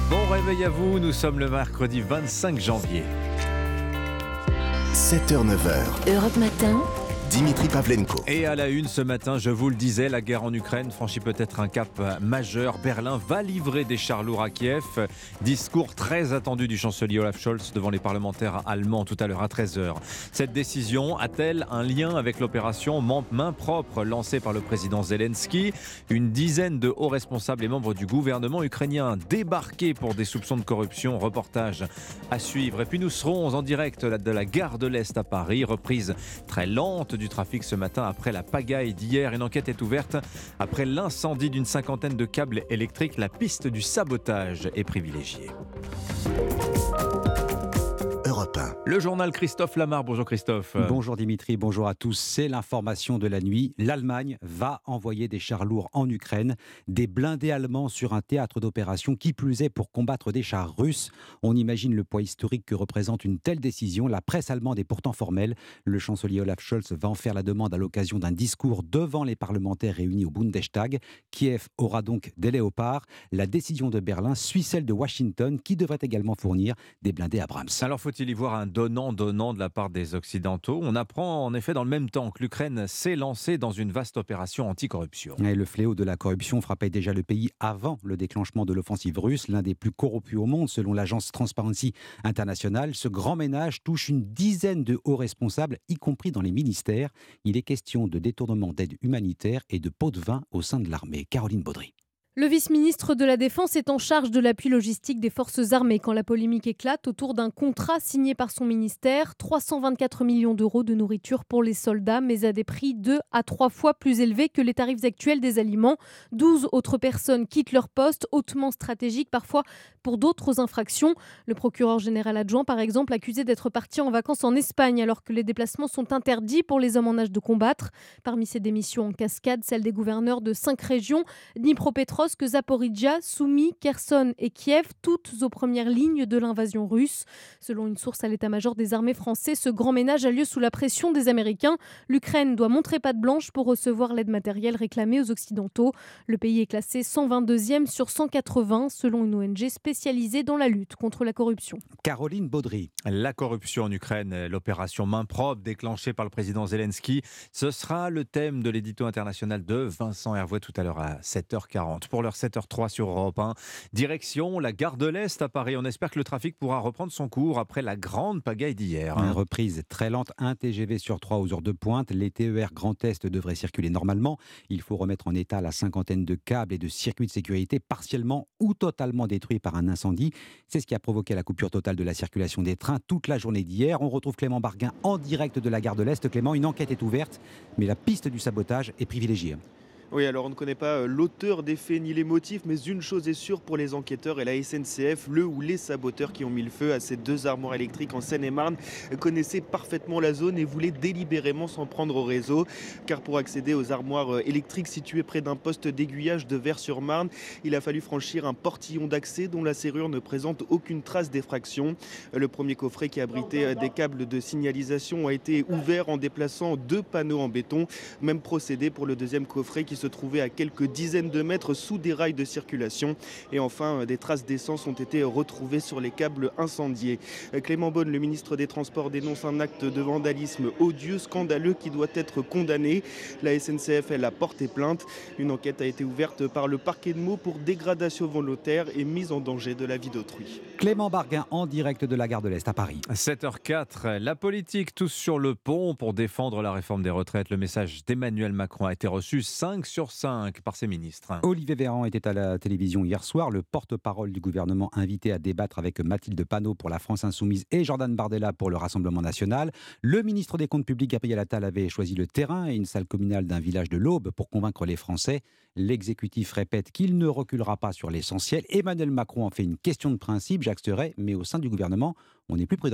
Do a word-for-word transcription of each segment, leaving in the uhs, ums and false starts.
Bon réveil à vous, nous sommes le mercredi vingt-cinq janvier. sept heures neuf heures. Europe Matin. Dimitri Pavlenko. Et à la une ce matin, je vous le disais, la guerre en Ukraine franchit peut-être un cap majeur. Berlin va livrer des chars lourds à Kiev. Discours très attendu du chancelier Olaf Scholz devant les parlementaires allemands tout à l'heure à treize heures. Cette décision a-t-elle un lien avec l'opération main propre lancée par le président Zelensky ? Une dizaine de hauts responsables et membres du gouvernement ukrainien débarqués pour des soupçons de corruption. Reportage à suivre. Et puis nous serons en direct de la gare de l'Est à Paris. Reprise très lente du trafic ce matin après la pagaille d'hier. Une enquête est ouverte après l'incendie d'une cinquantaine de câbles électriques. La piste du sabotage est privilégiée. Europe un. Le journal Christophe Lamar. Bonjour Christophe. Bonjour Dimitri, bonjour à tous. C'est l'information de la nuit. L'Allemagne va envoyer des chars lourds en Ukraine, des blindés allemands sur un théâtre d'opération, qui plus est pour combattre des chars russes. On imagine le poids historique que représente une telle décision. La presse allemande est pourtant formelle. Le chancelier Olaf Scholz va en faire la demande à l'occasion d'un discours devant les parlementaires réunis au Bundestag. Kiev aura donc des léopards. La décision de Berlin suit celle de Washington, qui devrait également fournir des blindés Abrams. Alors faut-il y voir un donnant-donnant de la part des Occidentaux ? On apprend en effet dans le même temps que l'Ukraine s'est lancée dans une vaste opération anticorruption. Et le fléau de la corruption frappait déjà le pays avant le déclenchement de l'offensive russe, l'un des plus corrompus au monde selon l'agence Transparency International. Ce grand ménage touche une dizaine de hauts responsables, y compris dans les ministères. Il est question de détournement d'aide humanitaire et de pots de vin au sein de l'armée. Caroline Baudry. Le vice-ministre de la Défense est en charge de l'appui logistique des forces armées quand la polémique éclate autour d'un contrat signé par son ministère. trois cent vingt-quatre millions d'euros de nourriture pour les soldats, mais à des prix deux à trois fois plus élevés que les tarifs actuels des aliments. douze autres personnes quittent leur poste, hautement stratégique parfois pour d'autres infractions. Le procureur général adjoint, par exemple, accusé d'être parti en vacances en Espagne alors que les déplacements sont interdits pour les hommes en âge de combattre. Parmi ces démissions en cascade, celle des gouverneurs de cinq régions, Dnipropetrovsk, que Zaporizhzhia, Soumy, Kherson et Kiev, toutes aux premières lignes de l'invasion russe. Selon une source à l'état-major des armées français, ce grand ménage a lieu sous la pression des Américains. L'Ukraine doit montrer patte blanche pour recevoir l'aide matérielle réclamée aux Occidentaux. Le pays est classé cent vingt-deuxième sur cent quatre-vingts selon une O N G spécialisée dans la lutte contre la corruption. Caroline Baudry. La corruption en Ukraine, l'opération main propre déclenchée par le président Zelensky, ce sera le thème de l'édito international de Vincent Hervouet tout à l'heure à sept heures quarante. Pour l'heure sept heures zéro trois sur Europe un, direction la gare de l'Est à Paris. On espère que le trafic pourra reprendre son cours après la grande pagaille d'hier. Une reprise très lente, un T G V sur trois aux heures de pointe. Les T E R Grand Est devraient circuler normalement. Il faut remettre en état la cinquantaine de câbles et de circuits de sécurité partiellement ou totalement détruits par un incendie. C'est ce qui a provoqué la coupure totale de la circulation des trains toute la journée d'hier. On retrouve Clément Barguin en direct de la gare de l'Est. Clément, une enquête est ouverte, mais la piste du sabotage est privilégiée. Oui, alors on ne connaît pas l'auteur des faits ni les motifs, mais une chose est sûre pour les enquêteurs et la S N C F, le ou les saboteurs qui ont mis le feu à ces deux armoires électriques en Seine-et-Marne connaissaient parfaitement la zone et voulaient délibérément s'en prendre au réseau. Car pour accéder aux armoires électriques situées près d'un poste d'aiguillage de Vers-sur-Marne, il a fallu franchir un portillon d'accès dont la serrure ne présente aucune trace d'effraction. Le premier coffret qui abritait des câbles de signalisation a été ouvert en déplaçant deux panneaux en béton. Même procédé pour le deuxième coffret qui se trouvait à quelques dizaines de mètres sous des rails de circulation. Et enfin, des traces d'essence ont été retrouvées sur les câbles incendiés. Clément Beaune, le ministre des Transports, dénonce un acte de vandalisme odieux, scandaleux, qui doit être condamné. La S N C F, elle, a porté plainte. Une enquête a été ouverte par le parquet de Meaux pour dégradation volontaire et mise en danger de la vie d'autrui. Clément Barguin en direct de la gare de l'Est à Paris. sept heures quatre, la politique tous sur le pont pour défendre la réforme des retraites. Le message d'Emmanuel Macron a été reçu cinq sur cinq par ses ministres. Olivier Véran était à la télévision hier soir, le porte-parole du gouvernement invité à débattre avec Mathilde Panot pour la France Insoumise et Jordan Bardella pour le Rassemblement National. Le ministre des Comptes Publics, Gabriel Attal, avait choisi le terrain et une salle communale d'un village de l'Aube pour convaincre les Français. L'exécutif répète qu'il ne reculera pas sur l'essentiel. Emmanuel Macron en fait une question de principe, Jacques Steuret, mais au sein du gouvernement, on est plus prudent.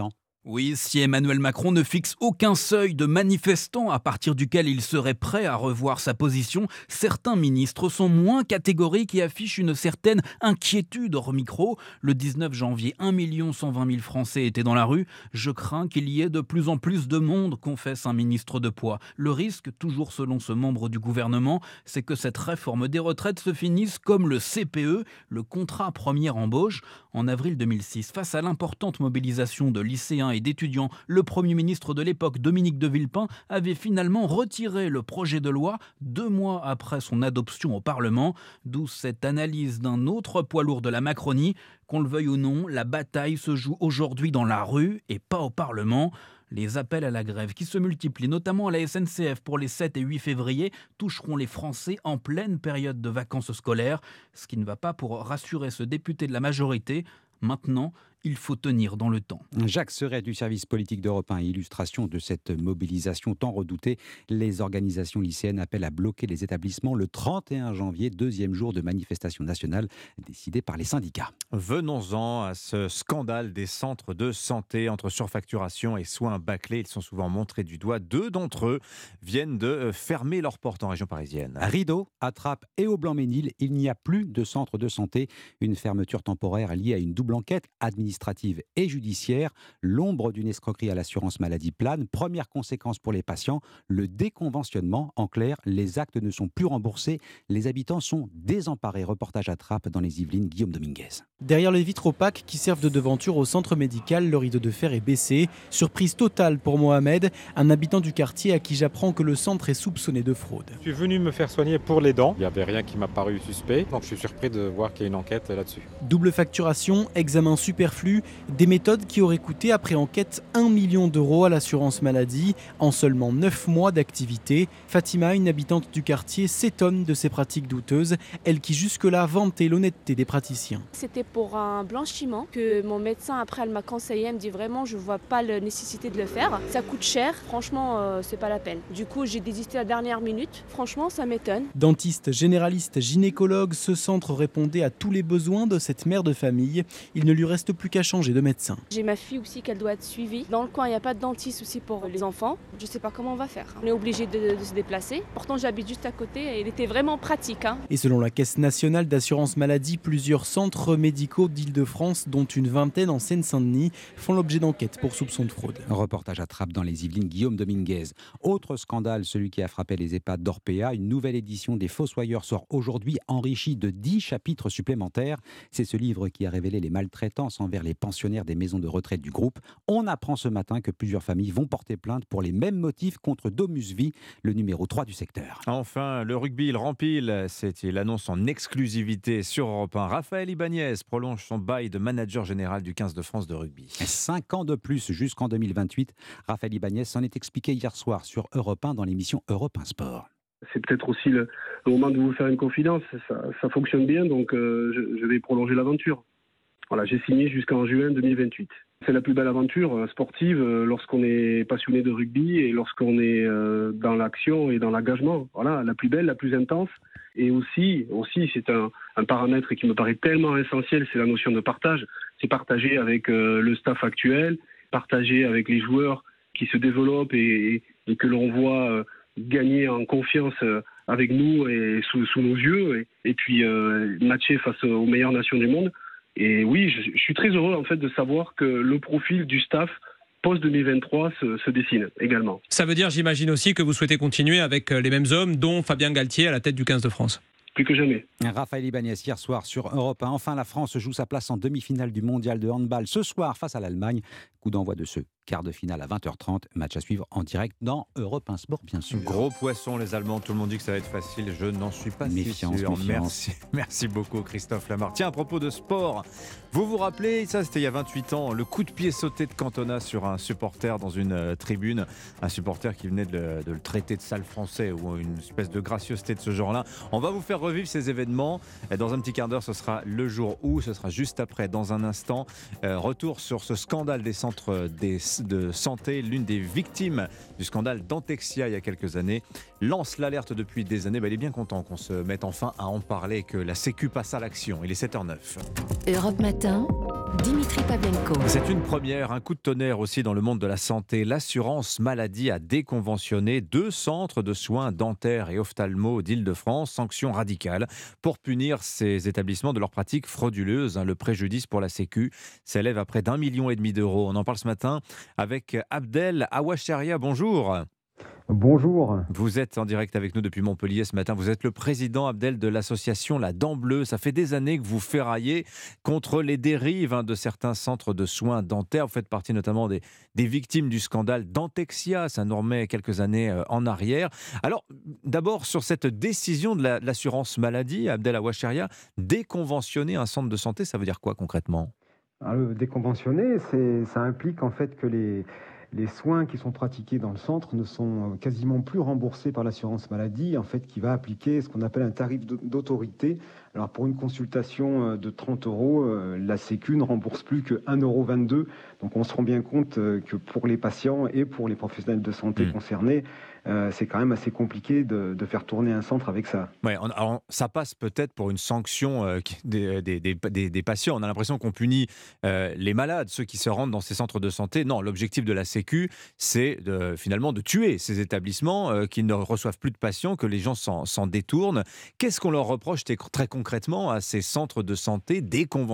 Oui, si Emmanuel Macron ne fixe aucun seuil de manifestants à partir duquel il serait prêt à revoir sa position, certains ministres sont moins catégoriques et affichent une certaine inquiétude hors micro. Le dix-neuf janvier, un million cent vingt mille Français étaient dans la rue. Je crains qu'il y ait de plus en plus de monde, confesse un ministre de poids. Le risque, toujours selon ce membre du gouvernement, c'est que cette réforme des retraites se finisse comme le C P E, le contrat première embauche. En avril deux mille six, face à l'importante mobilisation de lycéens et d'étudiants, le Premier ministre de l'époque, Dominique de Villepin, avait finalement retiré le projet de loi deux mois après son adoption au Parlement, d'où cette analyse d'un autre poids lourd de la Macronie. Qu'on le veuille ou non, la bataille se joue aujourd'hui dans la rue et pas au Parlement. Les appels à la grève qui se multiplient, notamment à la S N C F pour les sept et huit février, toucheront les Français en pleine période de vacances scolaires, ce qui ne va pas pour rassurer ce député de la majorité. Maintenant, il faut tenir dans le temps. Jacques Serret du service politique d'Europe un, illustration de cette mobilisation tant redoutée. Les organisations lycéennes appellent à bloquer les établissements le trente et un janvier, deuxième jour de manifestation nationale décidée par les syndicats. Venons-en à ce scandale des centres de santé entre surfacturation et soins bâclés. Ils sont souvent montrés du doigt. Deux d'entre eux viennent de fermer leurs portes en région parisienne. Rideau, Attrape et Aublanc-Ménil, il n'y a plus de centres de santé. Une fermeture temporaire liée à une double enquête administrative et judiciaire. L'ombre d'une escroquerie à l'assurance maladie plane. Première conséquence pour les patients, le déconventionnement. En clair, les actes ne sont plus remboursés. Les habitants sont désemparés. Reportage Attrape dans les Yvelines, Guillaume Dominguez. Derrière les vitres opaques qui servent de devanture au centre médical, le rideau de fer est baissé. Surprise totale pour Mohamed, un habitant du quartier à qui j'apprends que le centre est soupçonné de fraude. Je suis venu me faire soigner pour les dents. Il n'y avait rien qui m'a paru suspect, donc je suis surpris de voir qu'il y a une enquête là-dessus. Double facturation, examen superflu, des méthodes qui auraient coûté après enquête un million d'euros à l'assurance maladie en seulement neuf mois d'activité. Fatima, une habitante du quartier, s'étonne de ces pratiques douteuses, elle qui jusque-là vantait l'honnêteté des praticiens. C'était pour un blanchiment que mon médecin après elle m'a conseillé, elle me dit vraiment je vois pas la nécessité de le faire. Ça coûte cher, franchement euh, c'est pas la peine. Du coup j'ai désisté à la dernière minute, franchement ça m'étonne. Dentiste, généraliste, gynécologue, ce centre répondait à tous les besoins de cette mère de famille. Il ne lui reste plus qu'à changer de médecin. J'ai ma fille aussi qu'elle doit être suivie. Dans le coin il n'y a pas de dentiste aussi pour les enfants. Je sais pas comment on va faire. On est obligé de, de se déplacer. Pourtant j'habite juste à côté et il était vraiment pratique. Hein. Et selon la Caisse nationale d'assurance maladie, plusieurs centres médicaux d'Île-de-France, dont une vingtaine en Seine-Saint-Denis, font l'objet d'enquêtes pour soupçon de fraude. Reportage Attrape dans les Yvelines, Guillaume Dominguez. Autre scandale, celui qui a frappé les EHPAD d'Orpea. Une nouvelle édition des Fossoyeurs sort aujourd'hui, enrichie de dix chapitres supplémentaires. C'est ce livre qui a révélé les maltraitances envers les pensionnaires des maisons de retraite du groupe. On apprend ce matin que plusieurs familles vont porter plainte pour les mêmes motifs contre Domus Vie, le numéro trois du secteur. Enfin, le rugby, il rempile. C'était l'annonce en exclusivité sur Europe un. Raphaël Ibanez prolonge son bail de manager général du quinze de France de rugby. Cinq ans de plus jusqu'en deux mille vingt-huit. Raphaël Ibanez s'en est expliqué hier soir sur Europe un dans l'émission Europe un Sport. C'est peut-être aussi le, le moment de vous faire une confidence. Ça, ça fonctionne bien, donc euh, je, je vais prolonger l'aventure. Voilà, j'ai signé jusqu'en juin deux mille vingt-huit. C'est la plus belle aventure euh, sportive euh, lorsqu'on est passionné de rugby et lorsqu'on est euh, dans l'action et dans l'engagement. Voilà, la plus belle, la plus intense. Et aussi, aussi c'est un, un paramètre qui me paraît tellement essentiel, c'est la notion de partage. C'est partager avec euh, le staff actuel, partager avec les joueurs qui se développent et, et que l'on voit euh, gagner en confiance euh, avec nous et sous, sous nos yeux, et, et puis euh, matcher face aux meilleures nations du monde. Et oui, je, je suis très heureux en fait de savoir que le profil du staff post-deux mille vingt-trois se, se dessine également. Ça veut dire, j'imagine aussi, que vous souhaitez continuer avec les mêmes hommes, dont Fabien Galtier à la tête du quinze de France. Plus que jamais. Raphaël Ibanez hier soir sur Europe un. Enfin, la France joue sa place en demi-finale du mondial de handball ce soir face à l'Allemagne. Coup d'envoi de ce quart de finale à vingt heures trente. Match à suivre en direct dans Europe un Sport, bien sûr. Gros poisson, les Allemands. Tout le monde dit que ça va être facile. Je n'en suis pas méfiance, si sûr. Méfiance. Merci, merci beaucoup, Christophe Lamarre. Tiens, à propos de sport, vous vous rappelez, ça c'était il y a vingt-huit ans, le coup de pied sauté de Cantona sur un supporter dans une euh, tribune. Un supporter qui venait de le, de le traiter de sale français ou une espèce de gracieuseté de ce genre-là. On va vous faire revivre ces événements. Dans un petit quart d'heure, ce sera le jour où, ce sera juste après, dans un instant. Euh, retour sur ce scandale des centres des, de santé. L'une des victimes du scandale Dentexia il y a quelques années lance l'alerte depuis des années. Ben, il est bien content qu'on se mette enfin à en parler et que la Sécu passe à l'action. Il est sept heures neuf. Europe Matin, Dimitri Pavlenko. C'est une première, un coup de tonnerre aussi dans le monde de la santé. L'assurance maladie a déconventionné deux centres de soins dentaires et ophtalmo d'Île-de-France. Sanction radicale pour punir ces établissements de leurs pratiques frauduleuses. Le préjudice pour la Sécu s'élève à près d'un million et demi d'euros. On en parle ce matin avec Abdel Awacharia. Bonjour. Bonjour. Vous êtes en direct avec nous depuis Montpellier ce matin. Vous êtes le président, Abdel, de l'association La Dent Bleue. Ça fait des années que vous ferraillez contre les dérives hein, de certains centres de soins dentaires. Vous faites partie notamment des, des victimes du scandale Dentexia. Ça nous remet quelques années euh, en arrière. Alors, d'abord, sur cette décision de, la, de l'assurance maladie, Abdel Awacharia, déconventionner un centre de santé, ça veut dire quoi concrètement ? Alors, déconventionner, c'est, ça implique en fait que les... Les soins qui sont pratiqués dans le centre ne sont quasiment plus remboursés par l'assurance maladie, en fait, qui va appliquer ce qu'on appelle un tarif d'autorité. Alors, pour une consultation de trente euros, la Sécu ne rembourse plus que un euro vingt-deux. Donc, on se rend bien compte que pour les patients et pour les professionnels de santé mmh. concernés, euh, c'est quand même assez compliqué de, de faire tourner un centre avec ça. Ouais, on, alors, ça passe peut-être pour une sanction euh, des, des, des, des, des patients. On a l'impression qu'on punit euh, les malades, ceux qui se rendent dans ces centres de santé. Non, l'objectif de la Sécu, c'est de, finalement de tuer ces établissements euh, qui ne reçoivent plus de patients, que les gens s'en, s'en détournent. Qu'est-ce qu'on leur reproche très concrètement à ces centres de santé déconventionnés ?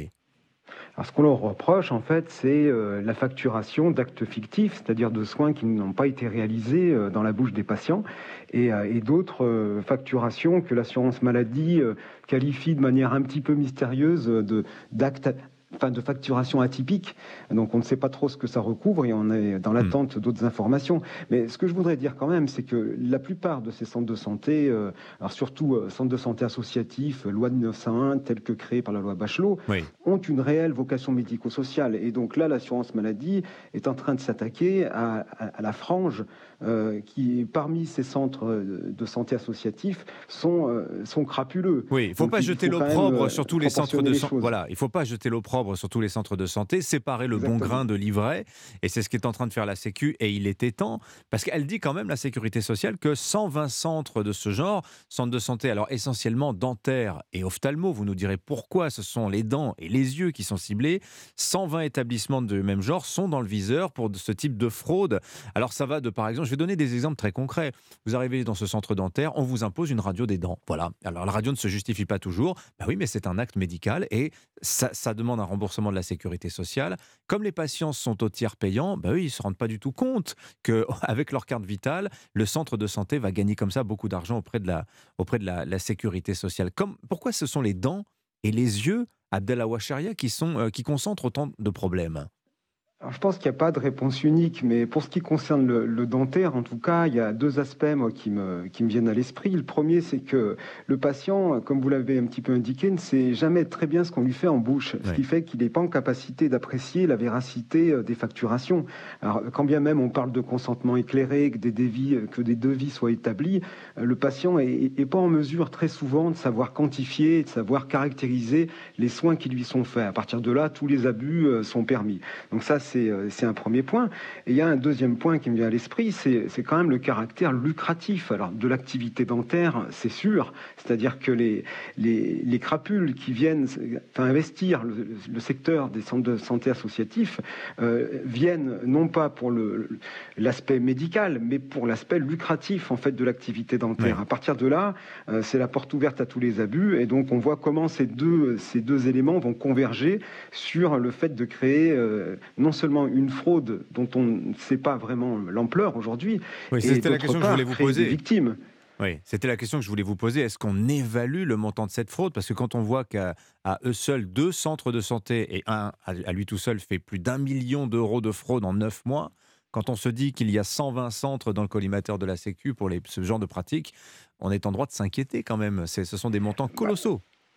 Alors, ce qu'on leur reproche, en fait, c'est euh, la facturation d'actes fictifs, c'est-à-dire de soins qui n'ont pas été réalisés euh, dans la bouche des patients, et, euh, et d'autres euh, facturations que l'assurance maladie euh, qualifie de manière un petit peu mystérieuse de, d'actes Enfin, de facturation atypique, donc on ne sait pas trop ce que ça recouvre et on est dans l'attente d'autres informations. Mais ce que je voudrais dire quand même, c'est que la plupart de ces centres de santé, euh, alors surtout euh, centres de santé associatifs, loi de mille neuf cent un, tels que créés par la loi Bachelot, oui. ont une réelle vocation médico-sociale. Et donc là, l'assurance maladie est en train de s'attaquer à, à, à la frange euh, qui, parmi ces centres de santé associatifs, sont, euh, sont crapuleux. Oui, il ne faut donc, pas il jeter faut l'opprobre même, sur tous les centres de santé. Voilà, il ne faut pas jeter l'opprobre sur tous les centres de santé, séparer le Exactement. bon grain de l'ivraie, et c'est ce qu'est en train de faire la Sécu, et il était temps, parce qu'elle dit quand même, la Sécurité sociale, que cent vingt centres de ce genre, centres de santé, alors essentiellement dentaires et ophtalmo, vous nous direz pourquoi ce sont les dents et les yeux qui sont ciblés, cent vingt établissements de même genre sont dans le viseur pour ce type de fraude. Alors ça va de, par exemple, je vais donner des exemples très concrets, vous arrivez dans ce centre dentaire, on vous impose une radio des dents, voilà, alors la radio ne se justifie pas toujours, bah oui, mais c'est un acte médical, et ça, ça demande un remboursement de la Sécurité sociale. Comme les patients sont au tiers payant, bah eux, ils ne se rendent pas du tout compte qu'avec leur carte vitale, le centre de santé va gagner comme ça beaucoup d'argent auprès de la, auprès de la, la Sécurité sociale. Comme, pourquoi ce sont les dents et les yeux, Abdel Awacharia, qui, sont, euh, qui concentrent autant de problèmes ? Alors, je pense qu'il n'y a pas de réponse unique, mais pour ce qui concerne le, le dentaire, en tout cas, il y a deux aspects moi, qui, me, qui me viennent à l'esprit. Le premier, c'est que le patient, comme vous l'avez un petit peu indiqué, ne sait jamais très bien ce qu'on lui fait en bouche, ce oui. qui fait qu'il n'est pas en capacité d'apprécier la véracité des facturations. Alors, quand bien même on parle de consentement éclairé, que des devis, que des devis soient établis, le patient n'est pas en mesure très souvent de savoir quantifier, de savoir caractériser les soins qui lui sont faits. À partir de là, tous les abus sont permis. Donc ça, c'est C'est un premier point. Et il y a un deuxième point qui me vient à l'esprit, c'est, c'est quand même le caractère lucratif alors, de l'activité dentaire, c'est sûr. C'est-à-dire que les, les, les crapules qui viennent enfin, investir le, le secteur des centres de santé associatifs euh, viennent non pas pour le, l'aspect médical, mais pour l'aspect lucratif en fait, de l'activité dentaire. Oui. À partir de là, euh, c'est la porte ouverte à tous les abus. Et donc, on voit comment ces deux, ces deux éléments vont converger sur le fait de créer euh, non seulement une fraude dont on ne sait pas vraiment l'ampleur aujourd'hui, oui, et c'était la question que je voulais vous poser. Victimes. Oui, c'était la question que je voulais vous poser. Est-ce qu'on évalue le montant de cette fraude ? Parce que quand on voit qu'à à eux seuls, deux centres de santé, et un à lui tout seul fait plus d'un million d'euros de fraude en neuf mois, quand on se dit qu'il y a cent vingt centres dans le collimateur de la Sécu pour les, ce genre de pratique, on est en droit de s'inquiéter quand même. C'est, ce sont des montants colossaux.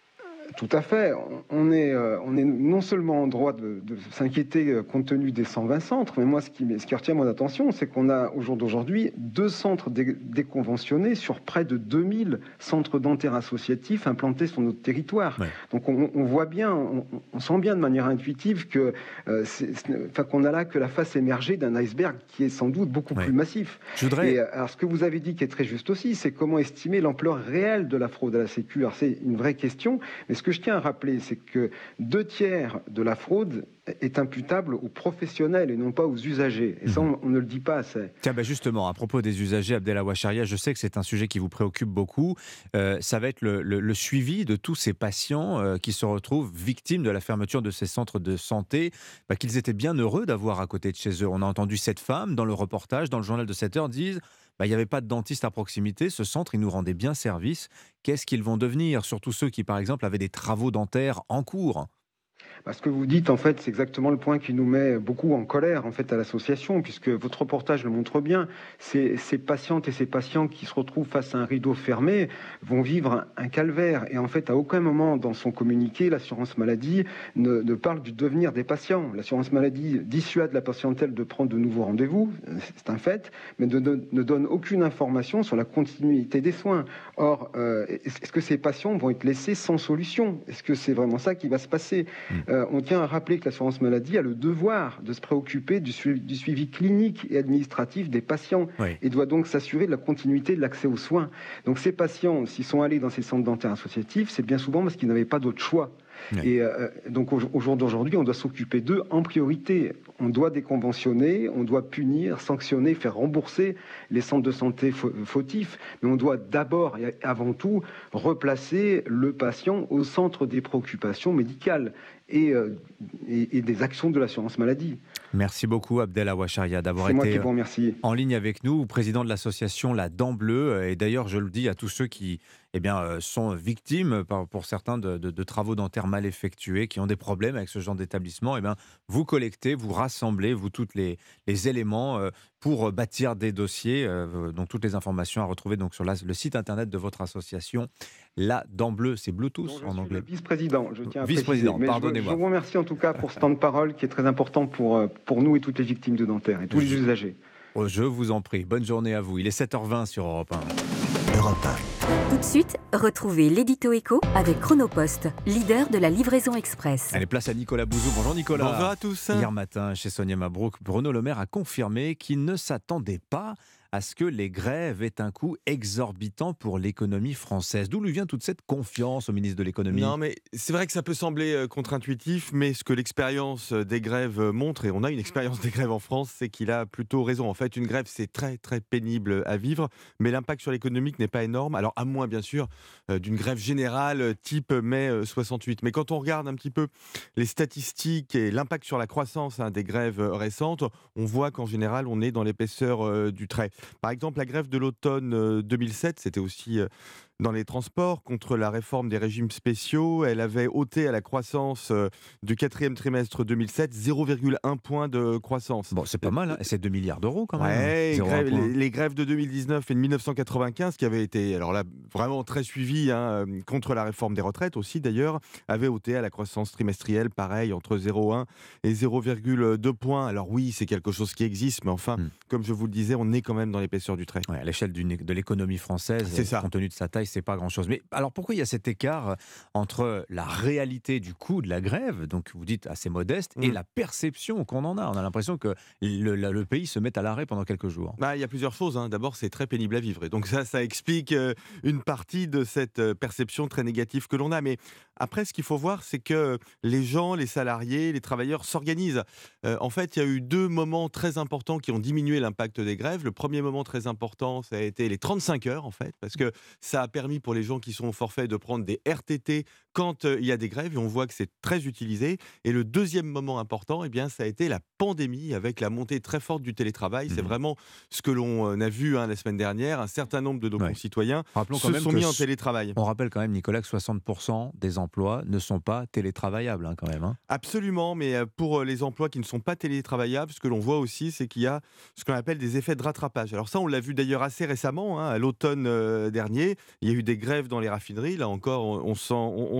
Tout à fait. On est, euh, on est non seulement en droit de, de s'inquiéter euh, compte tenu des cent vingt centres, mais moi, ce qui, ce qui retient mon attention, c'est qu'on a au jour d'aujourd'hui deux centres dé, déconventionnés sur près de deux mille centres dentaires associatifs implantés sur notre territoire. Ouais. Donc on, on voit bien, on, on sent bien de manière intuitive que, euh, c'est, c'est, enfin, qu'on a là que la face émergée d'un iceberg qui est sans doute beaucoup ouais. plus massif. Je voudrais... Et alors, ce que vous avez dit qui est très juste aussi, c'est comment estimer l'ampleur réelle de la fraude à la Sécu. Alors, c'est une vraie question, mais ce que je tiens à rappeler, c'est que deux tiers de la fraude est imputable aux professionnels et non pas aux usagers. Et ça, on, on ne le dit pas assez. Tiens, ben justement, à propos des usagers, Abdelawa Sharia, je sais que c'est un sujet qui vous préoccupe beaucoup. Euh, ça va être le, le, le suivi de tous ces patients euh, qui se retrouvent victimes de la fermeture de ces centres de santé, bah, qu'ils étaient bien heureux d'avoir à côté de chez eux. On a entendu cette femme dans le reportage, dans le journal de sept heures, dire bah, il n'y avait pas de dentiste à proximité, ce centre, il nous rendait bien service. Qu'est-ce qu'ils vont devenir? Surtout ceux qui, par exemple, avaient des travaux dentaires en cours. Bah, ce que vous dites, en fait, c'est exactement le point qui nous met beaucoup en colère, en fait, à l'association, puisque votre reportage le montre bien. Ces, ces patientes et ces patients qui se retrouvent face à un rideau fermé vont vivre un, un calvaire. Et en fait, à aucun moment dans son communiqué, l'assurance maladie ne, ne parle du devenir des patients. L'assurance maladie dissuade la patientèle de prendre de nouveaux rendez-vous, c'est un fait, mais de, de, ne donne aucune information sur la continuité des soins. Or, euh, est-ce que ces patients vont être laissés sans solution? Est-ce que c'est vraiment ça qui va se passer? Euh, on tient à rappeler que l'assurance maladie a le devoir de se préoccuper du suivi, du suivi clinique et administratif des patients oui. et doit donc s'assurer de la continuité de l'accès aux soins. Donc ces patients, s'ils sont allés dans ces centres dentaires associatifs, c'est bien souvent parce qu'ils n'avaient pas d'autre choix. Oui. Et euh, donc au, au jour d'aujourd'hui, on doit s'occuper d'eux en priorité. On doit déconventionner, on doit punir, sanctionner, faire rembourser les centres de santé fautifs, mais on doit d'abord et avant tout replacer le patient au centre des préoccupations médicales et, euh, et, et des actions de l'assurance maladie. Merci beaucoup Abdelawa Sharia d'avoir C'est moi été qui vous remercie. En ligne avec nous, président de l'association La Dent Bleue. Et d'ailleurs, je le dis à tous ceux qui eh bien, sont victimes, pour certains, de, de, de travaux dentaires mal effectués, qui ont des problèmes avec ce genre d'établissement, eh bien, vous collectez, vous rassemblez, vous, tous les, les éléments pour bâtir des dossiers. Donc, toutes les informations à retrouver donc, sur la, le site internet de votre association. La Dent Bleue, c'est Bluetooth non, en anglais. Vice-président, je tiens à Vice-président, préciser. pardonnez-moi. Je, je vous remercie en tout cas pour ce temps de parole qui est très important pour, pour nous et toutes les victimes de dentaire et tous les usagers. Je vous en prie. Bonne journée à vous. Il est sept heures vingt sur Europe un. Europe un. Tout de suite, retrouvez l'édito écho avec Chronopost, leader de la livraison express. Allez, place à Nicolas Bouzou. Bonjour Nicolas. Bonjour à tous. Hier matin, chez Sonia Mabrouk, Bruno Le Maire a confirmé qu'il ne s'attendait pas à ce que les grèves aient un coût exorbitant pour l'économie française. D'où lui vient toute cette confiance au ministre de l'économie? Non, mais c'est vrai que ça peut sembler contre-intuitif, mais ce que l'expérience des grèves montre, et on a une expérience des grèves en France, c'est qu'il a plutôt raison. En fait, une grève, c'est très, très pénible à vivre, mais l'impact sur l'économique n'est pas énorme. Alors, à moins, bien sûr, d'une grève générale type mai soixante-huit. Mais quand on regarde un petit peu les statistiques et l'impact sur la croissance hein, des grèves récentes, on voit qu'en général, on est dans l'épaisseur euh, du trait. Par exemple, la grève de l'automne deux mille sept, c'était aussi dans les transports contre la réforme des régimes spéciaux. Elle avait ôté à la croissance du quatrième trimestre deux mille sept zéro virgule un point de croissance. Bon, c'est pas mal, hein. C'est deux milliards d'euros quand même. Ouais, grève, les, les grèves de deux mille dix-neuf et de mille neuf cent quatre-vingt-quinze qui avaient été, alors là, vraiment très suivies hein, contre la réforme des retraites aussi d'ailleurs, avaient ôté à la croissance trimestrielle, pareil, entre zéro virgule un et zéro virgule deux points. Alors oui, c'est quelque chose qui existe, mais enfin, hmm. comme je vous le disais, on est quand même dans l'épaisseur du trait. Ouais, à l'échelle de l'économie française, c'est ça. Compte tenu de sa taille, c'est pas grand-chose. Mais alors pourquoi il y a cet écart entre la réalité du coût de la grève, donc vous dites assez modeste, mmh. et la perception qu'on en a? On a l'impression que le, le, le pays se met à l'arrêt pendant quelques jours. Bah, il y a plusieurs choses. Hein. D'abord, c'est très pénible à vivre. Et donc ça, ça explique euh, une partie de cette euh, perception très négative que l'on a. Mais après, ce qu'il faut voir, c'est que les gens, les salariés, les travailleurs s'organisent. Euh, en fait, il y a eu deux moments très importants qui ont diminué l'impact des grèves. Le premier moment très important, ça a été les trente-cinq heures, en fait, parce que ça a permis pour les gens qui sont au forfait de prendre des R T T quand euh, il y a des grèves, et on voit que c'est très utilisé. Et le deuxième moment important, eh bien, ça a été la pandémie, avec la montée très forte du télétravail. Mmh. C'est vraiment ce que l'on a vu hein, la semaine dernière. Un certain nombre de nos ouais. concitoyens Rappelons se sont mis en télétravail. On rappelle quand même, Nicolas, que soixante pour cent des emplois ne sont pas télétravaillables hein, quand même. Hein. Absolument, mais pour les emplois qui ne sont pas télétravaillables, ce que l'on voit aussi, c'est qu'il y a ce qu'on appelle des effets de rattrapage. Alors ça, on l'a vu d'ailleurs assez récemment, hein, à l'automne euh, dernier. Il y a eu des grèves dans les raffineries. Là encore, on, on, sent, on, on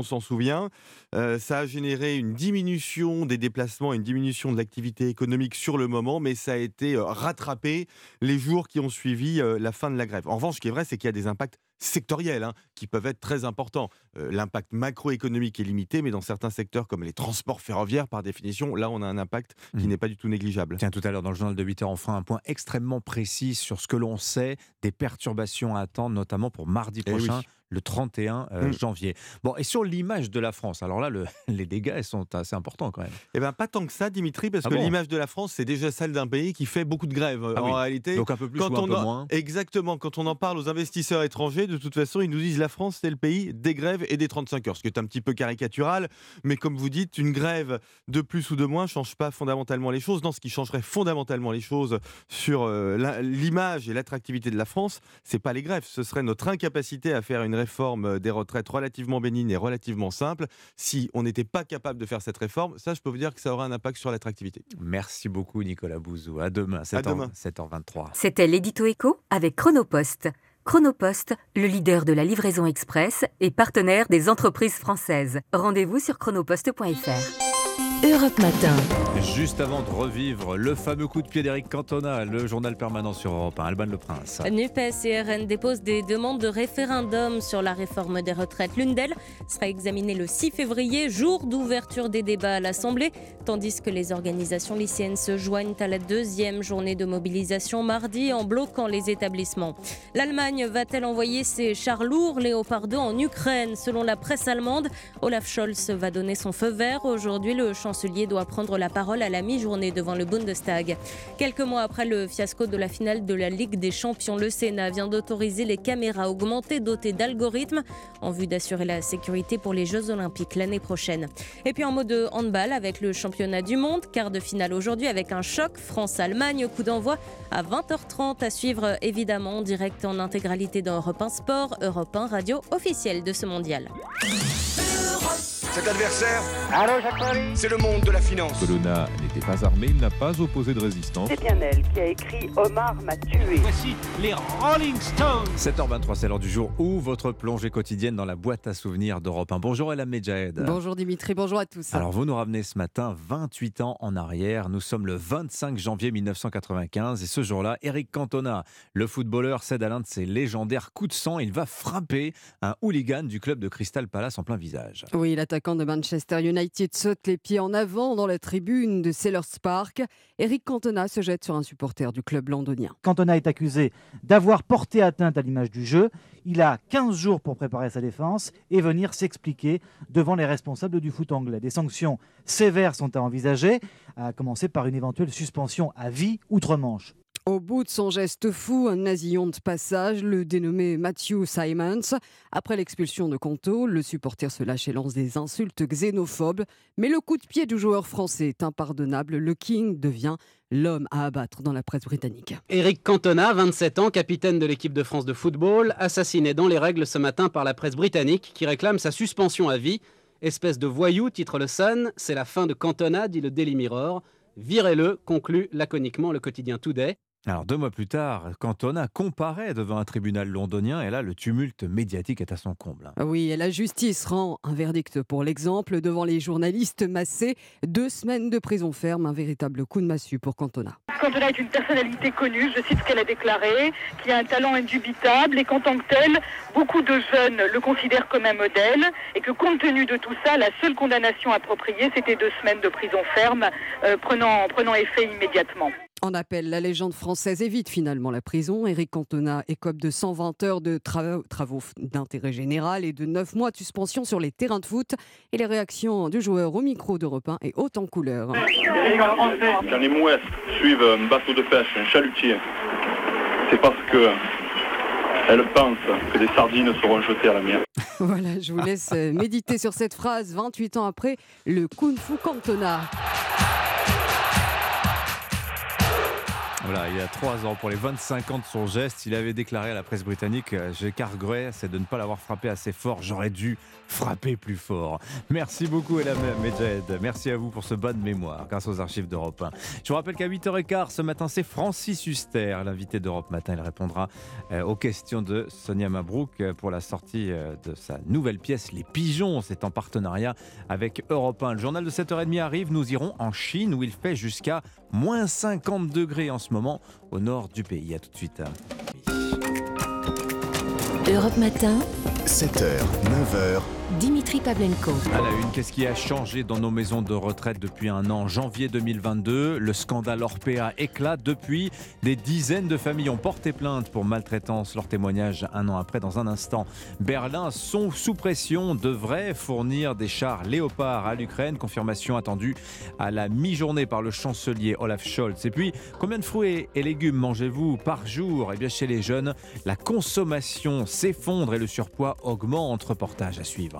s'en souvient. Euh, ça a généré une diminution des déplacements, une diminution de l'activité économique sur le moment, mais ça a été euh, rattrapé les jours qui ont suivi euh, la fin de la grève. En revanche, ce qui est vrai, c'est qu'il y a des impacts sectoriels hein, qui peuvent être très importants. Euh, l'impact macroéconomique est limité, mais dans certains secteurs comme les transports ferroviaires, par définition, là on a un impact qui mmh. n'est pas du tout négligeable. Tiens, tout à l'heure dans le journal de huit heures, on fera un point extrêmement précis sur ce que l'on sait des perturbations à attendre, notamment pour mardi prochain. Eh oui. Le trente et un euh, mmh. janvier. Bon, et sur l'image de la France, alors là, le, les dégâts elles sont assez importants quand même. Eh bien, pas tant que ça, Dimitri, parce ah que bon l'image de la France, c'est déjà celle d'un pays qui fait beaucoup de grèves. Ah en oui. réalité, donc un peu plus quand ou on un peu en... moins. Exactement. Quand on en parle aux investisseurs étrangers, de toute façon, ils nous disent la France, c'est le pays des grèves et des trente-cinq heures, ce qui est un petit peu caricatural. Mais comme vous dites, une grève de plus ou de moins ne change pas fondamentalement les choses. Non, ce qui changerait fondamentalement les choses sur euh, l'image et l'attractivité de la France, c'est pas les grèves. Ce serait notre incapacité à faire une réforme des retraite relativement bénigne et relativement simple. Si on n'était pas capable de faire cette réforme, ça, je peux vous dire que ça aura un impact sur l'attractivité. Merci beaucoup, Nicolas Bouzou. À demain, sept heures vingt-trois. C'était l'édito éco avec Chronopost. Chronopost, le leader de la livraison express et partenaire des entreprises françaises. Rendez-vous sur chronopost point f r. Europe Matin. Juste avant de revivre le fameux coup de pied d'Éric Cantona, le journal permanent sur Europe un, Alban Le Prince. NUPES et R N déposent des demandes de référendum sur la réforme des retraites. L'une d'elles sera examinée le six février, jour d'ouverture des débats à l'Assemblée, tandis que les organisations lycéennes se joignent à la deuxième journée de mobilisation mardi en bloquant les établissements. L'Allemagne va-t-elle envoyer ses chars lourds Léopard deux en Ukraine? Selon la presse allemande, Olaf Scholz va donner son feu vert. Aujourd'hui, le chancelier doit prendre la parole à la mi-journée devant le Bundestag. Quelques mois après le fiasco de la finale de la Ligue des Champions, le Sénat vient d'autoriser les caméras augmentées dotées d'algorithmes en vue d'assurer la sécurité pour les Jeux Olympiques l'année prochaine. Et puis en mode handball avec le championnat du monde, quart de finale aujourd'hui avec un choc France-Allemagne, coup d'envoi à vingt heures trente à suivre évidemment en direct en intégralité dans Europe un Sport, Europe un radio officielle de ce mondial. Cet adversaire, c'est le monde de la finance. Colonna n'était pas armé, il n'a pas opposé de résistance. C'est bien elle qui a écrit « Omar m'a tué ». Voici les Rolling Stones. sept heures vingt-trois, c'est l'heure du jour où votre plongée quotidienne dans la boîte à souvenirs d'Europe un. Bonjour Elam Medjahed. Bonjour Dimitri, bonjour à tous. Alors vous nous ramenez ce matin vingt-huit ans en arrière. Nous sommes le vingt-cinq janvier mille neuf cent quatre-vingt-quinze et ce jour-là, Éric Cantona, le footballeur, cède à l'un de ses légendaires coups de sang. Il va frapper un hooligan du club de Crystal Palace en plein visage. Oui, l'attaquant de Manchester United saute les pieds en avant dans la tribune de Selhurst Park. Éric Cantona se jette sur un supporter du club londonien. Cantona est accusé d'avoir porté atteinte à l'image du jeu. Il a quinze jours pour préparer sa défense et venir s'expliquer devant les responsables du foot anglais. Des sanctions sévères sont à envisager, à commencer par une éventuelle suspension à vie outre-Manche. Au bout de son geste fou, un nasillon de passage, le dénommé Matthew Simons. Après l'expulsion de Canto, le supporter se lâche et lance des insultes xénophobes. Mais le coup de pied du joueur français est impardonnable. Le King devient l'homme à abattre dans la presse britannique. Éric Cantona, vingt-sept ans, capitaine de l'équipe de France de football, assassiné dans les règles ce matin par la presse britannique qui réclame sa suspension à vie. Espèce de voyou, titre le Sun, c'est la fin de Cantona, dit le Daily Mirror. Virez-le, conclut laconiquement le quotidien Today. Alors deux mois plus tard, Cantona comparaît devant un tribunal londonien et là le tumulte médiatique est à son comble. Oui, et la justice rend un verdict pour l'exemple devant les journalistes massés. Deux semaines de prison ferme, un véritable coup de massue pour Cantona. Cantona est une personnalité connue, je cite ce qu'elle a déclaré, qui a un talent indubitable et qu'en tant que tel, beaucoup de jeunes le considèrent comme un modèle et que compte tenu de tout ça, la seule condamnation appropriée, c'était deux semaines de prison ferme, euh, prenant, prenant effet immédiatement. En appel, la légende française évite finalement la prison. Éric Cantona écope de cent vingt heures de tra- travaux d'intérêt général et de neuf mois de suspension sur les terrains de foot. Et les réactions du joueur au micro d'Europe un est haute en couleur. Quand les mouettes suivent un bateau de pêche, un chalutier, c'est parce qu'elles pensent que des sardines seront jetées à la mer. Voilà, je vous laisse méditer sur cette phrase vingt-huit ans après le Kung Fu Cantona. Voilà, il y a trois ans, pour les vingt-cinq ans de son geste, il avait déclaré à la presse britannique « J'ai qu'un regret, c'est de ne pas l'avoir frappé assez fort. J'aurais dû frapper plus fort. » Merci beaucoup, Elam Medjed. Merci à vous pour ce bas de mémoire, grâce aux archives d'Europe un. Je vous rappelle qu'à huit heures quinze, ce matin, c'est Francis Huster, l'invité d'Europe Matin. Il répondra aux questions de Sonia Mabrouk pour la sortie de sa nouvelle pièce « Les Pigeons ». C'est en partenariat avec Europe un. Le journal de sept heures trente arrive. Nous irons en Chine, où il fait jusqu'à moins cinquante degrés en ce moment au nord du pays. À tout de suite. Europe Matin, sept heures, neuf heures. Dimitri Pavlenko. À la une, qu'est-ce qui a changé dans nos maisons de retraite depuis un an? Janvier deux mille vingt-deux, le scandale Orpea éclate. Depuis, des dizaines de familles ont porté plainte pour maltraitance. Leur témoignage un an après. Dans un instant, Berlin, sont sous pression, devrait fournir des chars Léopard à l'Ukraine. Confirmation attendue à la mi-journée par le chancelier Olaf Scholz. Et puis, combien de fruits et légumes mangez-vous par jour? Eh bien, chez les jeunes, la consommation s'effondre et le surpoids augmente. Reportage à suivre.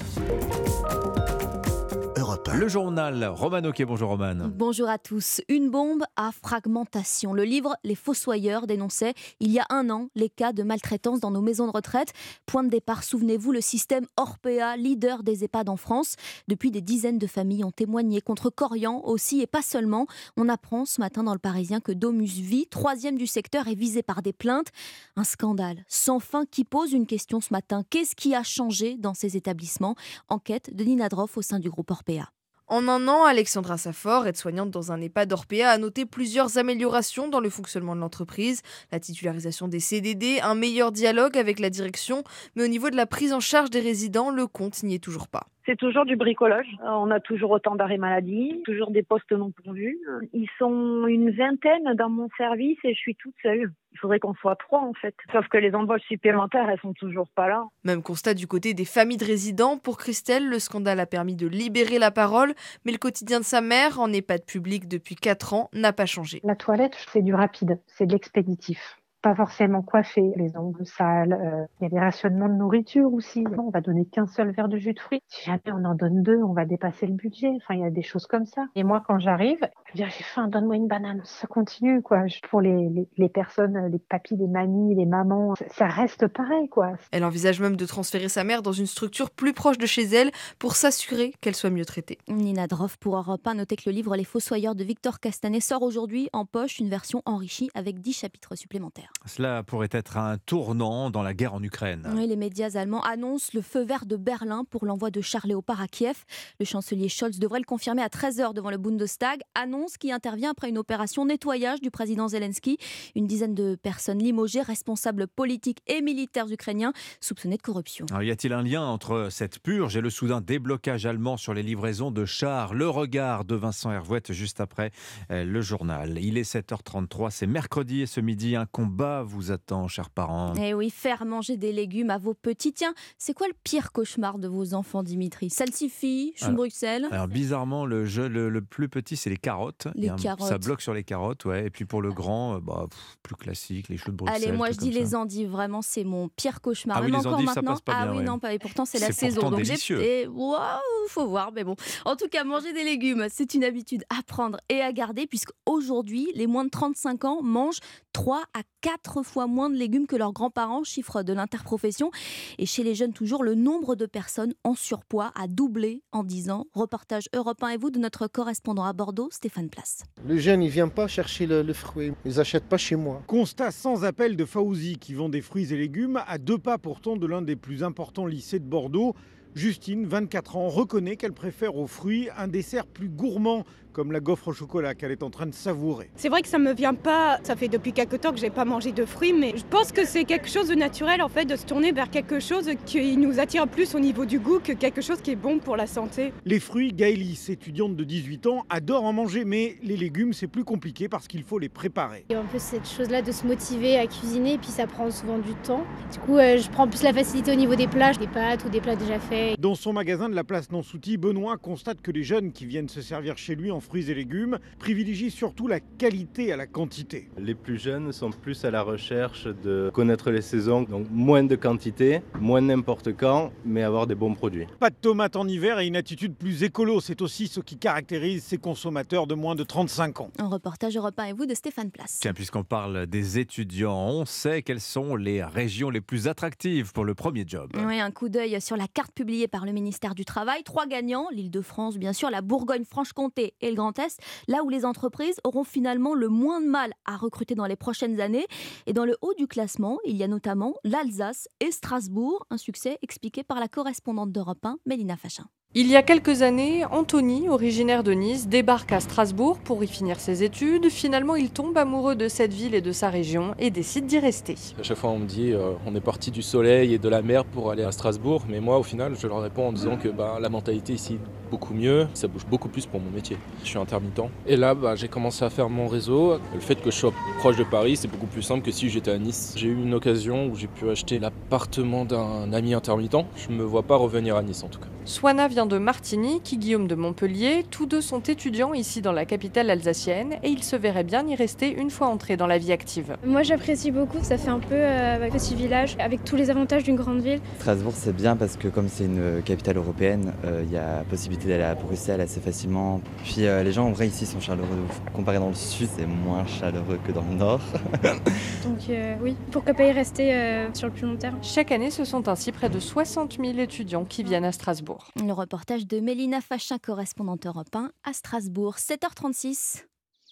Le journal, Romane Oquet, bonjour Romane. Bonjour à tous. Une bombe à fragmentation. Le livre Les Fossoyeurs dénonçait il y a un an les cas de maltraitance dans nos maisons de retraite. Point de départ, souvenez-vous, le système Orpea, leader des EHPAD en France. Depuis, des dizaines de familles ont témoigné contre Corian aussi et pas seulement. On apprend ce matin dans Le Parisien que Domus Vie, troisième du secteur, est visé par des plaintes. Un scandale sans fin qui pose une question ce matin. Qu'est-ce qui a changé dans ces établissements? Enquête de Nina Droff au sein du groupe Orpea. En un an, Alexandra Safor, aide-soignante dans un EHPAD Orpea, a noté plusieurs améliorations dans le fonctionnement de l'entreprise. La titularisation des C D D, un meilleur dialogue avec la direction, mais au niveau de la prise en charge des résidents, le compte n'y est toujours pas. C'est toujours du bricolage. On a toujours autant d'arrêts maladie, toujours des postes non pourvus. Ils sont une vingtaine dans mon service et je suis toute seule. Il faudrait qu'on soit trois en fait. Sauf que les embauches supplémentaires, elles sont toujours pas là. Même constat du côté des familles de résidents. Pour Christelle, le scandale a permis de libérer la parole, mais le quotidien de sa mère, en EHPAD public depuis quatre ans, n'a pas changé. La toilette, c'est du rapide, c'est de l'expéditif. Pas forcément coiffé, les ongles sales, euh, il y a des rationnements de nourriture aussi. On va donner qu'un seul verre de jus de fruits. Si jamais on en donne deux, on va dépasser le budget. Enfin, il y a des choses comme ça. Et moi, quand j'arrive, je dis j'ai faim, donne-moi une banane. Ça continue, quoi. Pour les, les, les personnes, les papis, les mamies, les mamans, ça reste pareil, quoi. Elle envisage même de transférer sa mère dans une structure plus proche de chez elle pour s'assurer qu'elle soit mieux traitée. Nina Droff pour Europe un. Notez que le livre Les Fossoyeurs de Victor Castanet sort aujourd'hui en poche, une version enrichie avec dix chapitres supplémentaires. Cela pourrait être un tournant dans la guerre en Ukraine. Oui, les médias allemands annoncent le feu vert de Berlin pour l'envoi de chars Léopard à Kiev. Le chancelier Scholz devrait le confirmer à treize heures devant le Bundestag. Annonce qui intervient après une opération nettoyage du président Zelensky. Une dizaine de personnes limogées, responsables politiques et militaires ukrainiens, soupçonnés de corruption. Alors, y a-t-il un lien entre cette purge et le soudain déblocage allemand sur les livraisons de chars? Le regard de Vincent Hervouette juste après le journal. Il est sept heures trente-trois, c'est mercredi et ce midi, un combat vous attend, chers parents. Eh oui, faire manger des légumes à vos petits. Tiens, c'est quoi le pire cauchemar de vos enfants, Dimitri? Salsifis, chou de Bruxelles? Alors, bizarrement, le, jeu, le, le plus petit, c'est les carottes. Les un, carottes. Ça bloque sur les carottes, ouais. Et puis pour le grand, bah, pff, plus classique, les choux de Bruxelles. Allez, moi je dis les ça. endives, vraiment, c'est mon pire cauchemar. Ah oui, Même les encore endives, maintenant. ça passe pas ah bien, oui, ouais. non, pas. Et pourtant, c'est la C'est saison. pourtant Donc délicieux. j'ai. Waouh, faut voir, mais bon. En tout cas, manger des légumes, c'est une habitude à prendre et à garder, puisqu'aujourd'hui, les moins de trente-cinq ans mangent trois à quatre fois moins de légumes que leurs grands-parents, chiffre de l'interprofession. Et chez les jeunes, toujours, le nombre de personnes en surpoids a doublé en dix ans. Reportage Europe un et vous de notre correspondant à Bordeaux, Stéphane Place. Le jeune, il ne vient pas chercher le, le fruit. Ils n'achètent pas chez moi. Constat sans appel de Faouzi, qui vend des fruits et légumes à deux pas pourtant de l'un des plus importants lycées de Bordeaux. Justine, vingt-quatre ans, reconnaît qu'elle préfère aux fruits un dessert plus gourmand, comme la gaufre au chocolat qu'elle est en train de savourer. C'est vrai que ça me vient pas, ça fait depuis quelque temps que j'ai pas mangé de fruits, mais je pense que c'est quelque chose de naturel en fait, de se tourner vers quelque chose qui nous attire plus au niveau du goût que quelque chose qui est bon pour la santé. Les fruits, Gaëlis, étudiante de dix-huit ans, adore en manger, mais les légumes c'est plus compliqué parce qu'il faut les préparer. Et en plus cette chose-là de se motiver à cuisiner, et puis ça prend souvent du temps. Du coup euh, je prends plus la facilité au niveau des plats, des pâtes ou des plats déjà faits. préféré. Dans son magasin de la place Nansouty, Benoît constate que les jeunes qui viennent se servir chez lui en fruits et légumes privilégient surtout la qualité à la quantité. Les plus jeunes sont plus à la recherche de connaître les saisons, donc moins de quantité, moins n'importe quand, mais avoir des bons produits. Pas de tomates en hiver et une attitude plus écolo, c'est aussi ce qui caractérise ces consommateurs de moins de trente-cinq ans. Un reportage Europe un et vous de Stéphane Place. Tiens, puisqu'on parle des étudiants, on sait quelles sont les régions les plus attractives pour le premier job. Oui, un coup d'œil sur la carte publiée par le ministère du Travail. Trois gagnants, l'Île-de-France bien sûr, la Bourgogne-Franche-Comté et le Grand Est, là où les entreprises auront finalement le moins de mal à recruter dans les prochaines années. Et dans le haut du classement, il y a notamment l'Alsace et Strasbourg, un succès expliqué par la correspondante d'Europe un, Mélina Fachin. Il y a quelques années, Anthony, originaire de Nice, débarque à Strasbourg pour y finir ses études. Finalement, il tombe amoureux de cette ville et de sa région et décide d'y rester. À chaque fois, on me dit euh, on est parti du soleil et de la mer pour aller à Strasbourg. Mais moi, au final, je leur réponds en disant que bah, la mentalité ici est beaucoup mieux. Ça bouge beaucoup plus pour mon métier. Je suis intermittent. Et là, bah, j'ai commencé à faire mon réseau. Le fait que je sois proche de Paris, c'est beaucoup plus simple que si j'étais à Nice. J'ai eu une occasion où j'ai pu acheter l'appartement d'un ami intermittent. Je ne me vois pas revenir à Nice en tout cas. Swana vient de Martigny, Guillaume de Montpellier. Tous deux sont étudiants ici dans la capitale alsacienne et ils se verraient bien y rester une fois entrés dans la vie active. Moi j'apprécie beaucoup, ça fait un peu euh, petit village avec tous les avantages d'une grande ville. Strasbourg c'est bien parce que comme c'est une capitale européenne, il euh, y a possibilité d'aller à Bruxelles assez facilement. Puis euh, les gens en vrai ici sont chaleureux. Comparé dans le sud, c'est moins chaleureux que dans le nord. Donc euh, oui, pourquoi pas y rester euh, sur le plus long terme. Chaque année, ce sont ainsi près de soixante mille étudiants qui viennent à Strasbourg. Le reportage de Mélina Fachin, correspondante Europe un à Strasbourg, sept heures trente-six.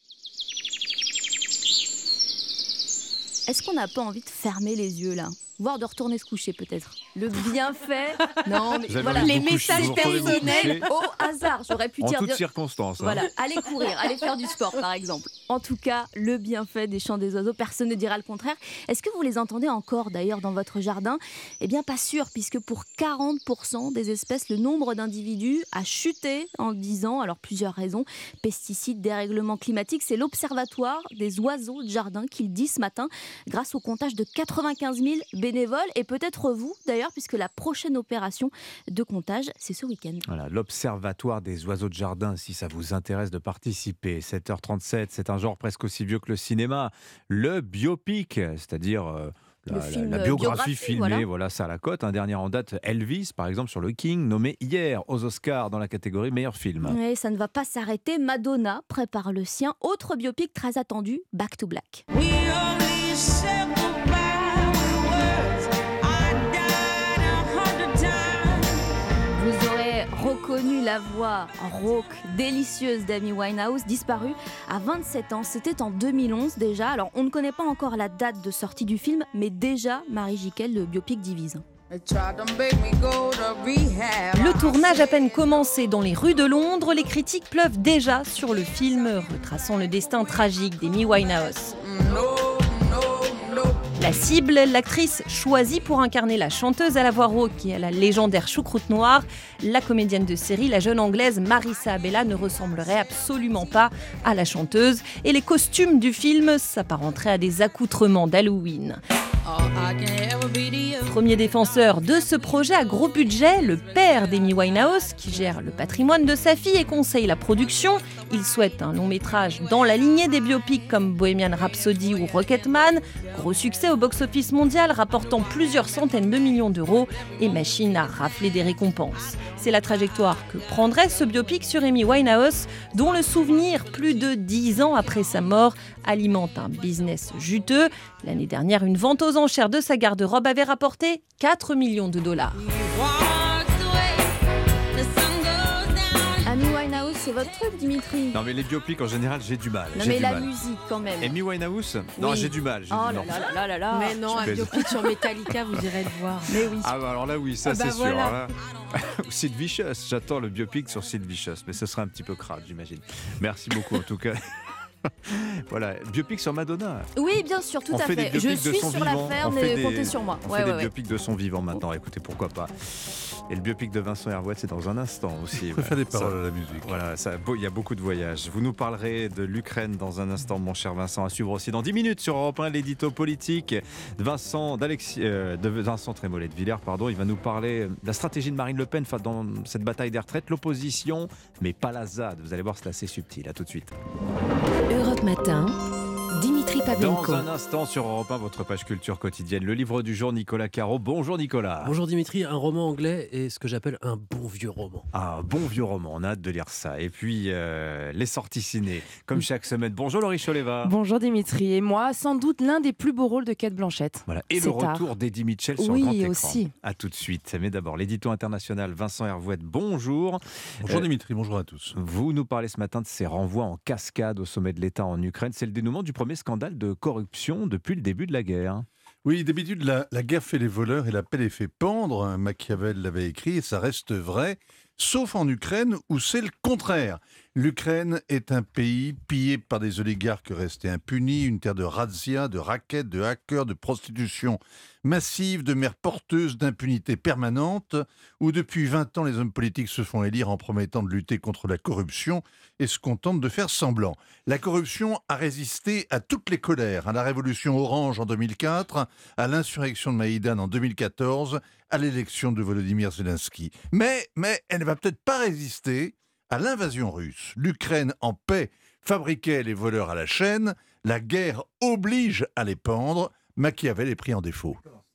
Est-ce qu'on n'a pas envie de fermer les yeux là ? Voire de retourner se coucher peut-être. Le bienfait, non mais voilà, les messages personnels au hasard. J'aurais pu en dire. En toutes dire... circonstances. Hein. Voilà, aller courir, aller faire du sport par exemple. En tout cas, le bienfait des chants des oiseaux, personne ne dira le contraire. Est-ce que vous les entendez encore d'ailleurs dans votre jardin ? Eh bien pas sûr, puisque pour quarante pour cent des espèces, le nombre d'individus a chuté en dix ans. Alors plusieurs raisons, pesticides, dérèglement climatique. C'est l'Observatoire des oiseaux de jardin qui le dit ce matin, grâce au comptage de quatre-vingt-quinze mille bénévoles et peut-être vous d'ailleurs, puisque la prochaine opération de comptage, c'est ce week-end. Voilà, l'Observatoire des oiseaux de jardin, si ça vous intéresse de participer. sept heures trente-sept, c'est un genre presque aussi vieux que le cinéma. Le biopic, c'est-à-dire... Euh, La, la, la biographie, biographie filmée, voilà. voilà, ça à la cote. Un dernier en date, Elvis, par exemple, sur le King, nommé hier aux Oscars dans la catégorie meilleur film. Oui, ça ne va pas s'arrêter. Madonna prépare le sien. Autre biopic très attendu, Back to Black. Vous aurez reconnu la voix rauque, délicieuse d'Amy Winehouse, disparue à vingt-sept ans. C'était en deux mille onze déjà. Alors, on ne connaît pas encore la date de sortie du film, mais déjà, Marie Jiquel, le biopic divise. Le tournage à peine commencé dans les rues de Londres, les critiques pleuvent déjà sur le film retraçant le destin tragique d'Amy Winehouse. La cible, l'actrice choisie pour incarner la chanteuse à la voix rauque et à la légendaire choucroute noire, la comédienne de série, la jeune anglaise Marissa Abela ne ressemblerait absolument pas à la chanteuse et les costumes du film s'apparenteraient à des accoutrements d'Halloween. Premier défenseur de ce projet à gros budget, le père d'Amy Winehouse, qui gère le patrimoine de sa fille et conseille la production. Il souhaite un long métrage dans la lignée des biopics comme Bohemian Rhapsody ou Rocketman. Gros succès au box-office mondial, rapportant plusieurs centaines de millions d'euros et machine à rafler des récompenses. C'est la trajectoire que prendrait ce biopic sur Amy Winehouse, dont le souvenir, plus de dix ans après sa mort, alimente un business juteux. L'année dernière, une vente aux enchères de sa garde-robe avait rapporté quatre millions de dollars. Amy Winehouse, c'est votre truc, Dimitri? Non, mais les biopics, en général, j'ai du mal. Non, j'ai mais du la mal. musique, quand même. Amy Winehouse? Non, oui. j'ai du mal. J'ai oh du... là, là là là là. Mais non, un biopic sur Metallica, vous irez le voir. Mais oui. Ah, bah alors là, oui, ça, ah bah c'est voilà. sûr. Là. Sid Vicious, j'attends le biopic sur Sid Vicious, mais ce sera un petit peu crade, j'imagine. Merci beaucoup, en tout cas. Voilà, biopic sur Madonna. Oui, bien sûr, tout on à fait. fait. Des Je de suis son sur vivant. l'affaire, on mais des... comptez sur moi. On ouais, fait ouais, des ouais. biopics de son vivant maintenant. Écoutez, pourquoi pas. Et le biopic de Vincent Hervouet, c'est dans un instant aussi. Je préfère ouais. les paroles Ça, à la musique. Voilà, ça, il y a beaucoup de voyages. Vous nous parlerez de l'Ukraine dans un instant, mon cher Vincent. À suivre aussi dans dix minutes sur Europe un, l'édito politique de Vincent, d'Alexis, euh, de Vincent Trémollet de Villers. Pardon, il va nous parler de la stratégie de Marine Le Pen dans cette bataille des retraites, l'opposition, mais pas la Z A D. Vous allez voir, c'est assez subtil. À tout de suite. Europe Matin, Dimitri Pavlenko. Dans un instant sur Europe un, votre page culture quotidienne, le livre du jour, Nicolas Caro. Bonjour Nicolas. Bonjour Dimitri, un roman anglais et ce que j'appelle un bon vieux roman. Ah, un bon vieux roman, on a hâte de lire ça. Et puis, euh, les sorties ciné, comme chaque semaine. Bonjour Laurie Choleva. Bonjour Dimitri, et moi, sans doute l'un des plus beaux rôles de Kate Blanchett. Voilà. Et C'est le tard. retour d'Eddie Mitchell sur Oui, le grand écran. aussi. À tout de suite. Mais d'abord, l'édito international Vincent Hervouet, bonjour. Bonjour Euh, Dimitri, bonjour à tous. Vous nous parlez ce matin de ces renvois en cascade au sommet de l'État en Ukraine. C'est le dénouement du premier scandale de corruption depuis le début de la guerre. Oui, d'habitude, la, la guerre fait les voleurs et la paix les fait pendre. Machiavel l'avait écrit et ça reste vrai, sauf en Ukraine où c'est le contraire. L'Ukraine est un pays pillé par des oligarques restés impunis, une terre de razzia, de rackets, de hackers, de prostitution massive, de mères porteuses d'impunité permanente, où depuis vingt ans les hommes politiques se font élire en promettant de lutter contre la corruption et se contentent de faire semblant. La corruption a résisté à toutes les colères, à la révolution orange en deux mille quatre, à l'insurrection de Maïdan en deux mille quatorze, à l'élection de Volodymyr Zelensky. Mais, mais elle ne va peut-être pas résister à l'invasion russe. L'Ukraine en paix fabriquait les voleurs à la chaîne, la guerre oblige à les pendre, Machiavel est pris en défaut.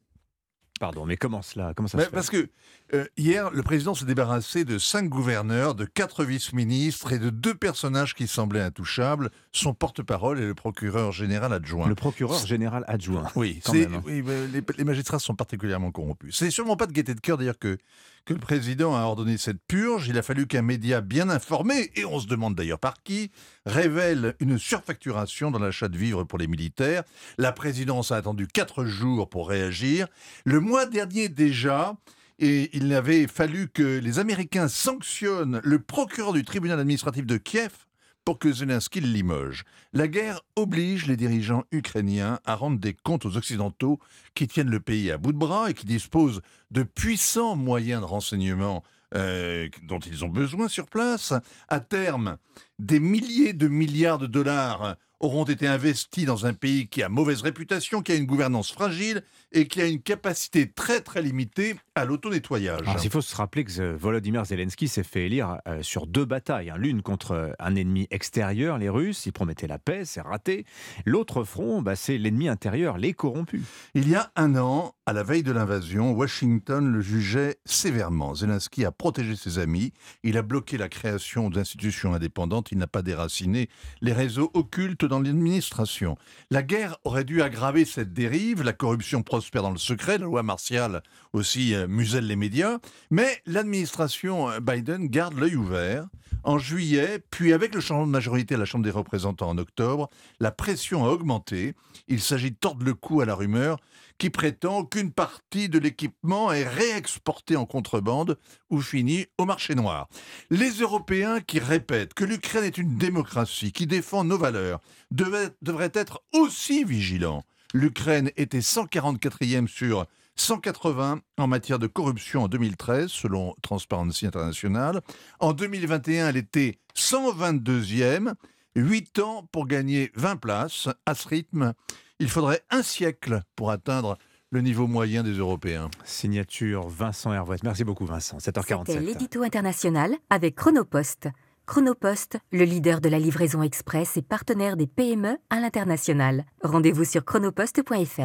Pardon, mais comment cela comment ça Mais se fait Parce que euh, hier, le président s'est débarrassé de cinq gouverneurs, de quatre vice-ministres et de deux personnages qui semblaient intouchables, son porte-parole et le procureur général adjoint. Le procureur général adjoint. Oui, quand c'est- même. oui, mais les, les magistrats sont particulièrement corrompus. C'est sûrement pas de gaieté de cœur d'ailleurs que, que le président a ordonné cette purge. Il a fallu qu'un média bien informé, et on se demande d'ailleurs par qui, révèle une surfacturation dans l'achat de vivres pour les militaires. La présidence a attendu quatre jours pour réagir. Le mois dernier déjà, et il avait fallu que les Américains sanctionnent le procureur du tribunal administratif de Kiev pour que Zelensky le limoge. La guerre oblige les dirigeants ukrainiens à rendre des comptes aux Occidentaux qui tiennent le pays à bout de bras et qui disposent de puissants moyens de renseignement euh, dont ils ont besoin sur place. À terme, des milliers de milliards de dollars auront été investis dans un pays qui a mauvaise réputation, qui a une gouvernance fragile et qui a une capacité très très limitée à l'auto-nettoyage. Alors, il faut se rappeler que euh, Volodymyr Zelensky s'est fait élire euh, sur deux batailles. hein. L'une contre euh, un ennemi extérieur, les Russes, il promettait la paix, c'est raté. L'autre front, bah, c'est l'ennemi intérieur, les corrompus. Il y a un an, à la veille de l'invasion, Washington le jugeait sévèrement. Zelensky a protégé ses amis, il a bloqué la création d'institutions indépendantes, il n'a pas déraciné les réseaux occultes dans l'administration. La guerre aurait dû aggraver cette dérive, la corruption prospère dans le secret, la loi martiale aussi euh, muselle les médias, mais l'administration euh, Biden garde l'œil ouvert. En juillet, puis avec le changement de majorité à la Chambre des représentants en octobre, la pression a augmenté. Il s'agit de tordre le cou à la rumeur qui prétend qu'une partie de l'équipement est réexportée en contrebande ou finit au marché noir. Les Européens qui répètent que l'Ukraine est une démocratie qui défend nos valeurs devaient- devraient être aussi vigilants. L'Ukraine était cent quarante-quatrième sur cent quatre-vingts en matière de corruption en deux mille treize, selon Transparency International. En deux mille vingt et un, elle était cent vingt-deuxième. huit ans pour gagner vingt places. À ce rythme, il faudrait un siècle pour atteindre le niveau moyen des Européens. Signature Vincent Hervouet. Merci beaucoup Vincent. sept heures C'était quarante-sept. l'édito international avec Chronopost. Chronopost, le leader de la livraison express et partenaire des P M E à l'international. Rendez-vous sur chronopost point f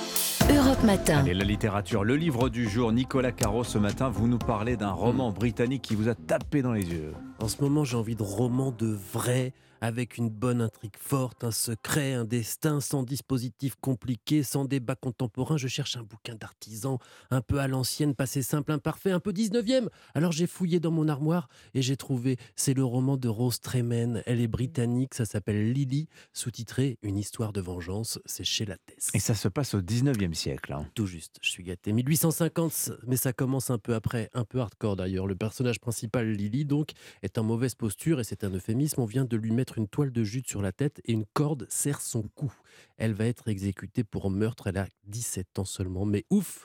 r. Europe Matin. Allez, la littérature, le livre du jour. Nicolas Caro, ce matin, vous nous parlez d'un roman britannique qui vous a tapé dans les yeux. En ce moment, j'ai envie de romans de vrai, avec une bonne intrigue forte, un secret, un destin, sans dispositif compliqué, sans débat contemporain. Je cherche un bouquin d'artisan, un peu à l'ancienne, passé simple, imparfait, un peu dix-neuvième. Alors j'ai fouillé dans mon armoire et j'ai trouvé, c'est le roman de Rose Tremaine. Elle est britannique, ça s'appelle Lily, sous-titré Une histoire de vengeance, c'est chez Lattès. Et ça se passe au dix-neuvième siècle. hein. Tout juste, je suis gâté. mille huit cent cinquante, mais ça commence un peu après, un peu hardcore d'ailleurs. Le personnage principal, Lily, donc, est en mauvaise posture et c'est un euphémisme. On vient de lui mettre une toile de jute sur la tête et une corde serre son cou. Elle va être exécutée pour meurtre. Elle a dix-sept ans seulement, mais ouf,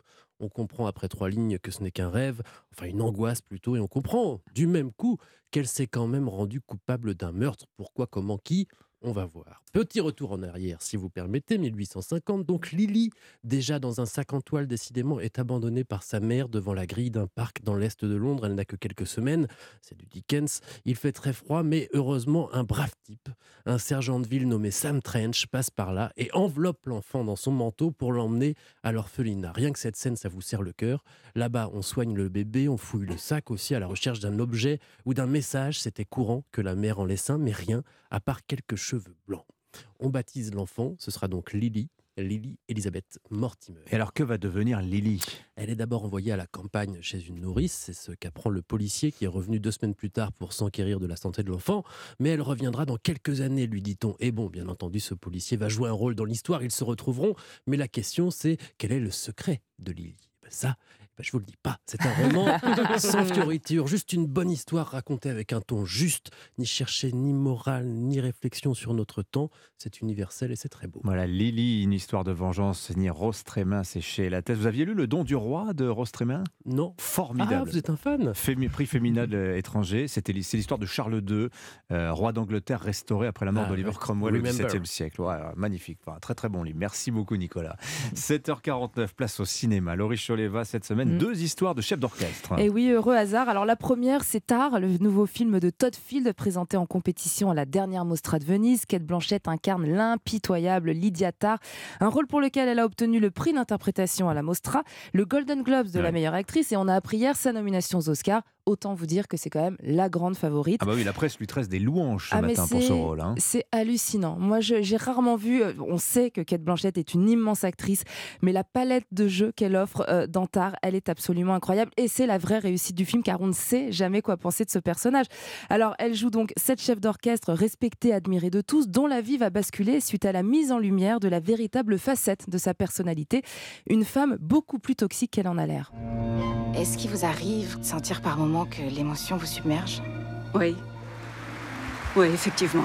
On comprend après trois lignes que ce n'est qu'un rêve, enfin une angoisse plutôt, et on comprend du même coup qu'elle s'est quand même rendue coupable d'un meurtre. Pourquoi, comment, qui ? On va voir. Petit retour en arrière, si vous permettez, mille huit cent cinquante. Donc Lily, déjà dans un sac en toile décidément, est abandonnée par sa mère devant la grille d'un parc dans l'est de Londres. Elle n'a que quelques semaines. C'est du Dickens. Il fait très froid, mais heureusement, un brave type, un sergent de ville nommé Sam Trench, passe par là et enveloppe l'enfant dans son manteau pour l'emmener à l'orphelinat. Rien que cette scène, ça vous serre le cœur. Là-bas, on soigne le bébé, on fouille le sac aussi à la recherche d'un objet ou d'un message. C'était courant que la mère en laisse un, mais rien, à part quelques cheveux blancs. On baptise l'enfant, ce sera donc Lily, Lily Elizabeth Mortimer. Et alors que va devenir Lily ? Elle est d'abord envoyée à la campagne chez une nourrice, c'est ce qu'apprend le policier qui est revenu deux semaines plus tard pour s'enquérir de la santé de l'enfant, mais elle reviendra dans quelques années, lui dit-on. Et bon, bien entendu, ce policier va jouer un rôle dans l'histoire, ils se retrouveront, mais la question c'est, quel est le secret de Lily ? Ben ça, ben je vous le dis pas, c'est un roman sans fioriture, juste une bonne histoire racontée avec un ton juste, ni chercher ni morale, ni réflexion sur notre temps, c'est universel et c'est très beau. Voilà, Lily, une histoire de vengeance, signée Rose Trémin, c'est chez La Thèse. Vous aviez lu Le Don du Roi de Rose Trémin ? Non. Formidable. Ah, vous êtes un fan ? Fémi- Prix féminin étranger, c'était, c'est l'histoire de Charles deux, euh, roi d'Angleterre restauré après la mort Ah, d'Oliver ouais. Cromwell au Remember. dix-septième siècle. Ouais, magnifique, enfin, très très bon livre. Merci beaucoup Nicolas. sept heures quarante-neuf, place au cinéma. Laurie Choleva, cette semaine, Mm. deux histoires de chefs d'orchestre. Et oui, heureux hasard. Alors la première, c'est Tar, le nouveau film de Todd Field présenté en compétition à la dernière Mostra de Venise. Cate Blanchett incarne l'impitoyable Lydia Tarr, un rôle pour lequel elle a obtenu le prix d'interprétation à la Mostra, le Golden Globes de Ouais. la meilleure actrice, et on a appris hier sa nomination aux Oscars. Autant vous dire que c'est quand même la grande favorite. Ah bah oui, la presse lui tresse des louanges ce Ah, mais matin pour c'est- ce rôle. Hein. C'est hallucinant. Moi, je- j'ai rarement vu. euh, On sait que Cate Blanchett est une immense actrice, mais la palette de jeux qu'elle offre euh, dans Tar, elle est absolument incroyable. Et c'est la vraie réussite du film, car on ne sait jamais quoi penser de ce personnage. Alors, elle joue donc sept chefs d'orchestre respectés, admirés de tous, dont la vie va basculer suite à la mise en lumière de la véritable facette de sa personnalité. Une femme beaucoup plus toxique qu'elle en a l'air. Est-ce qu'il vous arrive de sentir par moments que l'émotion vous submerge? Oui. Oui, effectivement.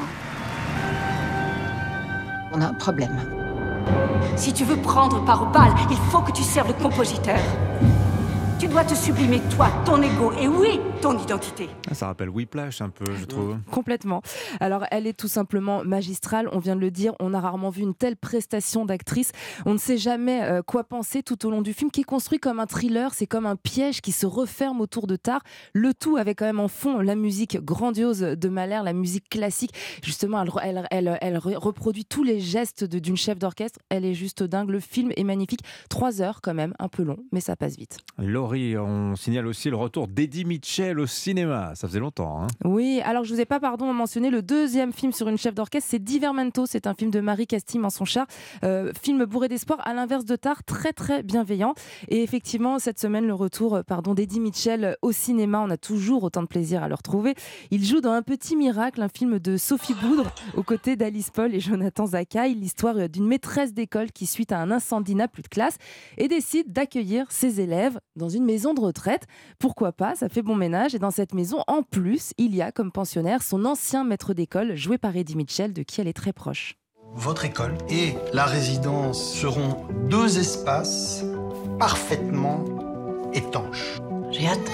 On a un problème. Si tu veux prendre part au bal, il faut que tu serves le compositeur. Tu dois te sublimer toi, ton ego et oui, ton identité. Ah, ça rappelle Whiplash un peu, je trouve. Complètement. Alors, elle est tout simplement magistrale, on vient de le dire, on a rarement vu une telle prestation d'actrice. On ne sait jamais euh, quoi penser tout au long du film, qui est construit comme un thriller, c'est comme un piège qui se referme autour de Tar. Le tout avec quand même en fond la musique grandiose de Mahler, la musique classique. Justement, elle, elle, elle, elle reproduit tous les gestes de, d'une chef d'orchestre. Elle est juste dingue, le film est magnifique. Trois heures quand même, un peu long, mais ça passe vite. Laurie, on signale aussi le retour d'Eddie Mitchell au cinéma. Ça faisait longtemps. Hein. Oui, alors je ne vous ai pas pardon mentionné le deuxième film sur une chef d'orchestre, c'est Divermento. C'est un film de Marie Castille-Mensonchard, euh, film bourré d'espoir, à l'inverse de Tar, très très bienveillant. Et effectivement, cette semaine, le retour pardon, d'Eddie Mitchell au cinéma. On a toujours autant de plaisir à le retrouver. Il joue dans Un petit miracle, un film de Sophie Boudre, aux côtés d'Alice Paul et Jonathan Zakaï. L'histoire d'une maîtresse d'école qui, suite à un incendie, n'a plus de classe et décide d'accueillir ses élèves dans une maison de retraite. Pourquoi pas, ça fait bon ménage. Et dans cette maison, en plus, il y a comme pensionnaire son ancien maître d'école, joué par Eddie Mitchell, de qui elle est très proche. Votre école et la résidence seront deux espaces parfaitement étanches. J'ai hâte.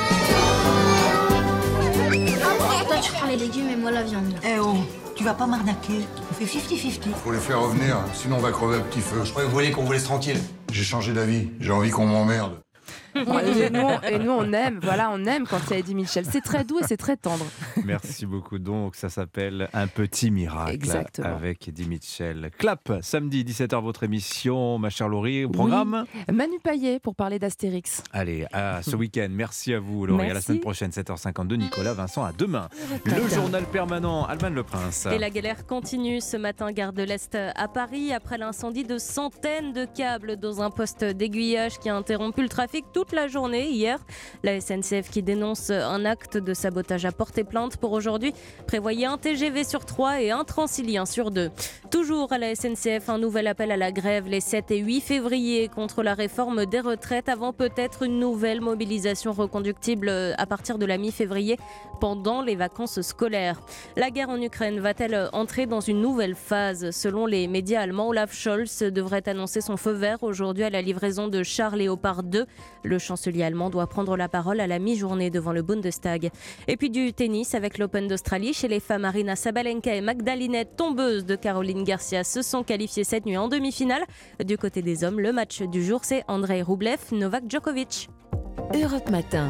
Toi, tu prends les légumes et moi la viande. Eh oh, tu vas pas m'arnaquer. On fait cinquante cinquante. Faut les faire revenir, sinon on va crever à petit feu. Je croyais que vous vouliez qu'on vous laisse tranquille. J'ai changé d'avis, j'ai envie qu'on m'emmerde. Bon, et, nous, et nous, on aime, voilà, on aime quand il y a Eddie Mitchell. C'est très doux et c'est très tendre. Merci beaucoup. Donc, ça s'appelle Un petit miracle. Exactement. Avec Eddie Mitchell. Clap, samedi, dix-sept heures, votre émission, ma chère Laurie. Au programme oui. Manu Payet pour parler d'Astérix. Allez, à ce week-end. Merci à vous, Laurie. Merci. À la semaine prochaine, sept heures cinquante-deux. Nicolas, Vincent, à demain. Le journal permanent, Alban Le Prince. Et la galère continue ce matin, gare de l'Est à Paris, après l'incendie de centaines de câbles dans un poste d'aiguillage qui a interrompu le trafic tout toute la journée hier. La S N C F qui dénonce un acte de sabotage a porté plainte pour aujourd'hui. Prévoyait un T G V sur trois et un Transilien sur deux. Toujours à la S N C F, un nouvel appel à la grève les sept et huit février contre la réforme des retraites avant peut-être une nouvelle mobilisation reconductible à partir de la mi-février pendant les vacances scolaires. La guerre en Ukraine va-t-elle entrer dans une nouvelle phase ? Selon les médias allemands, Olaf Scholz devrait annoncer son feu vert aujourd'hui à la livraison de chars Léopard deux. Le chancelier allemand doit prendre la parole à la mi-journée devant le Bundestag. Et puis du tennis avec l'Open d'Australie. Chez les femmes, Aryna Sabalenka et Magdalena, tombeuse de Caroline Garcia, se sont qualifiées cette nuit en demi-finale. Du côté des hommes, le match du jour, c'est Andrei Rublev, Novak Djokovic. Europe Matin.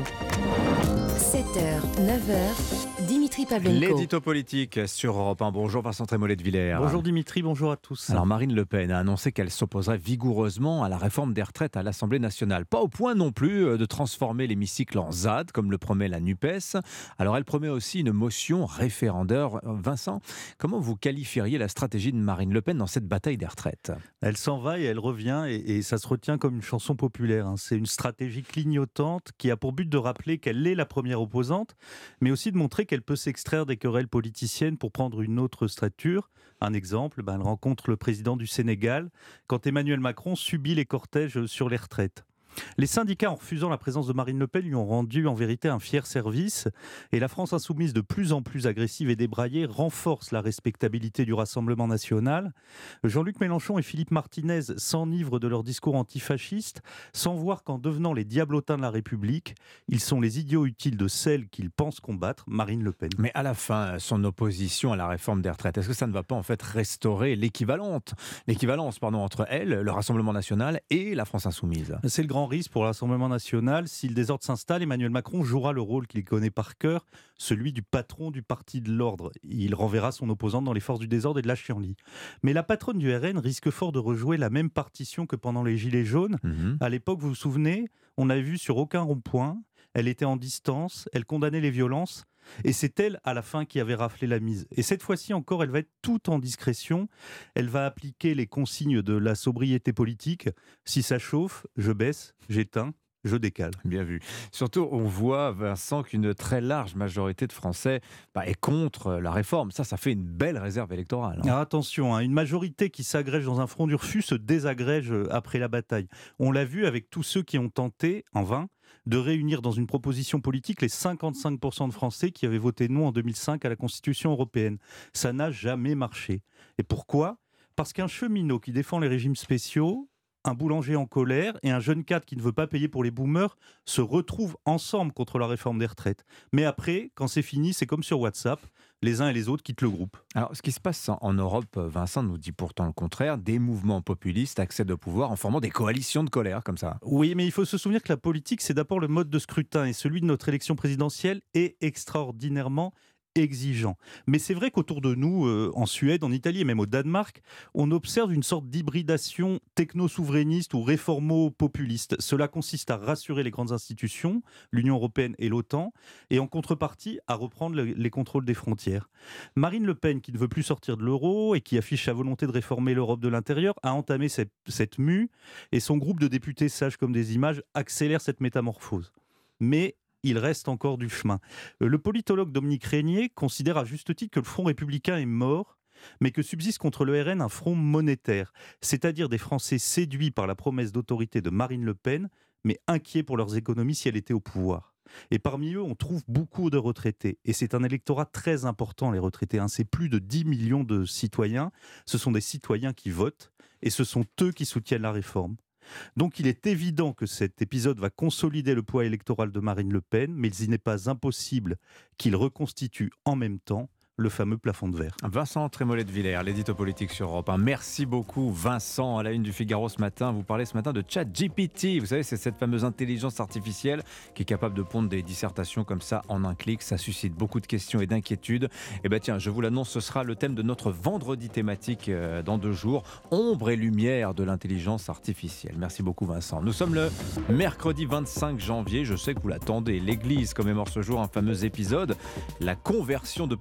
sept heures, neuf heures, Dimitri Pavlenko. L'édito politique sur Europe un. Bonjour Vincent Trémollet de Villers. Bonjour Dimitri, bonjour à tous. Alors Marine Le Pen a annoncé qu'elle s'opposerait vigoureusement à la réforme des retraites à l'Assemblée nationale. Pas au point non plus de transformer l'hémicycle en Z A D, comme le promet la NUPES. Alors elle promet aussi une motion référendaire. Vincent, comment vous qualifieriez la stratégie de Marine Le Pen dans cette bataille des retraites ? Elle s'en va et elle revient et, et ça se retient comme une chanson populaire. Hein. C'est une stratégie clignotante qui a pour but de rappeler qu'elle est la première opposante, mais aussi de montrer qu'elle peut s'extraire des querelles politiciennes pour prendre une autre stature. Un exemple, ben elle rencontre le président du Sénégal quand Emmanuel Macron subit les cortèges sur les retraites. Les syndicats, en refusant la présence de Marine Le Pen, lui ont rendu en vérité un fier service. Et la France insoumise, de plus en plus agressive et débraillée, renforce la respectabilité du Rassemblement national. Jean-Luc Mélenchon et Philippe Martinez s'enivrent de leur discours antifasciste, sans voir qu'en devenant les diablotins de la République, ils sont les idiots utiles de celle qu'ils pensent combattre, Marine Le Pen. Mais à la fin, son opposition à la réforme des retraites, est-ce que ça ne va pas en fait restaurer l'équivalente, l'équivalence pardon, entre elle, le Rassemblement national et la France insoumise ? C'est le grand risque pour l'Assemblée nationale. Si le désordre s'installe, Emmanuel Macron jouera le rôle qu'il connaît par cœur, celui du patron du parti de l'ordre. Il renverra son opposante dans les forces du désordre et de la chienlit. Mais la patronne du R N risque fort de rejouer la même partition que pendant les Gilets jaunes. Mmh. À l'époque, vous vous souvenez, on n'avait vu sur aucun rond-point. Elle était en distance, elle condamnait les violences. Et c'est elle, à la fin, qui avait raflé la mise. Et cette fois-ci encore, elle va être tout en discrétion. Elle va appliquer les consignes de la sobriété politique. Si ça chauffe, je baisse, j'éteins, je décale. Bien vu. Surtout, on voit, Vincent, qu'une très large majorité de Français bah, est contre la réforme. Ça, ça fait une belle réserve électorale. Hein. Alors attention, hein, une majorité qui s'agrège dans un front d'Ursus se désagrège après la bataille. On l'a vu avec tous ceux qui ont tenté, en vain, de réunir dans une proposition politique les cinquante-cinq pour cent de Français qui avaient voté non en deux mille cinq à la Constitution européenne. Ça n'a jamais marché. Et pourquoi ? Parce qu'un cheminot qui défend les régimes spéciaux, un boulanger en colère et un jeune cadre qui ne veut pas payer pour les boomers se retrouvent ensemble contre la réforme des retraites. Mais après, quand c'est fini, c'est comme sur WhatsApp. Les uns et les autres quittent le groupe. Alors, ce qui se passe en Europe, Vincent nous dit pourtant le contraire. Des mouvements populistes accèdent au pouvoir en formant des coalitions de colère, comme ça. Oui, mais il faut se souvenir que la politique, c'est d'abord le mode de scrutin. Et celui de notre élection présidentielle est extraordinairement exigeant. Mais c'est vrai qu'autour de nous, euh, en Suède, en Italie et même au Danemark, on observe une sorte d'hybridation techno-souverainiste ou réformo-populiste. Cela consiste à rassurer les grandes institutions, l'Union européenne et l'OTAN, et en contrepartie à reprendre le, les contrôles des frontières. Marine Le Pen, qui ne veut plus sortir de l'euro et qui affiche sa volonté de réformer l'Europe de l'intérieur, a entamé cette, cette mue, et son groupe de députés sages comme des images accélère cette métamorphose. Mais il reste encore du chemin. Le politologue Dominique Régnier considère à juste titre que le Front républicain est mort, mais que subsiste contre le R N un front monétaire, c'est-à-dire des Français séduits par la promesse d'autorité de Marine Le Pen, mais inquiets pour leurs économies si elle était au pouvoir. Et parmi eux, on trouve beaucoup de retraités. Et c'est un électorat très important, les retraités. Hein. C'est plus de dix millions de citoyens. Ce sont des citoyens qui votent, et ce sont eux qui soutiennent la réforme. Donc il est évident que cet épisode va consolider le poids électoral de Marine Le Pen, mais il n'est pas impossible qu'il reconstitue en même temps le fameux plafond de verre. Vincent Trémollet de Villers, l'édito politique sur Europe un. Merci beaucoup Vincent. À la une du Figaro ce matin, vous parlez ce matin de ChatGPT. Vous savez, c'est cette fameuse intelligence artificielle qui est capable de pondre des dissertations comme ça en un clic. Ça suscite beaucoup de questions et d'inquiétudes. Et bien tiens, je vous l'annonce, ce sera le thème de notre vendredi thématique dans deux jours. Ombre et lumière de l'intelligence artificielle. Merci beaucoup Vincent. Nous sommes le mercredi vingt-cinq janvier. Je sais que vous l'attendez. L'Église commémore ce jour un fameux épisode, la conversion de Paul de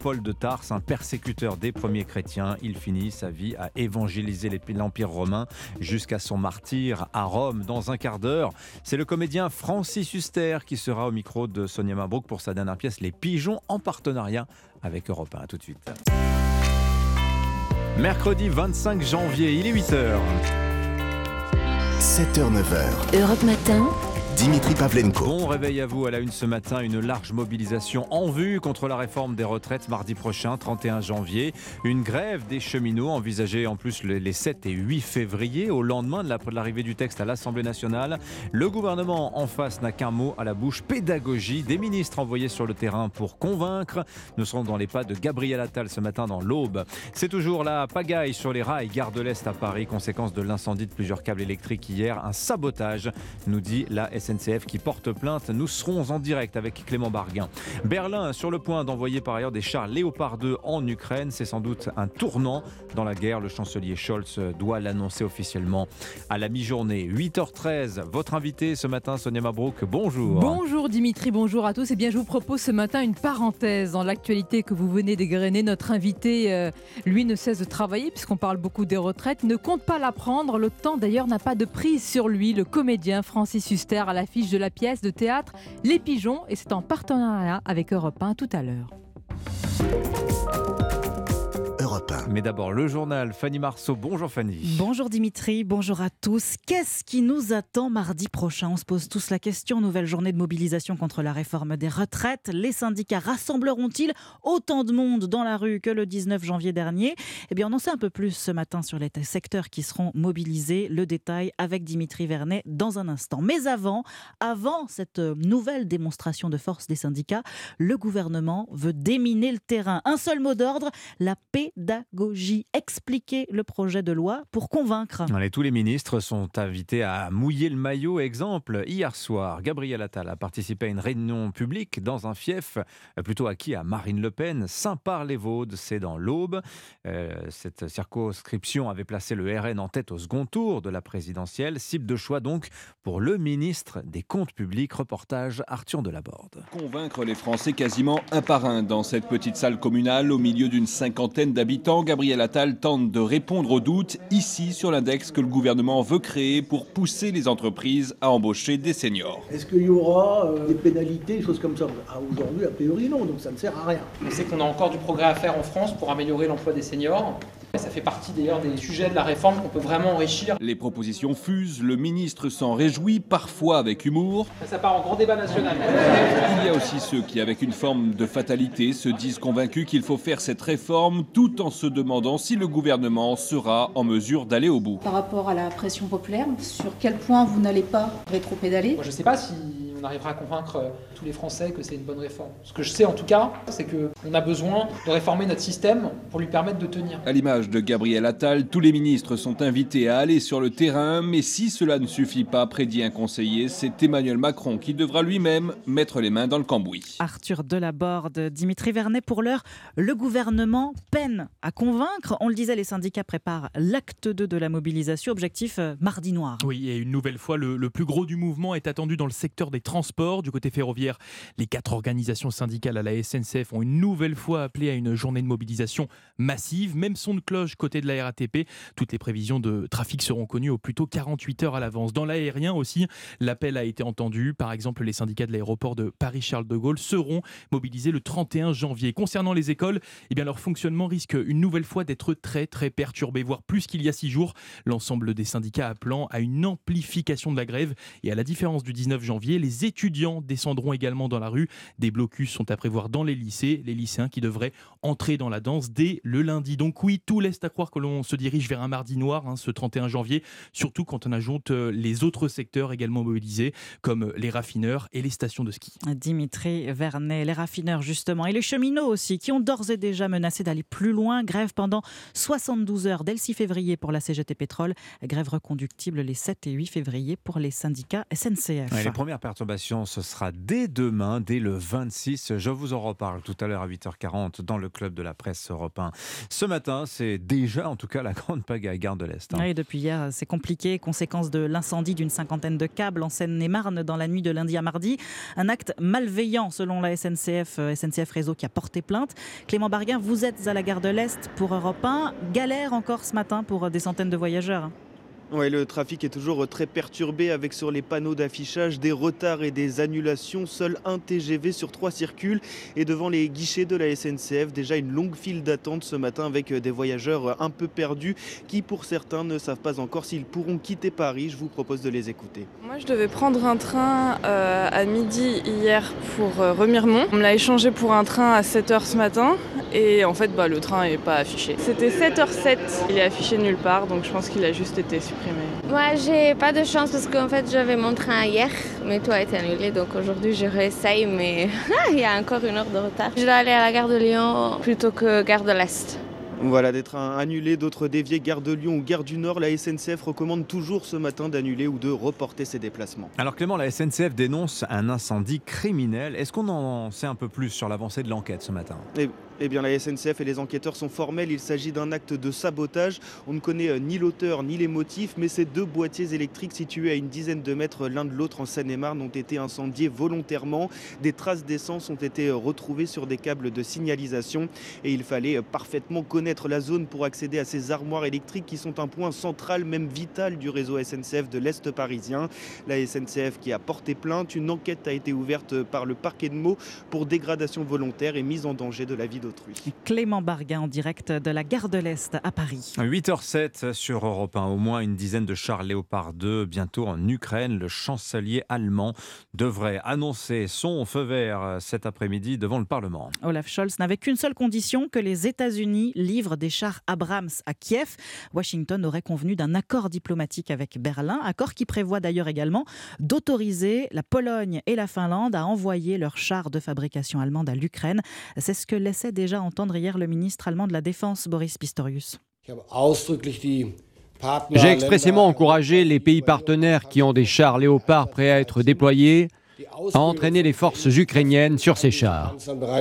Tarse, un persécuteur des premiers chrétiens. Il finit sa vie à évangéliser l'Empire romain jusqu'à son martyre à Rome. Dans un quart d'heure, c'est le comédien Francis Huster qui sera au micro de Sonia Mabrouk pour sa dernière pièce Les Pigeons, en partenariat avec Europe un. À tout de suite. Mercredi vingt-cinq janvier, il est huit heures. sept heures neuf heures. Europe Matin. Dimitri Pavlenko. Bon réveil à vous. À la une ce matin, une large mobilisation en vue contre la réforme des retraites mardi prochain, trente et un janvier. Une grève des cheminots envisagée en plus les sept et huit février, au lendemain de l'arrivée du texte à l'Assemblée nationale. Le gouvernement en face n'a qu'un mot à la bouche: pédagogie. Des ministres envoyés sur le terrain pour convaincre. Nous serons dans les pas de Gabriel Attal ce matin dans l'Aube. C'est toujours la pagaille sur les rails Gare de l'Est à Paris, conséquence de l'incendie de plusieurs câbles électriques hier. Un sabotage, nous dit la S N C F qui porte plainte. Nous serons en direct avec Clément Barguin. Berlin sur le point d'envoyer par ailleurs des chars Léopard deux en Ukraine. C'est sans doute un tournant dans la guerre. Le chancelier Scholz doit l'annoncer officiellement à la mi-journée. huit heures treize, votre invité ce matin, Sonia Mabrouk, bonjour. Bonjour Dimitri, bonjour à tous. Eh bien, je vous propose ce matin une parenthèse dans l'actualité que vous venez d'égrener. Notre invité, euh, lui, ne cesse de travailler puisqu'on parle beaucoup des retraites. Ne compte pas la prendre. Le temps d'ailleurs n'a pas de prise sur lui. Le comédien Francis Huster à l'affiche de la pièce de théâtre Les Pigeons, et c'est en partenariat avec Europe un tout à l'heure. Mais d'abord le journal, Fanny Marceau. Bonjour Fanny. Bonjour Dimitri, bonjour à tous. Qu'est-ce qui nous attend mardi prochain ? On se pose tous la question. Nouvelle journée de mobilisation contre la réforme des retraites. Les syndicats rassembleront-ils autant de monde dans la rue que le dix-neuf janvier dernier ? Eh bien, on en sait un peu plus ce matin sur les secteurs qui seront mobilisés. Le détail avec Dimitri Vernet dans un instant. Mais avant, avant cette nouvelle démonstration de force des syndicats, le gouvernement veut déminer le terrain. Un seul mot d'ordre, la pédagogie. Expliquer le projet de loi pour convaincre. Allez, tous les ministres sont invités à mouiller le maillot. Exemple, hier soir, Gabriel Attal a participé à une réunion publique dans un fief plutôt acquis à Marine Le Pen, Saint-Par-les-Vaudes, c'est dans l'Aube. Euh, cette circonscription avait placé le R N en tête au second tour de la présidentielle. Cible de choix donc pour le ministre des Comptes publics. Reportage Arthur Delaborde. Convaincre les Français quasiment un par un dans cette petite salle communale au milieu d'une cinquantaine d'habitants. Gabriel Attal tente de répondre aux doutes ici sur l'index que le gouvernement veut créer pour pousser les entreprises à embaucher des seniors. Est-ce qu'il y aura euh, des pénalités, des choses comme ça ? ah, Aujourd'hui, a priori non, donc ça ne sert à rien. On sait qu'on a encore du progrès à faire en France pour améliorer l'emploi des seniors. Ça fait partie d'ailleurs des sujets de la réforme qu'on peut vraiment enrichir. Les propositions fusent, le ministre s'en réjouit, parfois avec humour. Ça part en grand débat national. Il y a aussi ceux qui, avec une forme de fatalité, se disent convaincus qu'il faut faire cette réforme tout en se demandant si le gouvernement sera en mesure d'aller au bout. Par rapport à la pression populaire, sur quel point vous n'allez pas rétro-pédaler ? Moi, je ne sais pas si on arrivera à convaincre tous les Français que c'est une bonne réforme. Ce que je sais en tout cas, c'est qu'on a besoin de réformer notre système pour lui permettre de tenir. À l'image de Gabriel Attal, tous les ministres sont invités à aller sur le terrain, mais si cela ne suffit pas, prédit un conseiller, c'est Emmanuel Macron qui devra lui-même mettre les mains dans le cambouis. Arthur Delaborde, Dimitri Vernet, pour l'heure, le gouvernement peine à convaincre. On le disait, les syndicats préparent l'acte deux de la mobilisation. Objectif, euh, mardi noir. Oui, et une nouvelle fois, le, le plus gros du mouvement est attendu dans le secteur des transports. Du côté ferroviaire, les quatre organisations syndicales à la S N C F ont une nouvelle fois appelé à une journée de mobilisation massive. Même son de cloche côté de la R A T P. Toutes les prévisions de trafic seront connues au plus tôt quarante-huit heures à l'avance. Dans l'aérien aussi, l'appel a été entendu. Par exemple, les syndicats de l'aéroport de Paris-Charles de Gaulle seront mobilisés le trente et un janvier. Concernant les écoles, eh bien, leur fonctionnement risque une nouvelle fois d'être très très perturbé, voire plus qu'il y a six jours. L'ensemble des syndicats appelant à une amplification de la grève. Et à la différence du dix-neuf janvier, les étudiants descendront également dans la rue. Des blocus sont à prévoir dans les lycées, les lycéens qui devraient entrer dans la danse dès le lundi. Donc oui, tout laisse à croire que l'on se dirige vers un mardi noir, hein, ce trente et un janvier, surtout quand on ajoute les autres secteurs également mobilisés, comme les raffineurs et les stations de ski. Dimitri Vernet, les raffineurs justement, et les cheminots aussi, qui ont d'ores et déjà menacé d'aller plus loin. Grève pendant soixante-douze heures dès le six février pour la C G T Pétrole. Grève reconductible les sept et huit février pour les syndicats S N C F. Ouais, les premières perturbations, ce sera dès dès demain, dès le vingt-six. Je vous en reparle tout à l'heure à huit heures quarante dans le club de la presse Europe un. Ce matin, c'est déjà en tout cas la grande pagaille, gare de l'Est. Hein. Oui, depuis hier, c'est compliqué. Conséquence de l'incendie d'une cinquantaine de câbles en Seine-et-Marne dans la nuit de lundi à mardi. Un acte malveillant selon la S N C F, S N C F Réseau qui a porté plainte. Clément Barguin, vous êtes à la gare de l'Est pour Europe un. Galère encore ce matin pour des centaines de voyageurs. Ouais, le trafic est toujours très perturbé avec sur les panneaux d'affichage des retards et des annulations. Seul un T G V sur trois circule et devant les guichets de la S N C F, déjà une longue file d'attente ce matin avec des voyageurs un peu perdus qui pour certains ne savent pas encore s'ils pourront quitter Paris. Je vous propose de les écouter. Moi je devais prendre un train euh, à midi hier pour euh, Remiremont. On me l'a échangé pour un train à sept heures ce matin et en fait bah, le train n'est pas affiché. C'était sept heures sept, il est affiché nulle part donc je pense qu'il a juste été supprimé. Moi, j'ai pas de chance parce qu'en fait, j'avais mon train hier, mais tout a été annulé. Donc aujourd'hui, je réessaye, mais il y a encore une heure de retard. Je dois aller à la gare de Lyon plutôt que gare de l'Est. Voilà, des trains annulés, d'autres déviés, gare de Lyon ou gare du Nord. La S N C F recommande toujours ce matin d'annuler ou de reporter ses déplacements. Alors Clément, la S N C F dénonce un incendie criminel. Est-ce qu'on en sait un peu plus sur l'avancée de l'enquête ce matin ? Eh, eh bien, la S N C F et les enquêteurs sont formels. Il s'agit d'un acte de sabotage. On ne connaît ni l'auteur ni les motifs, mais ces deux boîtiers électriques situés à une dizaine de mètres l'un de l'autre en Seine-et-Marne ont été incendiés volontairement. Des traces d'essence ont été retrouvées sur des câbles de signalisation et il fallait parfaitement connaître la zone pour accéder à ces armoires électriques qui sont un point central, même vital du réseau S N C F de l'Est parisien. La S N C F qui a porté plainte, une enquête a été ouverte par le parquet de Meaux pour dégradation volontaire et mise en danger de la vie d'autrui. Clément Barguin en direct de la gare de l'Est à Paris. huit heures sept sur Europe un, au moins une dizaine de chars Léopard deux bientôt en Ukraine. Le chancelier allemand devrait annoncer son feu vert cet après-midi devant le Parlement. Olaf Scholz n'avait qu'une seule condition, que les États-Unis livrent des chars Abrams à Kiev. Washington aurait convenu d'un accord diplomatique avec Berlin, accord qui prévoit d'ailleurs également d'autoriser la Pologne et la Finlande à envoyer leurs chars de fabrication allemande à l'Ukraine. C'est ce que laissait déjà entendre hier le ministre allemand de la Défense, Boris Pistorius. J'ai expressément encouragé les pays partenaires qui ont des chars Léopard prêts à être déployés à entraîner les forces ukrainiennes sur ces chars.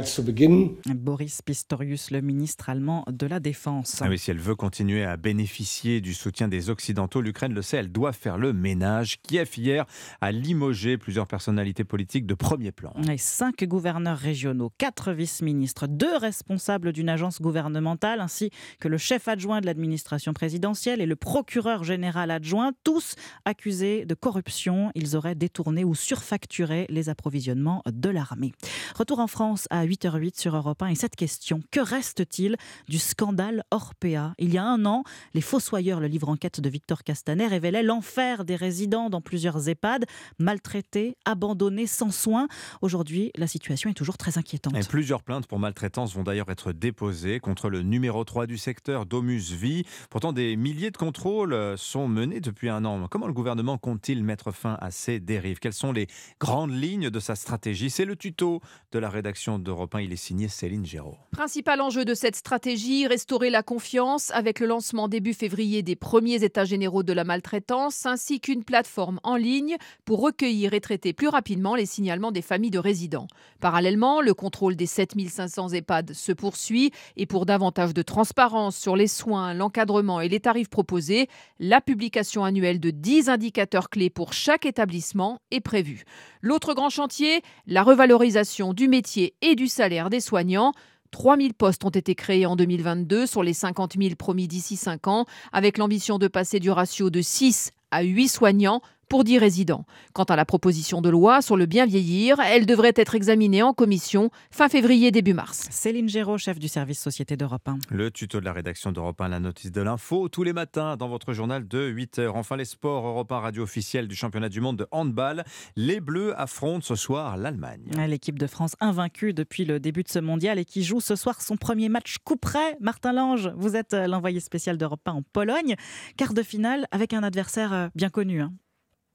Boris Pistorius, le ministre allemand de la Défense. Ah oui, si elle veut continuer à bénéficier du soutien des Occidentaux, l'Ukraine le sait, elle doit faire le ménage. Kiev hier a limogé plusieurs personnalités politiques de premier plan. Et cinq gouverneurs régionaux, quatre vice-ministres, deux responsables d'une agence gouvernementale, ainsi que le chef adjoint de l'administration présidentielle et le procureur général adjoint, tous accusés de corruption. Ils auraient détourné ou surfacturé les approvisionnements de l'armée. Retour en France à huit heures huit sur Europe un et cette question, que reste-t-il du scandale Orpea ? Il y a un an, les Fossoyeurs, le livre enquête de Victor Castanet, révélait l'enfer des résidents dans plusieurs EHPAD, maltraités, abandonnés, sans soins. Aujourd'hui, la situation est toujours très inquiétante. Et plusieurs plaintes pour maltraitance vont d'ailleurs être déposées contre le numéro trois du secteur, Domus Vie. Pourtant, des milliers de contrôles sont menés depuis un an. Comment le gouvernement compte-t-il mettre fin à ces dérives ? Quelles sont les grandes ligne de sa stratégie? C'est le tuto de la rédaction d'Europe un. Il est signé Céline Géraud. Principal enjeu de cette stratégie, restaurer la confiance avec le lancement début février des premiers états généraux de la maltraitance ainsi qu'une plateforme en ligne pour recueillir et traiter plus rapidement les signalements des familles de résidents. Parallèlement, le contrôle des sept mille cinq cents EHPAD se poursuit et pour davantage de transparence sur les soins, l'encadrement et les tarifs proposés, la publication annuelle de dix indicateurs clés pour chaque établissement est prévue. L'autre grand chantier, la revalorisation du métier et du salaire des soignants. trois mille postes ont été créés en deux mille vingt-deux sur les cinquante mille promis d'ici cinq ans, avec l'ambition de passer du ratio de six à huit soignants pour dix résidents. Quant à la proposition de loi sur le bien vieillir, elle devrait être examinée en commission fin février, début mars. Céline Géraud, chef du service Société d'Europe un. Le tuto de la rédaction d'Europe un, la notice de l'info, tous les matins dans votre journal de huit heures. Enfin, les sports, Europe un, radio officielle du championnat du monde de handball. Les Bleus affrontent ce soir l'Allemagne. L'équipe de France invaincue depuis le début de ce mondial et qui joue ce soir son premier match coup près. Martin Lange, vous êtes l'envoyé spécial d'Europe un en Pologne. Quart de finale avec un adversaire bien connu. Hein.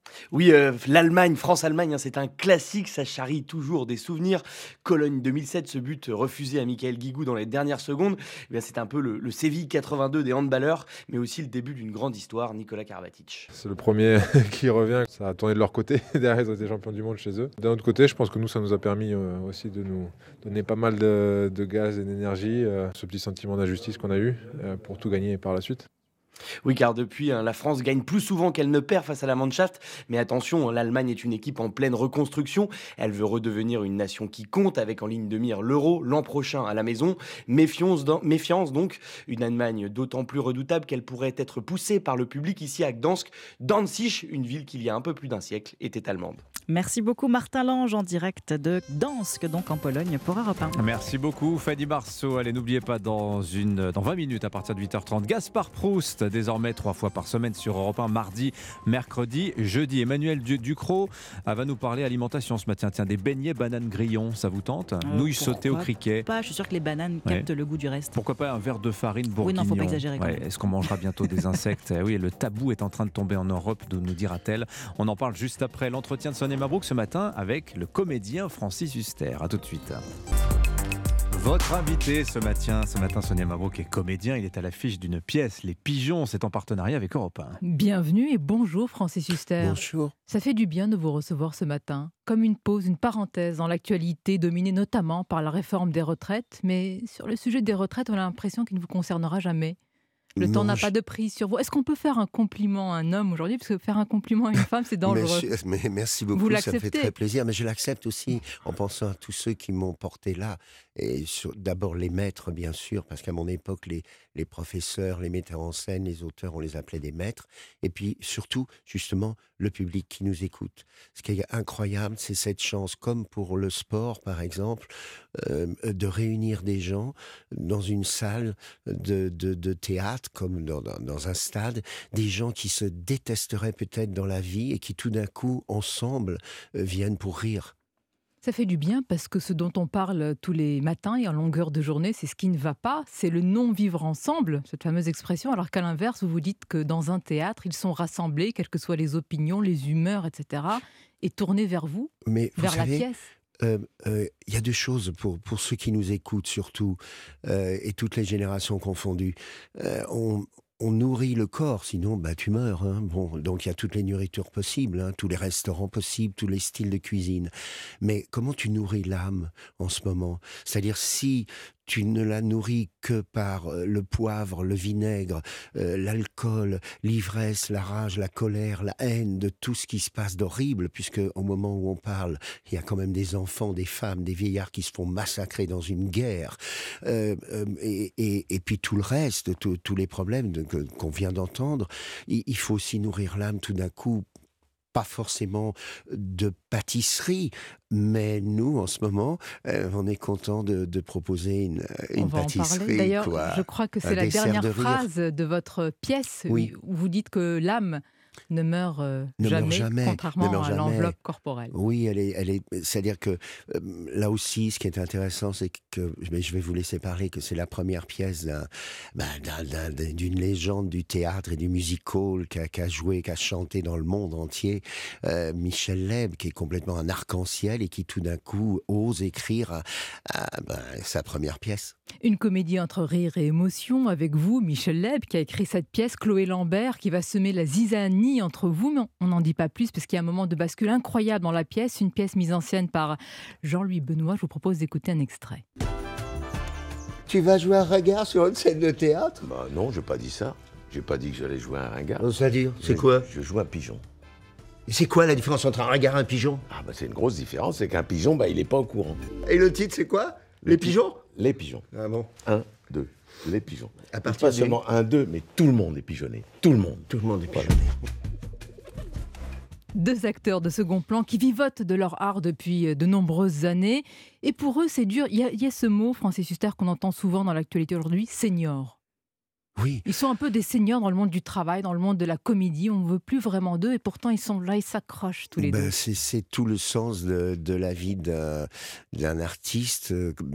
Oui, euh, l'Allemagne, France-Allemagne, hein, c'est un classique, ça charrie toujours des souvenirs. Cologne deux mille sept, ce but refusé à Michael Guigou dans les dernières secondes, eh bien, c'est un peu le, le Séville quatre-vingt-deux des handballeurs, mais aussi le début d'une grande histoire, Nikola Karabatic. C'est le premier qui revient, ça a tourné de leur côté, derrière ils ont été champions du monde chez eux. D'un autre côté, je pense que nous, ça nous a permis euh, aussi de nous donner pas mal de, de gaz et d'énergie, euh, ce petit sentiment d'injustice qu'on a eu euh, pour tout gagner par la suite. Oui, car depuis, hein, la France gagne plus souvent qu'elle ne perd face à la Mannschaft. Mais attention, l'Allemagne est une équipe en pleine reconstruction. Elle veut redevenir une nation qui compte, avec en ligne de mire l'Euro l'an prochain à la maison. Méfiance, dans, méfiance donc, une Allemagne d'autant plus redoutable qu'elle pourrait être poussée par le public ici à Gdansk. Danzig, une ville qui il y a un peu plus d'un siècle était allemande. Merci beaucoup Martin Lange en direct de Gdansk, donc en Pologne, pour Europe un. Merci beaucoup Fanny Marceau. Allez, n'oubliez pas, dans, une, dans vingt minutes à partir de huit heures trente, Gaspard Proust, désormais trois fois par semaine sur Europe un, mardi, mercredi, jeudi. Emmanuel du- Ducrot va nous parler alimentation ce matin. Tiens, des beignets bananes grillons, ça vous tente? Euh, Nouilles sautées au criquet. Pas, je suis sûr que les bananes Ouais. captent le goût du reste. Pourquoi pas un verre de farine Oui, bourguignon? non, faut pas exagérer quand Ouais, même. est-ce qu'on mangera bientôt des insectes? Eh Oui, le tabou est en train de tomber en Europe, nous nous dira-t-elle. On en parle juste après l'entretien de Sonia Mabrouk ce matin avec le comédien Francis Huster. A tout de suite. Votre invité ce matin, ce matin, Sonia Mabrouk est comédien. Il est à l'affiche d'une pièce, Les Pigeons. C'est en partenariat avec Europe un. Bienvenue et bonjour Francis Huster. Bonjour. Ça fait du bien de vous recevoir ce matin. Comme une pause, une parenthèse dans l'actualité dominée notamment par la réforme des retraites. Mais sur le sujet des retraites, on a l'impression qu'il ne vous concernera jamais. Le Non, temps n'a je- pas de prise sur vous. Est-ce qu'on peut faire un compliment à un homme aujourd'hui? Parce que faire un compliment à une femme, c'est dangereux. Mais, je- mais merci Vous beaucoup, ça me fait l'acceptez? très plaisir. Mais je l'accepte aussi en pensant à tous ceux qui m'ont porté là. Et sur- d'abord les maîtres, bien sûr, parce qu'à mon époque, les, les professeurs, les metteurs en scène, les auteurs, on les appelait des maîtres. Et puis surtout, justement, le public qui nous écoute. Ce qui est incroyable, c'est cette chance, comme pour le sport, par exemple, euh, de réunir des gens dans une salle de, de, de théâtre, comme dans, dans, dans un stade, des gens qui se détesteraient peut-être dans la vie et qui tout d'un coup, ensemble, euh, viennent pour rire. Ça fait du bien parce que ce dont on parle tous les matins et en longueur de journée, c'est ce qui ne va pas, c'est le non-vivre ensemble, cette fameuse expression, alors qu'à l'inverse, vous vous dites que dans un théâtre, ils sont rassemblés, quelles que soient les opinions, les humeurs, et cetera, et tournés vers vous, Mais vous vers savez, la pièce. euh, euh, il y a deux choses pour, pour ceux qui nous écoutent surtout, euh, et toutes les générations confondues. Euh, on, on nourrit le corps, sinon bah, tu meurs. Hein. Bon, donc il y a toutes les nourritures possibles, hein, tous les restaurants possibles, tous les styles de cuisine. Mais comment tu nourris l'âme en ce moment? C'est-à-dire si tu ne la nourris que par euh, le poivre, le vinaigre, euh, l'alcool, l'ivresse, la rage, la colère, la haine, de tout ce qui se passe d'horrible, puisque au moment où on parle, il y a quand même des enfants, des femmes, des vieillards qui se font massacrer dans une guerre, euh, euh, et, et, et puis tout le reste, tout- tous les problèmes de- que- qu'on vient d'entendre, il, il faut aussi nourrir l'âme tout d'un coup. Pas forcément de pâtisserie, mais nous, en ce moment, euh, on est content de, de proposer une, On une va en pâtisserie. parler. D'ailleurs, quoi. je crois que Un c'est la dessert dernière de rire. phrase de votre pièce Oui. où vous dites que l'âme ne meurt, euh, Ne meurt jamais, jamais, contrairement ne meurt à jamais. l'enveloppe corporelle. Oui, elle est, elle est, c'est-à-dire que euh, là aussi, ce qui est intéressant, c'est que, mais je vais vous laisser parler, que c'est la première pièce d'un, ben, d'un- d'un- d'un- d'une légende du théâtre et du musical qui a, qui a joué, qui a chanté dans le monde entier, euh, Michel Leb, qui est complètement un arc-en-ciel et qui tout d'un coup ose écrire à- à, ben, sa première pièce. Une comédie entre rire et émotion avec vous, Michel Leb, qui a écrit cette pièce, Chloé Lambert, qui va semer la zizanie entre vous, mais on n'en dit pas plus parce qu'il y a un moment de bascule incroyable dans la pièce, une pièce mise en scène par Jean-Louis Benoît. Je vous propose d'écouter un extrait. Tu vas jouer un regard sur une scène de théâtre? Bah non, j'ai pas dit ça. J'ai pas dit que j'allais jouer un ringard. C'est-à-dire, c'est Je- quoi? Je joue un pigeon. Et c'est quoi la différence entre un regard et un pigeon? Ah bah c'est une grosse différence, c'est qu'un pigeon, bah il est pas au courant. Et le titre, c'est quoi? Le Les pi- pigeons? Les pigeons. Ah bon? Un, deux, les pigeons. À Et partir pas du- seulement un, deux, mais tout le monde est pigeonné. Tout le monde. Tout le monde est Voilà. pigeonné. Deux acteurs de second plan qui vivotent de leur art depuis de nombreuses années. Et pour eux, c'est dur. Il y a, il y a ce mot, Francis Huster, qu'on entend souvent dans l'actualité aujourd'hui, senior. Oui. Ils sont un peu des seniors dans le monde du travail, dans le monde de la comédie. On ne veut plus vraiment d'eux et pourtant ils sont là, ils s'accrochent tous les ben, deux. C'est, c'est tout le sens de, de la vie d'un, d'un artiste,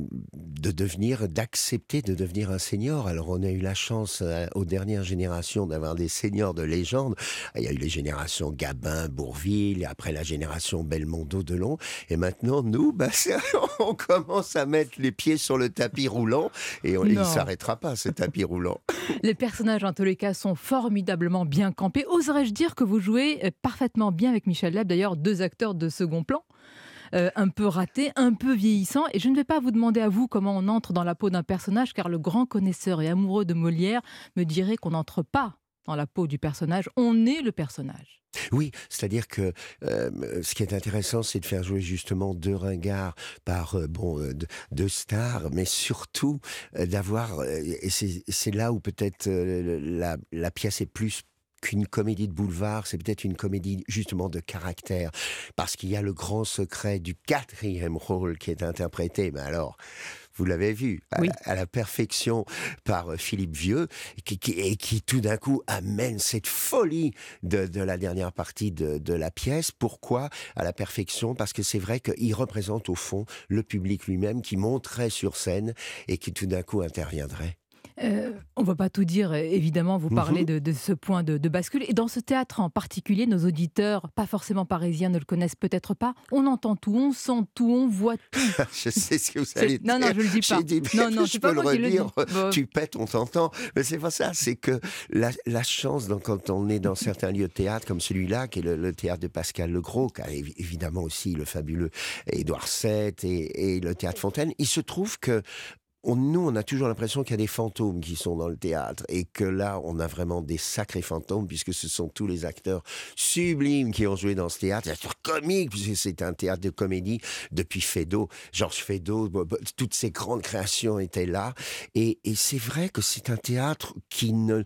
de devenir, d'accepter de devenir un senior. Alors on a eu la chance euh, aux dernières générations d'avoir des seniors de légende. Il y a eu les générations Gabin, Bourvil, et après la génération Belmondo, Delon. Et maintenant, nous, ben, on commence à mettre les pieds sur le tapis roulant et on, il ne s'arrêtera pas, ce tapis roulant. Les personnages, en tous les cas, sont formidablement bien campés. Oserais-je dire que vous jouez parfaitement bien avec Michel Leb, d'ailleurs, deux acteurs de second plan, euh, un peu ratés, un peu vieillissants. Et je ne vais pas vous demander à vous comment on entre dans la peau d'un personnage, car le grand connaisseur et amoureux de Molière me dirait qu'on n'entre pas dans la peau du personnage, on est le personnage. Oui, c'est-à-dire que euh, ce qui est intéressant, c'est de faire jouer justement deux ringards par euh, bon euh, deux stars, mais surtout euh, d'avoir, euh, et c'est, c'est là où peut-être euh, la, la pièce est plus qu'une comédie de boulevard, c'est peut-être une comédie justement de caractère, parce qu'il y a le grand secret du quatrième rôle qui est interprété, mais alors... Vous l'avez vu, à, oui. à la perfection par Philippe Vieux, qui, qui, et qui tout d'un coup amène cette folie de, de la dernière partie de, de la pièce. Pourquoi à la perfection ? Parce que c'est vrai qu'il représente au fond le public lui-même qui monterait sur scène et qui tout d'un coup interviendrait. Euh, on ne va pas tout dire, évidemment, vous parlez mmh. de, de ce point de, de bascule. Et dans ce théâtre en particulier, nos auditeurs, pas forcément parisiens, ne le connaissent peut-être pas. On entend tout, on sent tout, on voit tout. Je sais ce que vous allez dire. Non, non, je ne le dis pas. Dit, non, non, je c'est peux pas le moi redire, qui le dis. Bon. Tu pètes, on t'entend. Mais c'est pas ça, c'est que la, la chance, donc, quand on est dans certains lieux de théâtre, comme celui-là, qui est le, le théâtre de Pascal Legros, qui a évidemment aussi le fabuleux Édouard sept et, et le théâtre Fontaine, il se trouve que On, nous, on a toujours l'impression qu'il y a des fantômes qui sont dans le théâtre et que là, on a vraiment des sacrés fantômes puisque ce sont tous les acteurs sublimes qui ont joué dans ce théâtre. C'est acteurs comiques puisque c'est un théâtre de comédie depuis Feydeau, Georges Feydeau, toutes ces grandes créations étaient là. Et, et c'est vrai que c'est un théâtre qui ne...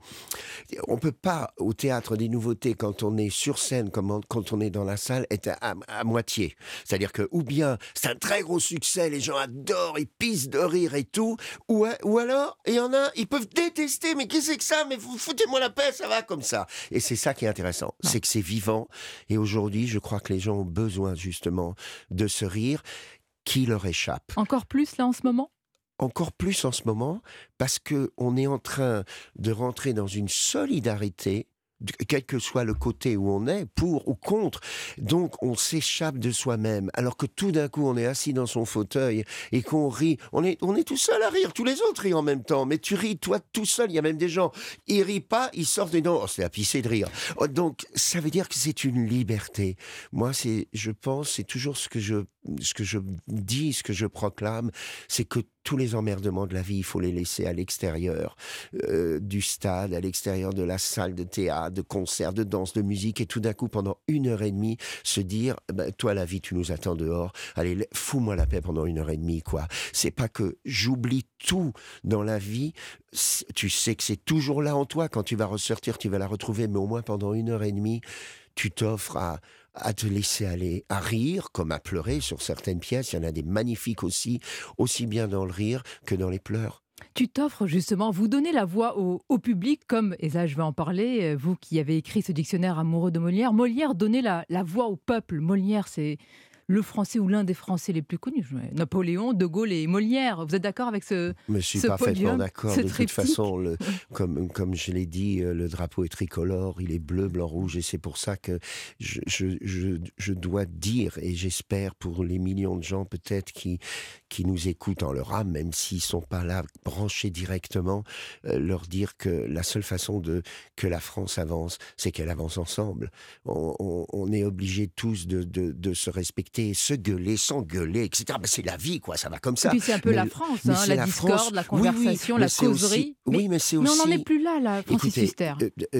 On peut pas, au théâtre des nouveautés, quand on est sur scène, comme quand on est dans la salle, être à, à, à moitié. C'est-à-dire que, ou bien, c'est un très gros succès, les gens adorent, ils pissent de rire et tout. Ou, ou alors, il y en a, ils peuvent détester, mais qu'est-ce que c'est que ça ? Mais foutez-moi la paix, ça va comme ça. Et c'est ça qui est intéressant, non. c'est que c'est vivant. Et aujourd'hui, je crois que les gens ont besoin justement de ce rire qui leur échappe. Encore plus là en ce moment ? Encore plus en ce moment, parce qu'on est en train de rentrer dans une solidarité, quel que soit le côté où on est, pour ou contre. Donc, on s'échappe de soi-même. Alors que tout d'un coup, on est assis dans son fauteuil et qu'on rit. On est, on est tout seul à rire. Tous les autres rient en même temps. Mais tu ris, toi, tout seul. Il y a même des gens, ils rient pas, ils sortent des dents. Oh, c'est à pisser de rire. Donc, ça veut dire que c'est une liberté. Moi, c'est, je pense, c'est toujours ce que je, ce que je dis, ce que je proclame, c'est que tous les emmerdements de la vie, il faut les laisser à l'extérieur euh, du stade, à l'extérieur de la salle de théâtre, de concert, de danse, de musique, et tout d'un coup, pendant une heure et demie, se dire, ben, toi, la vie, tu nous attends dehors, allez, fous-moi la paix pendant une heure et demie, quoi. C'est pas que j'oublie tout dans la vie, tu sais que c'est toujours là en toi, quand tu vas ressortir, tu vas la retrouver, mais au moins pendant une heure et demie, tu t'offres à, à te laisser aller, à rire, comme à pleurer sur certaines pièces. Il y en a des magnifiques aussi, aussi bien dans le rire que dans les pleurs. Tu t'offres justement, vous donnez la voix au, au public, comme, et là je vais en parler, vous qui avez écrit ce dictionnaire amoureux de Molière, Molière donnait la, la voix au peuple. Molière, c'est le Français ou l'un des Français les plus connus. Napoléon, De Gaulle et Molière. Vous êtes d'accord avec ce Mais je suis ce parfaitement podium, d'accord. De toute façon, le, comme, comme je l'ai dit, le drapeau est tricolore, il est bleu, blanc, rouge, et c'est pour ça que je, je, je, je dois dire, et j'espère pour les millions de gens peut-être qui, qui nous écoutent en leur âme, même s'ils ne sont pas là branchés directement, euh, leur dire que la seule façon de, que la France avance, c'est qu'elle avance ensemble. On, on, on est obligés tous de, de, de se respecter, se gueuler, s'engueuler, et cetera. Ben, c'est la vie, quoi, ça va comme ça. Et puis c'est un peu mais, la France, hein, la, la discorde, France. la conversation, oui, oui, la causerie. Aussi, mais, oui, mais c'est aussi... Mais on n'en est plus là, là, Francis Écoutez, Huster. Euh, euh,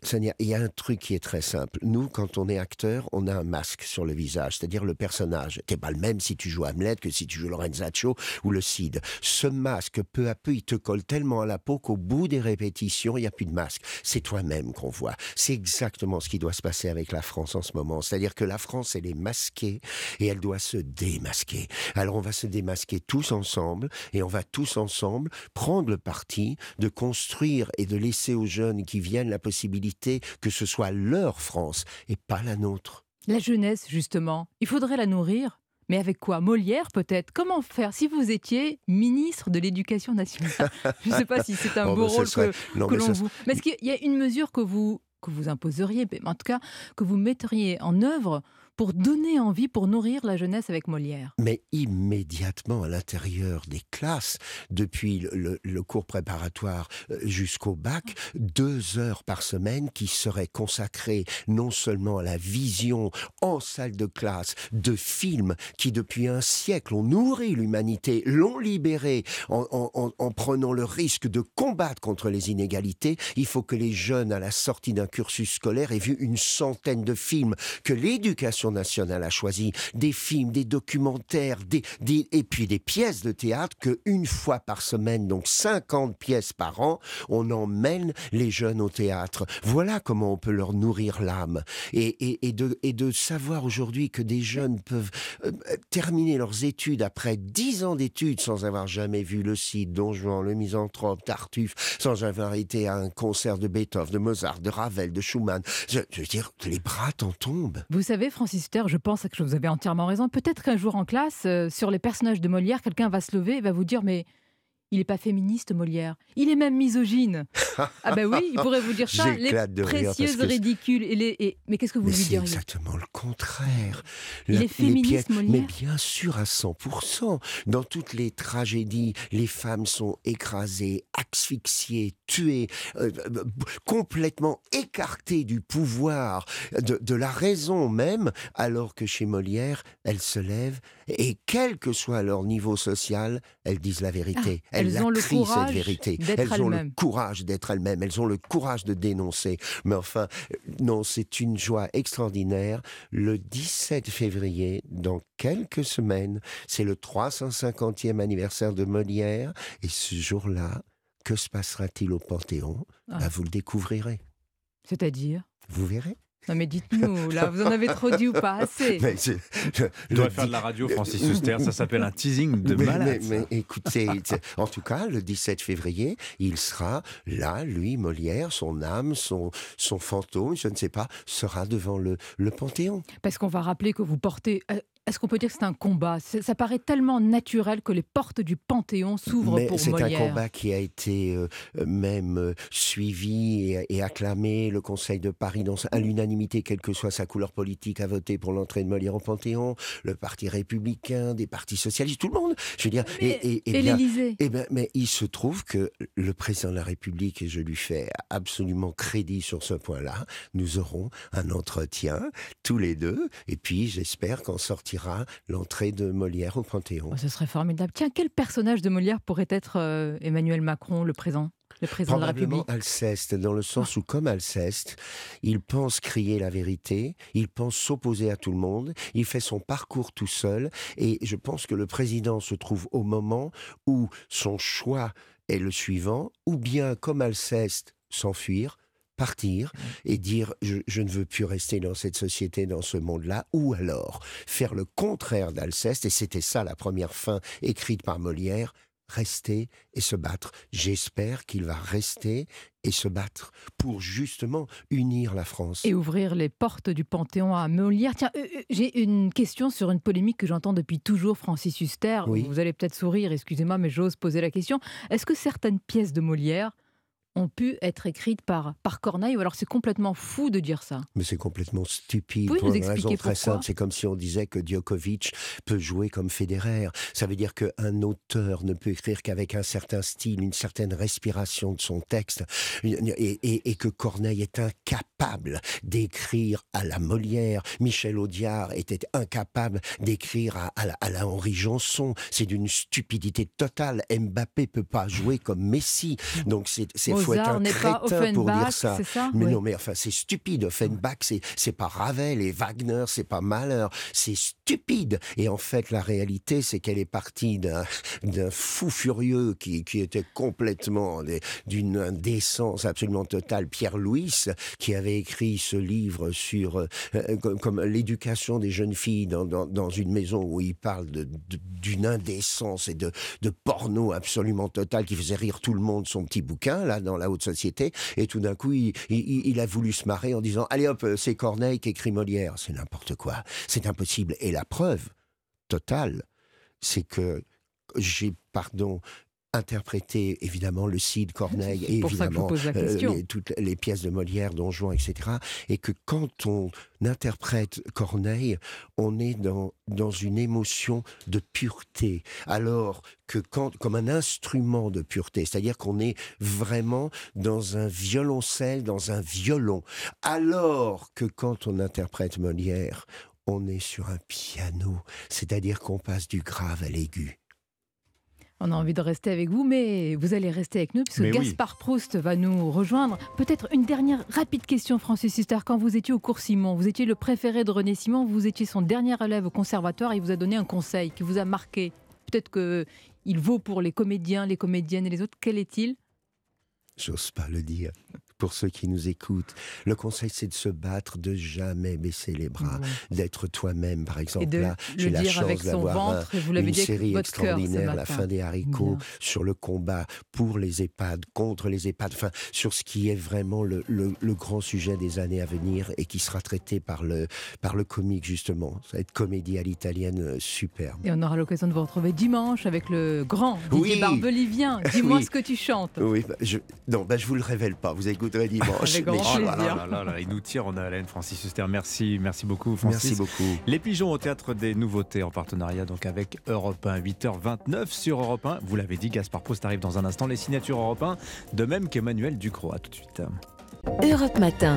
Sonia, il y a un truc qui est très simple. Nous, quand on est acteur, on a un masque sur le visage, c'est-à-dire le personnage. T'es pas le même si tu joues Hamlet que si tu joues Lorenzaccio ou le Cid. Ce masque, peu à peu, il te colle tellement à la peau qu'au bout des répétitions, il n'y a plus de masque. C'est toi-même qu'on voit. C'est exactement ce qui doit se passer avec la France en ce moment. C'est-à-dire que la France, elle est masquée et elle doit se démasquer. Alors on va se démasquer tous ensemble et on va tous ensemble prendre le parti de construire et de laisser aux jeunes qui viennent la possibilité que ce soit leur France et pas la nôtre. La jeunesse, justement, il faudrait la nourrir. Mais avec quoi? Molière, peut-être? Comment faire si vous étiez ministre de l'Éducation nationale? Je ne sais pas si c'est un oh, beau ben, rôle serait... que, non, que mais l'on ça... vous... Mais est-ce qu'il y a une mesure que vous, que vous imposeriez, mais en tout cas, que vous metteriez en œuvre pour donner envie, pour nourrir la jeunesse avec Molière? Mais immédiatement à l'intérieur des classes, depuis le, le, le cours préparatoire jusqu'au bac, deux heures par semaine qui seraient consacrées non seulement à la vision en salle de classe de films qui depuis un siècle ont nourri l'humanité, l'ont libérée en, en, en prenant le risque de combattre contre les inégalités. Il faut que les jeunes à la sortie d'un cursus scolaire aient vu une centaine de films que l'éducation nationale a choisi, des films, des documentaires, des, des, et puis des pièces de théâtre que une fois par semaine, donc cinquante pièces par an, on emmène les jeunes au théâtre. Voilà comment on peut leur nourrir l'âme. Et, et, et, de, et de savoir aujourd'hui que des jeunes peuvent euh, terminer leurs études après dix ans d'études sans avoir jamais vu le Cid, Don Juan, le Misanthrope, Tartuffe, sans avoir été à un concert de Beethoven, de Mozart, de Ravel, de Schumann. Je, je veux dire, les bras t'en tombent. Vous savez, Francis Huster, je pense que vous avez entièrement raison. Peut-être qu'un jour en classe, euh, sur les personnages de Molière, quelqu'un va se lever et va vous dire « mais il n'est pas féministe, Molière. Il est même misogyne. » Ah ben oui, il pourrait vous dire ça. Les précieuses ridicules. Et les, et... Mais qu'est-ce que vous mais lui diriez? C'est exactement le contraire. Il La, est féministe, pièces, Molière. Mais bien sûr, à cent pour cent. Dans toutes les tragédies, les femmes sont écrasées, asphyxiées, tuées, euh, complètement écartées du pouvoir, de, de la raison même, alors que chez Molière, elles se lèvent et quel que soit leur niveau social, elles disent la vérité. Ah, elles, elles ont le courage cette vérité. Elles ont elles-mêmes. le courage d'être elles-mêmes. Elles ont le courage de dénoncer. Mais enfin, non, c'est une joie extraordinaire. Le dix-sept février, dans quelques semaines, c'est le trois cent cinquantième anniversaire de Molière. Et ce jour-là, que se passera-t-il au Panthéon? ah. Bah, vous le découvrirez. C'est-à-dire? Vous verrez. Non mais dites-nous, là, vous en avez trop dit ou pas assez? Mais je, je, Il doit faire de la radio, Francis Huster, ça s'appelle un teasing de mais, malade. Mais, mais écoutez, en tout cas, le dix-sept février, il sera là, lui, Molière, son âme, son, son fantôme, je ne sais pas, sera devant le, le Panthéon. Parce qu'on va rappeler que vous portez... Est-ce qu'on peut dire que c'est un combat? Ça paraît tellement naturel que les portes du Panthéon s'ouvrent Mais pour c'est Molière. C'est un combat qui a été euh, même euh, suivi et, et acclamé. Le Conseil de Paris, dans, à l'unanimité, quelle que soit sa couleur politique, a voté pour l'entrée de Molière au Panthéon. Le Parti républicain, des partis socialistes, tout le monde. Je veux dire, mais, et, et, et, et bien, l'Élysée et bien, mais il se trouve que le président de la République, et je lui fais absolument crédit sur ce point-là, nous aurons un entretien tous les deux. Et puis, j'espère qu'en sortira l'entrée de Molière au Panthéon. Oh, ce serait formidable. Tiens, quel personnage de Molière pourrait être euh, Emmanuel Macron, le présent, le président de la République? Alceste, dans le sens où, comme Alceste, il pense crier la vérité, il pense s'opposer à tout le monde, il fait son parcours tout seul, et je pense que le président se trouve au moment où son choix est le suivant, ou bien, comme Alceste, s'enfuir, partir et dire je, je ne veux plus rester dans cette société, dans ce monde-là, ou alors faire le contraire d'Alceste, et c'était ça la première fin écrite par Molière, rester et se battre. J'espère qu'il va rester et se battre pour justement unir la France. Et ouvrir les portes du Panthéon à Molière. Tiens, euh, j'ai une question sur une polémique que j'entends depuis toujours, Francis Huster. Oui. Vous allez peut-être sourire, excusez-moi, mais j'ose poser la question. Est-ce que certaines pièces de Molière ont pu être écrites par, par Corneille, ou alors c'est complètement fou de dire ça? Mais c'est complètement stupide, pour une raison très simple. C'est comme si on disait que Djokovic peut jouer comme Federer. Ça veut dire qu'un auteur ne peut écrire qu'avec un certain style, une certaine respiration de son texte, et, et, et que Corneille est incapable d'écrire à la Molière. Michel Audiard était incapable d'écrire à, à, la, à la Henri Janson. C'est d'une stupidité totale. Mbappé peut pas jouer comme Messi. Donc c'est, c'est faut être Mozart un n'est pas crétin pour dire Offenbach, ça. c'est ça Mais Oui. non, mais enfin, c'est stupide. Offenbach, c'est, c'est pas Ravel, et Wagner, c'est pas Mahler. C'est stupide. Et en fait, la réalité, c'est qu'elle est partie d'un, d'un fou furieux qui, qui était complètement des, d'une indécence absolument totale, Pierre Louis, qui avait écrit ce livre sur euh, comme, comme l'éducation des jeunes filles dans, dans, dans une maison où il parle de, de, d'une indécence et de, de porno absolument total qui faisait rire tout le monde, son petit bouquin, là, dans la haute société. Et tout d'un coup, il, il, il a voulu se marrer en disant « Allez hop, c'est Corneille qui écrit Molière ». C'est n'importe quoi. C'est impossible. Et la preuve totale, c'est que j'ai, pardon, interprété évidemment le Cid, Corneille et évidemment euh, les, toutes les pièces de Molière, Don Juan, et cetera. Et que quand on interprète Corneille, on est dans, dans une émotion de pureté, alors que quand, comme un instrument de pureté, c'est-à-dire qu'on est vraiment dans un violoncelle, dans un violon, alors que quand on interprète Molière, on est sur un piano, c'est-à-dire qu'on passe du grave à l'aigu. On a envie de rester avec vous, mais vous allez rester avec nous, puisque Mais Gaspard oui. Proust va nous rejoindre. Peut-être une dernière rapide question, Francis Huster. Quand vous étiez au cours Simon, vous étiez le préféré de René Simon, vous étiez son dernier élève au conservatoire, et il vous a donné un conseil qui vous a marqué. Peut-être qu'il vaut pour les comédiens, les comédiennes et les autres. Quel est-il ? J'ose pas le dire. Pour ceux qui nous écoutent, le conseil, c'est de se battre, de jamais baisser les bras, mmh. d'être toi-même. Par exemple, de là, j'ai la chance d'avoir un, une série extraordinaire, La fin des haricots, Bien. sur le combat pour les EHPAD, contre les EHPAD, enfin, sur ce qui est vraiment le, le, le grand sujet des années à venir et qui sera traité par le, par le comique, justement. Ça va être comédie à l'italienne superbe. Et on aura l'occasion de vous retrouver dimanche avec le grand Didier oui. Barbelivien. Dis-moi oui. ce que tu chantes. Oui, bah, je, non, bah, je vous le révèle pas. Vous écoutez dimanche. Avec grand oh plaisir. là là là là, il nous tire en haleine, Francis Huster. Merci, merci beaucoup, Francis. Merci beaucoup. Les Pigeons au Théâtre des Nouveautés en partenariat donc avec Europe un, huit heures vingt-neuf sur Europe un. Vous l'avez dit, Gaspard Proust arrive dans un instant. Les signatures Europe un, de même qu'Emmanuel Ducrot. À tout de suite. Europe Matin.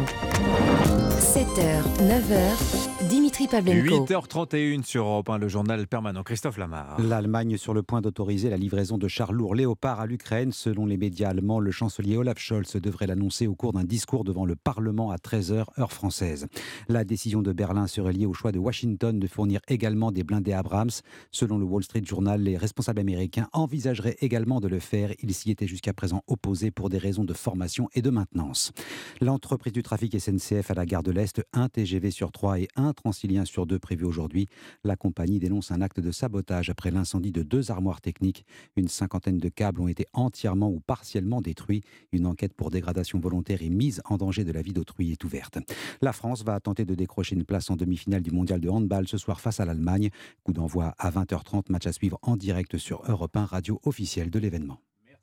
sept heures, neuf heures, Dimitri Pavlenko. huit heures trente et une sur Europe un, le journal permanent. Christophe Lamar. L'Allemagne sur le point d'autoriser la livraison de chars lourds Léopard à l'Ukraine. Selon les médias allemands, le chancelier Olaf Scholz devrait l'annoncer au cours d'un discours devant le Parlement à treize heures, heure française. La décision de Berlin serait liée au choix de Washington de fournir également des blindés Abrams. Selon le Wall Street Journal, les responsables américains envisageraient également de le faire. Ils s'y étaient jusqu'à présent opposés pour des raisons de formation et de maintenance. L'entreprise du trafic S N C F à la gare de l'Est, un T G V sur trois et un Transilien sur deux prévus aujourd'hui. La compagnie dénonce un acte de sabotage après l'incendie de deux armoires techniques. Une cinquantaine de câbles ont été entièrement ou partiellement détruits. Une enquête pour dégradation volontaire et mise en danger de la vie d'autrui est ouverte. La France va tenter de décrocher une place en demi-finale du mondial de handball ce soir face à l'Allemagne. Coup d'envoi à vingt heures trente, match à suivre en direct sur Europe un, radio officielle de l'événement.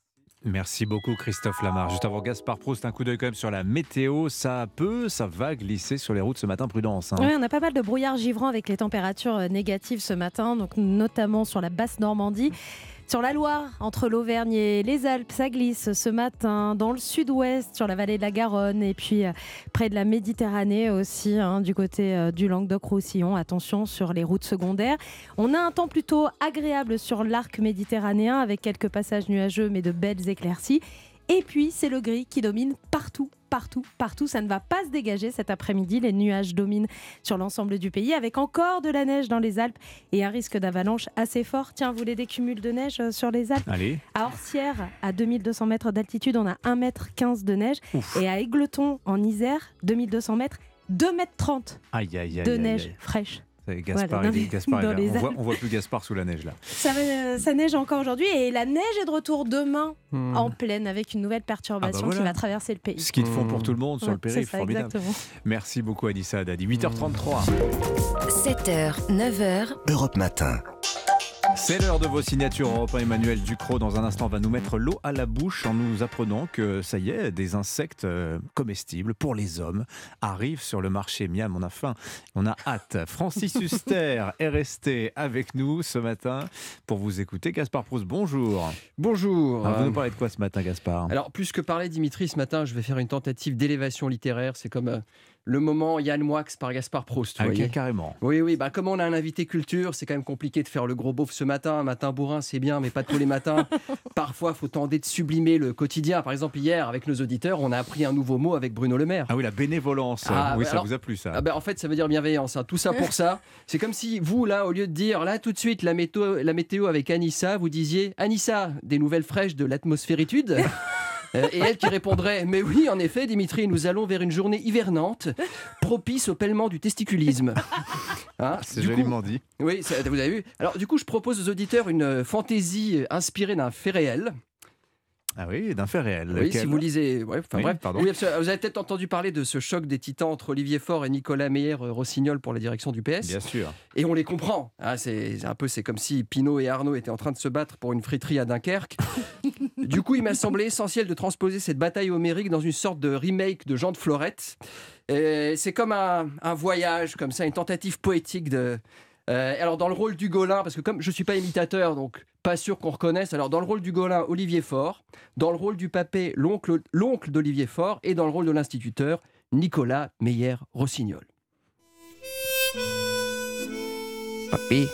Merci beaucoup Christophe Lamar. Juste avant Gaspard Proust, un coup d'œil quand même sur la météo. Ça peut, ça va glisser sur les routes ce matin, prudence. Hein. Oui, on a pas mal de brouillard givrant avec les températures négatives ce matin, donc notamment sur la basse Normandie. Sur la Loire, entre l'Auvergne et les Alpes, ça glisse ce matin. Dans le sud-ouest, sur la vallée de la Garonne et puis euh, près de la Méditerranée aussi, hein, du côté euh, du Languedoc-Roussillon. Attention sur les routes secondaires. On a un temps plutôt agréable sur l'arc méditerranéen avec quelques passages nuageux mais de belles éclaircies. Et puis, c'est le gris qui domine partout, partout, partout. Ça ne va pas se dégager cet après-midi. Les nuages dominent sur l'ensemble du pays avec encore de la neige dans les Alpes et un risque d'avalanche assez fort. Tiens, vous voulez des cumuls de neige sur les Alpes ? Allez. À Orsières, à deux mille deux cents mètres d'altitude, on a un mètre quinze de neige. Ouf. Et à Égletons, en Isère, deux mille deux cents mètres, deux mètres trente aïe, aïe, aïe, de aïe, neige aïe. fraîche. Gaspard, voilà, il, Gaspard dans il, les on, voit, on voit plus Gaspard sous la neige là. Ça, ça neige encore aujourd'hui et la neige est de retour demain mmh. en pleine avec une nouvelle perturbation ah bah voilà. qui va traverser le pays. Ce qu'ils font pour tout le monde sur ouais, le périph', ça, formidable. Exactement. Merci beaucoup Anissa Haddadi. huit heures trente-trois. sept heures, neuf heures. Europe Matin. C'est l'heure de vos signatures Europe un. Emmanuel Ducrot, dans un instant, va nous mettre l'eau à la bouche en nous apprenant que, ça y est, des insectes comestibles pour les hommes arrivent sur le marché. Miam, on a faim, on a hâte. Francis Huster est resté avec nous ce matin pour vous écouter. Gaspard Proust, bonjour. Bonjour. Alors, vous nous parlez de quoi ce matin, Gaspard ? Alors, plus que parler, Dimitri, ce matin, je vais faire une tentative d'élévation littéraire. C'est comme... Euh, le moment Yann Moix par Gaspard Proust. Vous Ah, voyez. carrément. Oui, oui, bah, comme on a un invité culture, c'est quand même compliqué de faire le gros beauf ce matin. Un matin bourrin, c'est bien, mais pas tous les matins. Parfois, il faut tenter de sublimer le quotidien. Par exemple, hier, avec nos auditeurs, on a appris un nouveau mot avec Bruno Le Maire. Ah oui, la bénévolence. Ah, oui, bah ça alors- vous a plu, ça. Ah ben, en fait, ça veut dire bienveillance. hein. Tout ça pour ça. C'est comme si vous, là, au lieu de dire, là, tout de suite, la météo, la météo avec Anissa, vous disiez, Anissa, des nouvelles fraîches de l'atmosphéritude. Euh, et elle qui répondrait, mais oui, en effet, Dimitri, nous allons vers une journée hivernante, propice au pèlement du testiculisme. Hein, C'est du coup- joliment dit. Oui, ça- vous avez vu. Alors, du coup, je propose aux auditeurs une euh, fantaisie inspirée d'un fait réel. Ah oui, d'un fait réel. Oui, Lequel si vous lisez. Ouais, enfin, Oui, bref. pardon. Oui, parce que vous avez peut-être entendu parler de ce choc des titans entre Olivier Faure et Nicolas Meyer-Rossignol pour la direction du P S. Bien sûr. Et on les comprend. Ah, c'est c'est un peu, c'est comme si Pinault et Arnaud étaient en train de se battre pour une friterie à Dunkerque. Du coup, il m'a semblé essentiel de transposer cette bataille homérique dans une sorte de remake de Jean de Florette. Et c'est comme un, un voyage, comme ça, une tentative poétique de. Euh, alors dans le rôle du Gaulin, parce que comme je suis pas imitateur, donc pas sûr qu'on reconnaisse. Alors dans le rôle du Gaulin, Olivier Faure, dans le rôle du Papé, l'oncle, l'oncle d'Olivier Faure, et dans le rôle de l'instituteur, Nicolas Meyer-Rossignol. Papé,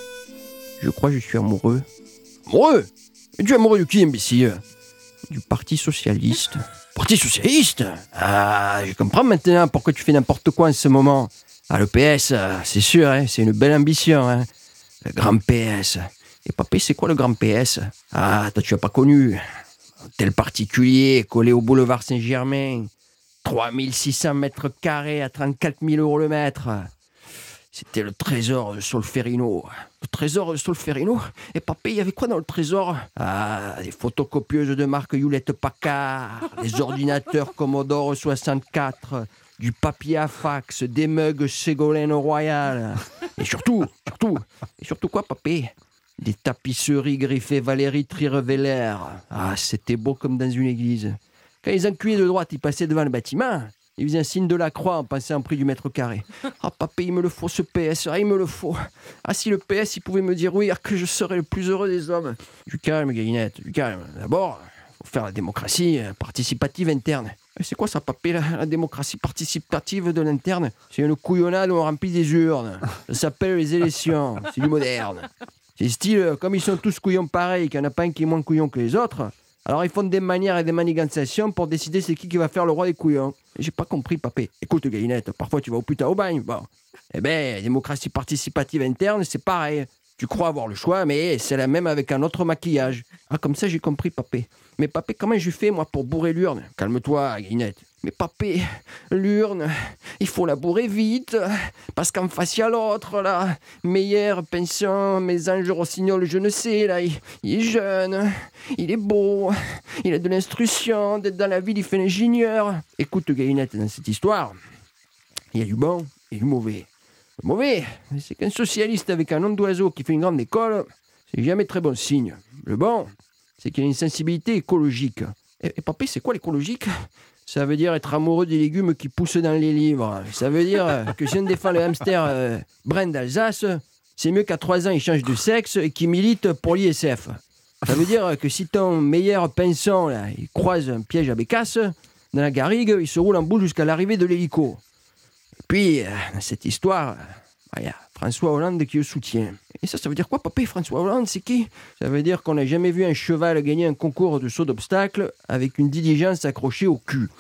je crois que je suis amoureux. Amoureux? Et tu es amoureux de qui, imbécile? Du Parti Socialiste. Parti Socialiste? Ah, je comprends maintenant pourquoi tu fais n'importe quoi en ce moment. Ah, le P S, euh, c'est sûr, hein, c'est une belle ambition. Hein. Le grand P S. Et papé, c'est quoi le grand P S? Ah, toi, tu n'as pas connu. Tel particulier, collé au boulevard Saint-Germain. trois mille six cents mètres carrés à trente-quatre mille euros le mètre. C'était le trésor de Solferino. Le trésor de Solferino? Et papé, il y avait quoi dans le trésor? Ah, des photocopieuses de marque Hewlett-Packard, des ordinateurs Commodore soixante-quatre, du papier à fax, des mugs Ségolène Royal. Et surtout, surtout, et surtout quoi, papé? Des tapisseries griffées Valérie Trierweiler. Ah, c'était beau comme dans une église. Quand les enculés de droite ils passaient devant le bâtiment, ils faisaient un signe de la croix en pensant au prix du mètre carré. Ah, papé, il me le faut ce P S, ah, il me le faut. Ah, si le P S, il pouvait me dire oui, ah, que je serais le plus heureux des hommes. Du calme, Galinette, du calme. D'abord, il faut faire la démocratie participative interne. Et c'est quoi ça, papé, la, la démocratie participative de l'interne? C'est une couillonnade où on remplit des urnes. Ça s'appelle les élections, c'est du moderne. C'est style, comme ils sont tous couillons pareils, qu'il n'y en a pas un qui est moins couillon que les autres, alors ils font des manières et des manigançations pour décider c'est qui qui va faire le roi des couillons. Et j'ai pas compris, papé. Écoute, Galinette, parfois tu vas au putain au bagne. Bon. Eh ben, démocratie participative interne, c'est pareil. Tu crois avoir le choix, mais c'est la même avec un autre maquillage. Ah, comme ça j'ai compris, papé. Mais papé, comment je fais, moi, pour bourrer l'urne? Calme-toi, Galinette. Mais papé, l'urne, il faut la bourrer vite, parce qu'en face, il y a l'autre, là. Meyer, Pinson, Mésange, Rossignol, je ne sais, là. Il, il est jeune, il est beau, il a de l'instruction, d'être dans la ville, il fait l'ingénieur. Écoute, Galinette, dans cette histoire, il y a du bon et du mauvais. Le mauvais, c'est qu'un socialiste avec un nom d'oiseau qui fait une grande école, c'est jamais très bon signe. Le bon, c'est qu'il a une sensibilité écologique. Et, et papé, c'est quoi l'écologique? Ça veut dire être amoureux des légumes qui poussent dans les livres. Ça veut dire que si on défend le hamster euh, Brenne d'Alsace, c'est mieux qu'à trois ans il change de sexe et qu'il milite pour l'I S F. Ça veut dire que si ton meilleur pinson là, il croise un piège à bécasse, dans la garrigue, il se roule en boule jusqu'à l'arrivée de l'hélico. Et puis, euh, dans cette histoire, il y a François Hollande qui le soutient. Et ça, ça veut dire quoi, papé? François Hollande, c'est qui? Ça veut dire qu'on n'a jamais vu un cheval gagner un concours de saut d'obstacle avec une diligence accrochée au cul.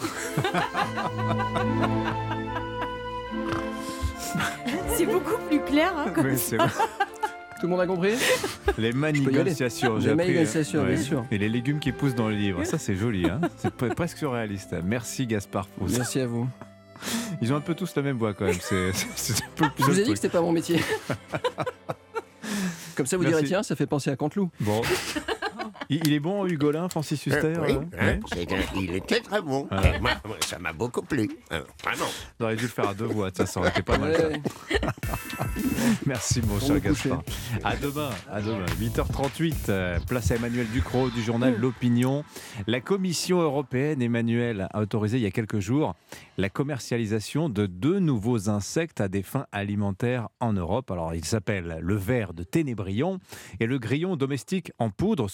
C'est beaucoup plus clair. Hein, comme Oui, ça. c'est vrai. Tout le monde a compris? Les peux y aller. manigançations, Les j'ai appris, manigançations, ouais. bien sûr. Et les légumes qui poussent dans le livre. Ça, c'est joli. Hein, c'est pre- presque surréaliste. Merci, Gaspard Proust. Merci à vous. Ils ont un peu tous la même voix, quand même. C'est, c'est, c'est un peu le plus Je vous ai le dit que truc. c'était pas mon métier. Comme ça, vous Merci. direz, tiens, ça fait penser à Canteloup. Bon. Il, il est bon, Hugo-Lin, Francis Huster? Euh, oui, euh, hein, ouais. c'est un- il était très bon. Ah. Euh, moi, moi, ça m'a beaucoup plu. Euh, vraiment. On aurait dû le faire à deux voix, tiens, ça aurait été pas mal. ça. Ouais. Merci, mon Pour cher me coucher. Gaspard. À demain, à demain. huit heures trente-huit, euh, place à Emmanuel Ducrot du journal L'Opinion. La Commission européenne, Emmanuel, a autorisé il y a quelques jours la commercialisation de deux nouveaux insectes à des fins alimentaires en Europe. Alors, ils s'appellent le ver de Ténébrion et le grillon domestique en poudre sous forme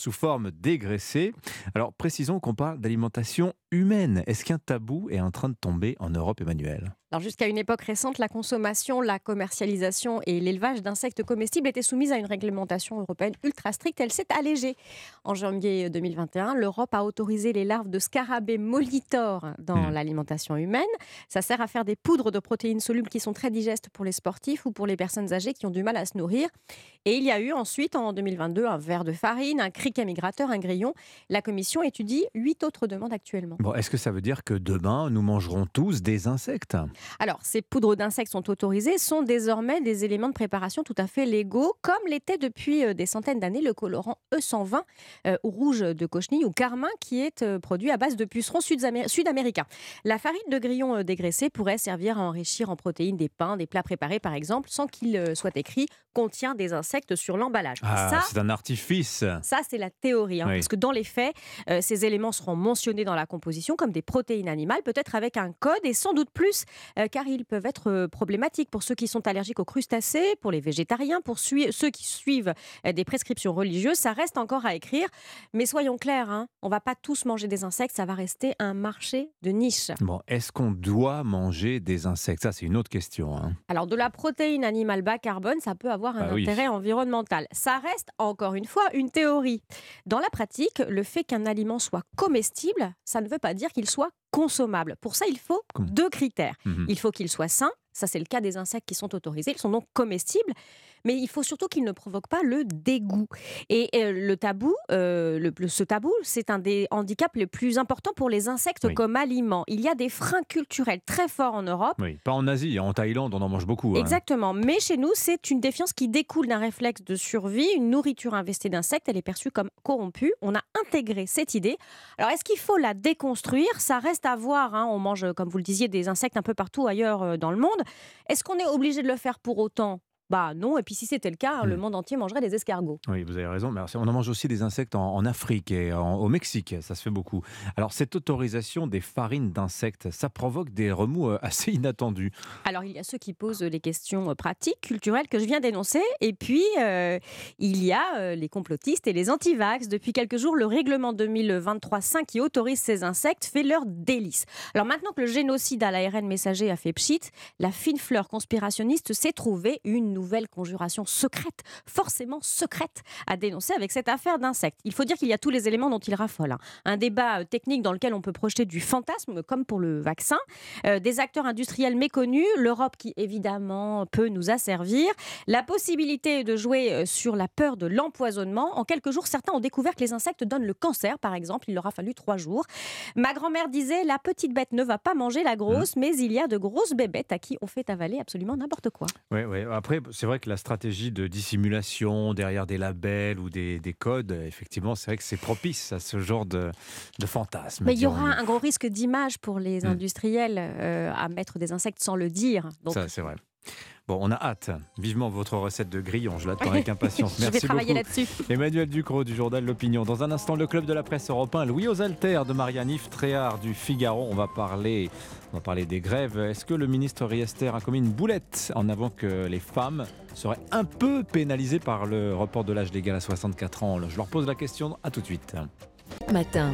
fermes dégraissées. Alors précisons qu'on parle d'alimentation humaine. Est-ce qu'un tabou est en train de tomber en Europe, Emmanuel ? Alors jusqu'à une époque récente, la consommation, la commercialisation et l'élevage d'insectes comestibles étaient soumises à une réglementation européenne ultra stricte. Elle s'est allégée. En janvier deux mille vingt et un, l'Europe a autorisé les larves de scarabées molitores dans mmh. l'alimentation humaine. Ça sert à faire des poudres de protéines solubles qui sont très digestes pour les sportifs ou pour les personnes âgées qui ont du mal à se nourrir. Et il y a eu ensuite, en deux mille vingt-deux, un ver de farine, un criquet migrateur, un grillon. La Commission étudie huit autres demandes actuellement. Bon, est-ce que ça veut dire que demain, nous mangerons tous des insectes ? Alors, ces poudres d'insectes sont autorisées, sont désormais des éléments de préparation tout à fait légaux, comme l'était depuis des centaines d'années le colorant E cent vingt, euh, rouge de cochenille ou carmin, qui est euh, produit à base de pucerons sud-amé- sud-américains. La farine de grillon euh, dégraissée pourrait servir à enrichir en protéines des pains, des plats préparés par exemple, sans qu'il euh, soit écrit « contient des insectes » sur l'emballage. Ah, ça, c'est un artifice. Ça, c'est la théorie, hein, oui. parce que dans les faits, euh, ces éléments seront mentionnés dans la composition comme des protéines animales, peut-être avec un code et sans doute plus, euh, car ils peuvent être euh, problématiques pour ceux qui sont allergiques aux crustacés, pour les végétariens, pour sui- ceux qui suivent euh, des prescriptions religieuses. Ça reste encore à écrire, mais soyons clairs, hein, on ne va pas tous manger des insectes, ça va rester un marché de niche. Bon, est-ce qu'on doit manger des insectes ? Ça, c'est une autre question. Hein. Alors, de la protéine animale bas carbone, ça peut avoir un bah intérêt oui. environnemental. Ça reste, encore une fois, une théorie. Dans la pratique, le fait qu'un aliment soit comestible, ça ne veut pas dire qu'il soit consommable. Pour ça, il faut Comment deux critères. Mmh. Il faut qu'il soit sain. Ça, c'est le cas des insectes qui sont autorisés. Ils sont donc comestibles. Mais il faut surtout qu'ils ne provoquent pas le dégoût. Et euh, le tabou, euh, le, le, ce tabou, c'est un des handicaps les plus importants pour les insectes oui. comme aliments. Il y a des freins culturels très forts en Europe. Oui, pas en Asie, en Thaïlande, on en mange beaucoup. Exactement. Hein. Mais chez nous, c'est une défiance qui découle d'un réflexe de survie. Une nourriture investie d'insectes, elle est perçue comme corrompue. On a intégré cette idée. Alors, est-ce qu'il faut la déconstruire ? Ça reste à voir. Hein. On mange, comme vous le disiez, des insectes un peu partout ailleurs dans le monde. Est-ce qu'on est obligé de le faire pour autant ? Bah non, et puis si c'était le cas, mmh. le monde entier mangerait des escargots. Oui, vous avez raison, mais on en mange aussi des insectes en, en Afrique et en, au Mexique, ça se fait beaucoup. Alors cette autorisation des farines d'insectes, ça provoque des remous assez inattendus. Alors il y a ceux qui posent les questions pratiques, culturelles que je viens d'énoncer, et puis euh, il y a euh, les complotistes et les anti-vax. Depuis quelques jours, le règlement deux mille vingt-trois cinq qui autorise ces insectes fait leur délice. Alors maintenant que le génocide à l'A R N messager a fait pchit, la fine fleur conspirationniste s'est trouvée une nouvelle conjuration secrète, forcément secrète, à dénoncer avec cette affaire d'insectes. Il faut dire qu'il y a tous les éléments dont il raffole. Hein. Un débat technique dans lequel on peut projeter du fantasme, comme pour le vaccin, euh, des acteurs industriels méconnus, l'Europe qui évidemment peut nous asservir, la possibilité de jouer sur la peur de l'empoisonnement. En quelques jours, certains ont découvert que les insectes donnent le cancer, par exemple. Il leur a fallu trois jours. Ma grand-mère disait, la petite bête ne va pas manger la grosse, mmh. mais il y a de grosses bébêtes à qui on fait avaler absolument n'importe quoi. Oui, oui. Après, c'est vrai que la stratégie de dissimulation derrière des labels ou des, des codes, effectivement, c'est vrai que c'est propice à ce genre de, de fantasme. Mais il y aura un gros risque d'image pour les mmh. industriels euh, à mettre des insectes sans le dire. Donc... Ça, c'est vrai. Bon, on a hâte. Vivement votre recette de grillon. Je l'attends avec impatience. Merci beaucoup. Je vais travailler là-dessus. Emmanuel Ducrot du journal L'Opinion. Dans un instant, le club de la presse européen, Louis aux Alters de Marianne-Yves Tréhard du Figaro. On va parler, on va parler des grèves. Est-ce que le ministre Riester a commis une boulette en avant que les femmes seraient un peu pénalisées par le report de l'âge légal à soixante-quatre ans? Je leur pose la question. À tout de suite. Matin.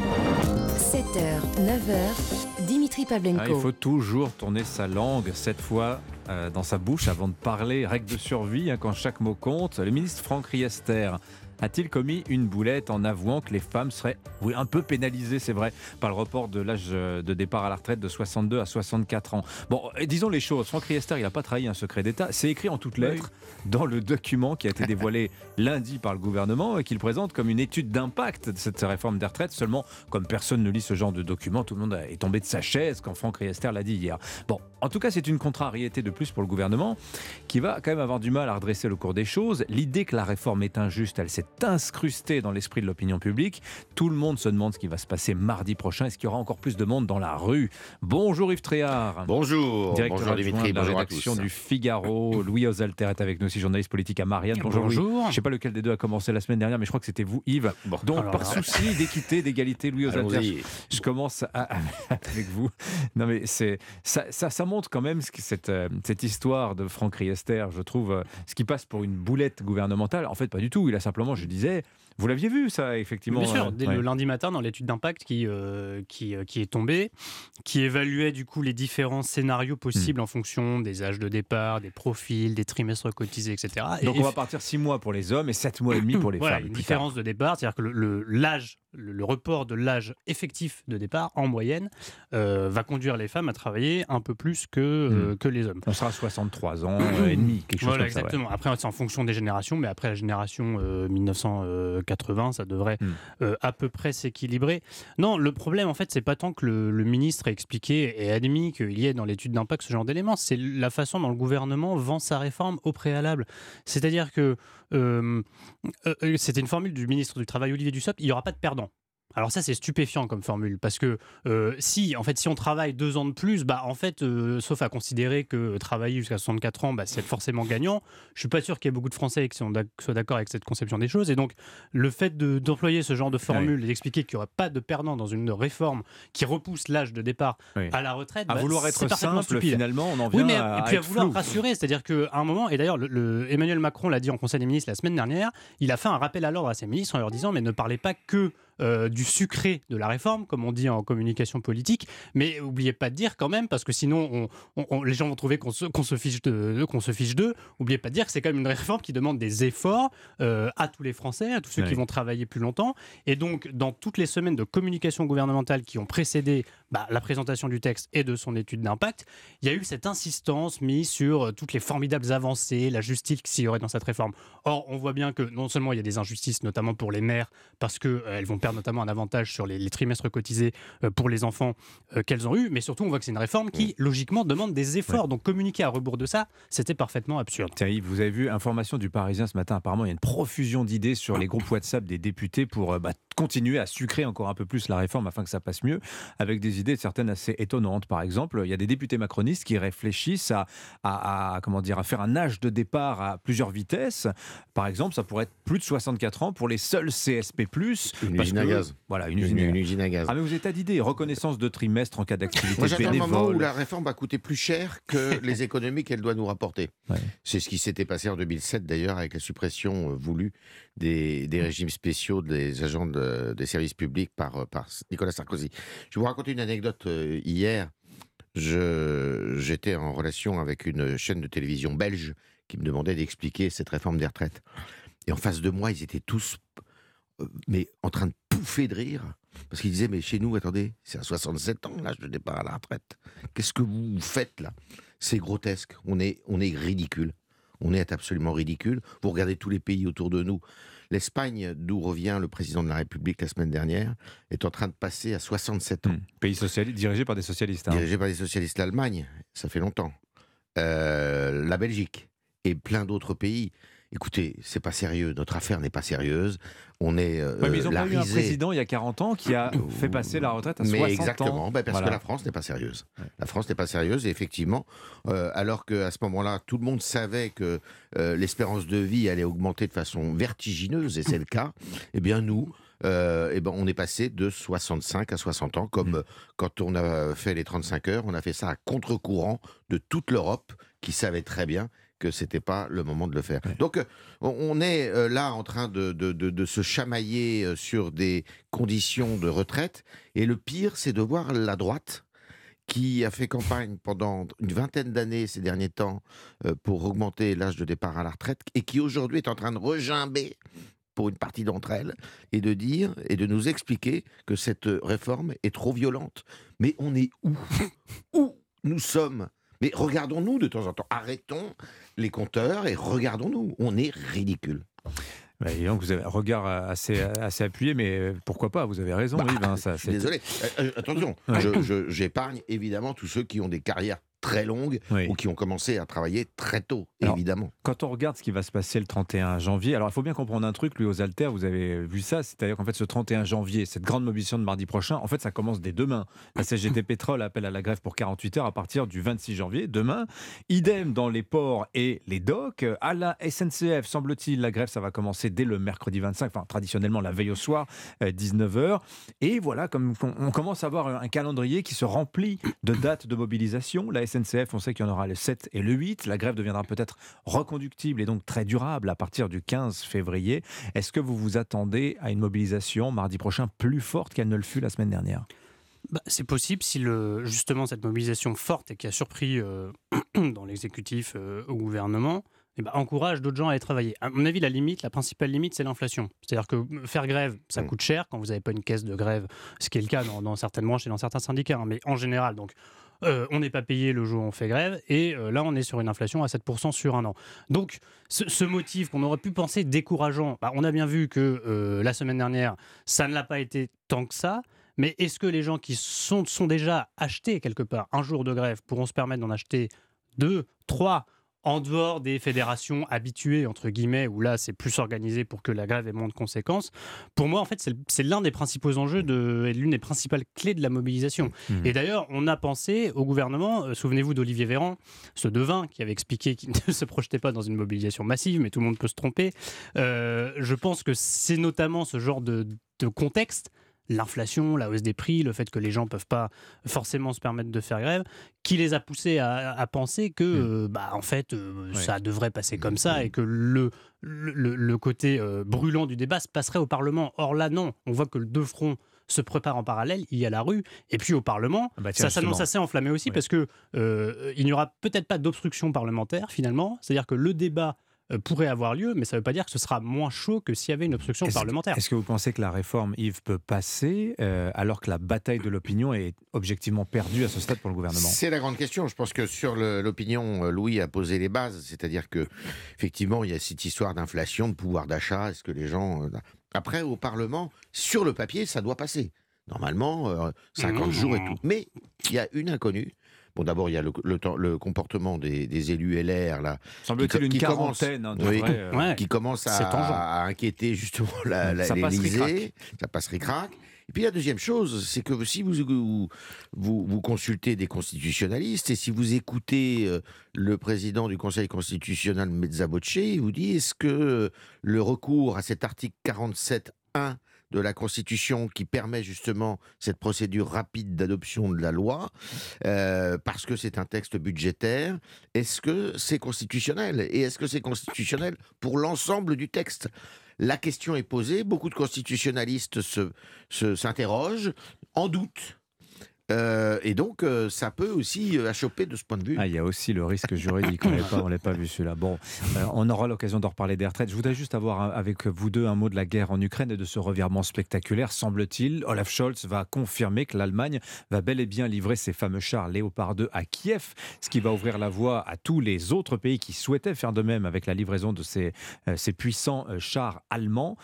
sept heures, neuf heures, Dimitri Pavlenko. Ah, il faut toujours tourner sa langue, cette fois euh, dans sa bouche, avant de parler. Règle de survie, hein, quand chaque mot compte. Le ministre Franck Riester a-t-il commis une boulette en avouant que les femmes seraient oui, un peu pénalisées, c'est vrai, par le report de l'âge de départ à la retraite de soixante-deux à soixante-quatre ans? Bon, disons les choses, Franck Riester, il n'a pas trahi un secret d'État. C'est écrit en toutes lettres oui. dans le document qui a été dévoilé lundi par le gouvernement et qu'il présente comme une étude d'impact de cette réforme des retraites. Seulement, comme personne ne lit ce genre de document, tout le monde est tombé de sa chaise quand Franck Riester l'a dit hier. Bon, en tout cas, c'est une contrariété de plus pour le gouvernement qui va quand même avoir du mal à redresser le cours des choses. L'idée que la réforme est injuste, elle s'est inscrusté dans l'esprit de l'opinion publique. Tout le monde se demande ce qui va se passer mardi prochain. Est-ce qu'il y aura encore plus de monde dans la rue? Bonjour Yves Tréhard. Bonjour. Directeur bonjour Dimitri, de la bonjour rédaction à tous. du Figaro. Louis aux Alters est avec nous aussi, journaliste politique à Marianne. Bonjour, bonjour. Louis. Je ne sais pas lequel des deux a commencé la semaine dernière, mais je crois que c'était vous Yves. Bon, Donc alors, par alors, souci d'équité, d'égalité, Louis aux Alters, je, je commence à, à, avec vous. Non mais c'est, ça, ça, ça montre quand même ce que cette, cette histoire de Franck Riester, je trouve, ce qui passe pour une boulette gouvernementale. En fait, pas du tout. Il a simplement, je disais, Vous l'aviez vu, ça, effectivement. Bien sûr, euh, dès ouais. le lundi matin, dans l'étude d'impact qui, euh, qui, euh, qui est tombée, qui évaluait du coup les différents scénarios possibles Hmm. en fonction des âges de départ, des profils, des trimestres cotisés, et cetera. Donc Et on va partir six mois pour les hommes et sept mois et demi pour les voilà, femmes. une plus différence de départ, c'est-à-dire que le, le- l'âge, le, le report de l'âge effectif de départ, en moyenne, euh, va conduire les femmes à travailler un peu plus que, euh, Hmm. que les hommes. On sera à soixante-trois ans euh, et demi, quelque chose Voilà, comme ça. ouais. exactement. Après, c'est en fonction des générations, mais après la génération euh, mille neuf cent quatre-vingts, ça devrait Hmm. euh, à peu près s'équilibrer. Non, le problème, en fait, c'est pas tant que le, le ministre ait expliqué et admis qu'il y ait dans l'étude d'impact ce genre d'éléments, c'est la façon dont le gouvernement vend sa réforme au préalable. C'est-à-dire que euh, euh, c'était une formule du ministre du Travail, Olivier Dussopt, il n'y aura pas de perdants. Alors ça, c'est stupéfiant comme formule, parce que euh, si, en fait, si on travaille deux ans de plus, bah, en fait, euh, sauf à considérer que travailler jusqu'à soixante-quatre ans, bah, c'est forcément gagnant, je suis pas sûr qu'il y ait beaucoup de Français qui sont d'ac- soient d'accord avec cette conception des choses. Et donc, le fait de- d'employer ce genre de formule et d'expliquer qu'il n'y aura pas de perdant dans une réforme qui repousse l'âge de départ Oui. à la retraite, À bah, vouloir c'est être parfaitement simple, stupide. finalement, on en Oui, vient mais, à- et puis à à être vouloir flou. rassurer, c'est-à-dire qu'à un moment, et d'ailleurs, le, le- Emmanuel Macron l'a dit en Conseil des ministres la semaine dernière, il a fait un rappel à l'ordre à ses ministres en leur disant mais ne parlez pas que euh, du sucré de la réforme, comme on dit en communication politique, mais n'oubliez pas de dire quand même, parce que sinon on, on- on- les gens vont trouver qu'on se, qu'on se fiche de, qu'on se fiche d'eux, n'oubliez pas de dire que c'est quand même une réforme qui demande des efforts euh, à tous les Français, à tous ceux Oui. qui vont travailler plus longtemps, et donc dans toutes les semaines de communication gouvernementale qui ont précédé bah, la présentation du texte et de son étude d'impact, il y a eu cette insistance mise sur euh, toutes les formidables avancées, la justice qu'il y aurait dans cette réforme. Or, on voit bien que non seulement il y a des injustices, notamment pour les mères, parce qu'elles euh, vont perdre notamment un avantage sur les, les trimestres cotisés euh, pour les enfants euh, qu'elles ont eus, mais surtout on voit que c'est une réforme qui, logiquement, demande des efforts. Donc communiquer à rebours de ça, c'était parfaitement absurde. Thierry, vous avez vu, information du Parisien ce matin, apparemment il y a une profusion d'idées sur les groupes WhatsApp des députés pour euh, bah, continuer à sucrer encore un peu plus la réforme afin que ça passe mieux, avec des idées certaines assez étonnantes. Par exemple, il y a des députés macronistes qui réfléchissent à, à, à, comment dire, à faire un âge de départ à plusieurs vitesses. Par exemple, ça pourrait être plus de soixante-quatre ans pour les seuls C S P plus. Une parce usine à que- gaz. Voilà, une Une- usine, une usine à gaz. Ah mais vous êtes à d'idées. Reconnaissance de trimestre en cas d'activité Moi, j'attends le moment où bénévole. la réforme va coûter plus cher que les économies qu'elle doit nous rapporter. C'est ce qui s'était passé en deux mille sept, d'ailleurs, avec la suppression euh, voulue des, des régimes spéciaux des agents de- des services publics par, euh, par Nicolas Sarkozy. Je vais vous raconter une anecdote. euh, Hier, je- j'étais en relation avec une chaîne de télévision belge qui me demandait d'expliquer cette réforme des retraites. Et en face de moi, ils étaient tous euh, mais en train de pouffer de rire. Parce qu'ils disaient, mais chez nous, attendez, c'est à soixante-sept ans, l'âge de départ à la retraite. Qu'est-ce que vous faites là? C'est grotesque, on est, on est ridicule. On est absolument ridicule. Vous regardez tous les pays autour de nous. L'Espagne, d'où revient le président de la République la semaine dernière, est en train de passer à soixante-sept ans. Pays socialiste, dirigé par des socialistes. hein. Dirigé par des socialistes. L'Allemagne, ça fait longtemps. Euh, la Belgique et plein d'autres pays. Écoutez, c'est pas sérieux. Notre affaire n'est pas sérieuse. On est euh, Ouais, mais ils ont la pas eu un risée. président il y a quarante ans qui a fait passer la retraite à Mais soixante ans. exactement, bah, parce Voilà. que la France n'est pas sérieuse. La France n'est pas sérieuse, et effectivement, euh, alors qu'à ce moment-là, tout le monde savait que euh, l'espérance de vie allait augmenter de façon vertigineuse, et c'est le cas, eh bien nous, euh, eh ben, on est passé de soixante-cinq à soixante ans, comme euh, quand on a fait les trente-cinq heures, on a fait ça à contre-courant de toute l'Europe, qui savait très bien que c'était pas le moment de le faire. Donc, euh, on- on est euh, là en train de, de, de, de se chamailler euh, sur des conditions de retraite. Et le pire, c'est de voir la droite, qui a fait campagne pendant une vingtaine d'années ces derniers temps euh, pour augmenter l'âge de départ à la retraite, et qui aujourd'hui est en train de regimber pour une partie d'entre elles, et de dire et de nous expliquer que cette réforme est trop violente. Mais on est où? Où nous sommes? Mais regardons-nous de temps en temps. Arrêtons les compteurs et regardons-nous. On est ridicule. Bah, et donc vous avez un regard assez, assez appuyé, mais pourquoi pas, vous avez raison, Bah, Yves, hein, ça, je suis c'est- désolé. Euh, euh, attention, Ouais. je- je- j'épargne évidemment tous ceux qui ont des carrières très longues Oui. ou qui ont commencé à travailler très tôt, Alors, évidemment. Quand on regarde ce qui va se passer le trente et un janvier, alors il faut bien comprendre un truc, lui aux Alters, vous avez vu ça, c'est-à-dire qu'en fait ce trente et un janvier, cette grande mobilisation de mardi prochain, en fait ça commence dès demain. La C G T Pétrole appelle à la grève pour quarante-huit heures à partir du vingt-six janvier, demain. Idem dans les ports et les docks. À la S N C F, semble-t-il, la grève ça va commencer dès le mercredi vingt-cinq, enfin traditionnellement la veille au soir, euh, dix-neuf heures. Et voilà, comme on, on commence à avoir un calendrier qui se remplit de dates de mobilisation. La S N C F N C F, on sait qu'il y en aura le sept et le huit. La grève deviendra peut-être reconductible et donc très durable à partir du quinze février. Est-ce que vous vous attendez à une mobilisation mardi prochain plus forte qu'elle ne le fut la semaine dernière ? Bah, c'est possible si le, justement cette mobilisation forte et qui a surpris euh, dans l'exécutif euh, au gouvernement eh ben, encourage d'autres gens à aller travailler. À mon avis, la limite, la principale limite, c'est l'inflation. C'est-à-dire que faire grève, ça coûte cher quand vous n'avez pas une caisse de grève, ce qui est le cas dans, dans certaines branches et dans certains syndicats, hein, mais en général, donc, euh, on n'est pas payé le jour où on fait grève, et euh, là, on est sur une inflation à sept pour cent sur un an. Donc, ce, ce motif qu'on aurait pu penser décourageant, bah, on a bien vu que euh, la semaine dernière, ça ne l'a pas été tant que ça. Mais est-ce que les gens qui sont, sont déjà achetés quelque part un jour de grève pourront se permettre d'en acheter deux, trois, en dehors des fédérations habituées, entre guillemets, où là c'est plus organisé pour que la grève ait moins de conséquences? Pour moi, en fait, c'est, c'est l'un des principaux enjeux de, et l'une des principales clés de la mobilisation. Mmh. Et d'ailleurs, on a pensé au gouvernement, euh, souvenez-vous d'Olivier Véran, ce devin qui avait expliqué qu'il ne se projetait pas dans une mobilisation massive, mais tout le monde peut se tromper. Euh, je pense que c'est notamment ce genre de, de contexte, l'inflation, la hausse des prix, le fait que les gens ne peuvent pas forcément se permettre de faire grève, qui les a poussés à, à penser que mmh. euh, bah, en fait, euh, ouais. ça devrait passer comme ça mmh. et que le, le, le côté euh, brûlant du débat se passerait au Parlement. Or là, non. On voit que le deux fronts se prépare en parallèle, il y a la rue, et puis au Parlement, bah tiens, ça s'annonce assez enflammé aussi, ouais. parce qu'il euh, n'y aura peut-être pas d'obstruction parlementaire, finalement. C'est-à-dire que le débat pourrait avoir lieu, mais ça ne veut pas dire que ce sera moins chaud que s'il y avait une obstruction est-ce parlementaire. Que, est-ce que vous pensez que la réforme, Yves, peut passer euh, alors que la bataille de l'opinion est objectivement perdue à ce stade pour le gouvernement ? C'est la grande question. Je pense que sur le, l'opinion, Louis a posé les bases. C'est-à-dire que effectivement, il y a cette histoire d'inflation, de pouvoir d'achat. Est-ce que les gens... Après, au Parlement, sur le papier, ça doit passer. Normalement, euh, cinquante mmh. jours et tout. Mais il y a une inconnue. Bon, d'abord, il y a le, le, le comportement des, des élus L R, là. Semble-t-il une quarantaine, hein, de oui, vrai, euh... ouais. qui commence à, à inquiéter justement la, la, l'Élysée. Ça passe ric-rac. Et puis la deuxième chose, c'est que si vous, vous, vous, vous consultez des constitutionnalistes et si vous écoutez euh, le président du Conseil constitutionnel, Mezzabocce, il vous dit, est-ce que le recours à cet article quarante-sept un de la Constitution qui permet justement cette procédure rapide d'adoption de la loi, euh, parce que c'est un texte budgétaire, est-ce que c'est constitutionnel ? Et est-ce que c'est constitutionnel pour l'ensemble du texte ? La question est posée, beaucoup de constitutionnalistes se, se, s'interrogent, en doutent. Euh, et donc, euh, ça peut aussi euh, achoper de ce point de vue. Ah, il y a aussi le risque juridique, on ne l'a pas vu celui-là. Bon, euh, on aura l'occasion d'en reparler des retraites. Je voudrais juste avoir avec vous deux un mot de la guerre en Ukraine et de ce revirement spectaculaire. Semble-t-il, Olaf Scholz va confirmer que l'Allemagne va bel et bien livrer ses fameux chars Léopard deux à Kiev, ce qui va ouvrir la voie à tous les autres pays qui souhaitaient faire de même avec la livraison de ces, euh, ces puissants euh, chars allemands.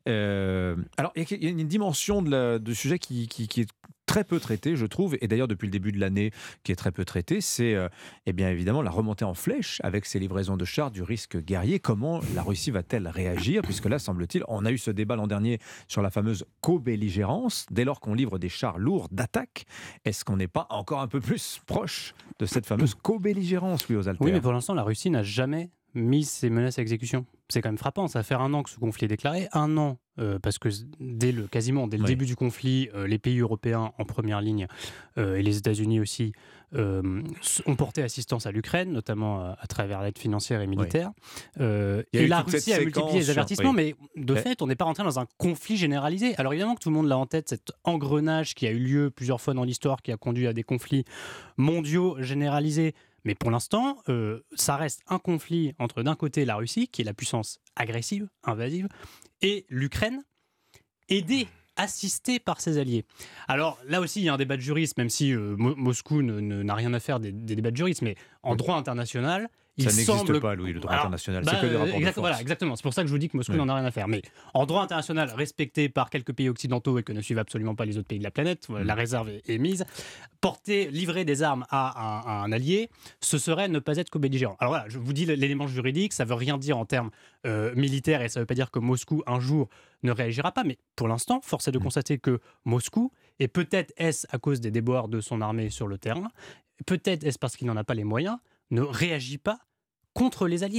Euh, alors, il y a une dimension de la, de sujet qui, qui, qui est très peu traité, je trouve, et d'ailleurs depuis le début de l'année qui est très peu traité, c'est euh, eh bien évidemment la remontée en flèche avec ces livraisons de chars, du risque guerrier. Comment la Russie va-t-elle réagir ? Puisque là, semble-t-il, on a eu ce débat l'an dernier sur la fameuse co-belligérance. Dès lors qu'on livre des chars lourds d'attaque, est-ce qu'on n'est pas encore un peu plus proche de cette fameuse co-belligérance, Louis Osalter ? Oui, mais pour l'instant, la Russie n'a jamais mis ces menaces à exécution. C'est quand même frappant, ça va faire un an que ce conflit est déclaré, un an, euh, parce que dès le, quasiment dès le oui. début du conflit, euh, les pays européens en première ligne, euh, et les États-Unis aussi, euh, ont porté assistance à l'Ukraine, notamment à, à travers l'aide financière et militaire. Oui. Euh, et la Russie a multiplié les avertissements, oui. mais de fait, on n'est pas rentré dans un conflit généralisé. Alors évidemment que tout le monde l'a en tête, cet engrenage qui a eu lieu plusieurs fois dans l'histoire, qui a conduit à des conflits mondiaux généralisés. Mais pour l'instant, euh, ça reste un conflit entre d'un côté la Russie, qui est la puissance agressive, invasive, et l'Ukraine, aidée, assistée par ses alliés. Alors là aussi, il y a un débat de juristes, même si euh, Mo- Moscou ne, ne, n'a rien à faire des, des débats de juristes, mais en droit international, ça il n'existe semble... pas, Louis, le droit Alors, international. Bah, c'est que des rapports exact, de force. Voilà, exactement. C'est pour ça que je vous dis que Moscou oui. n'en a rien à faire. Mais en droit international, respecté par quelques pays occidentaux et que ne suivent absolument pas les autres pays de la planète, mmh. la réserve est, est mise, porter, livrer des armes à un, à un allié, ce serait ne pas être co-belligérant. Alors voilà, je vous dis l'élément juridique, ça ne veut rien dire en termes euh, militaires et ça ne veut pas dire que Moscou, un jour, ne réagira pas. Mais pour l'instant, force est de mmh. constater que Moscou, et peut-être est-ce à cause des déboires de son armée sur le terrain, peut-être est-ce parce qu'il n'en a pas les moyens, ne réagit pas contre les alliés. Mmh.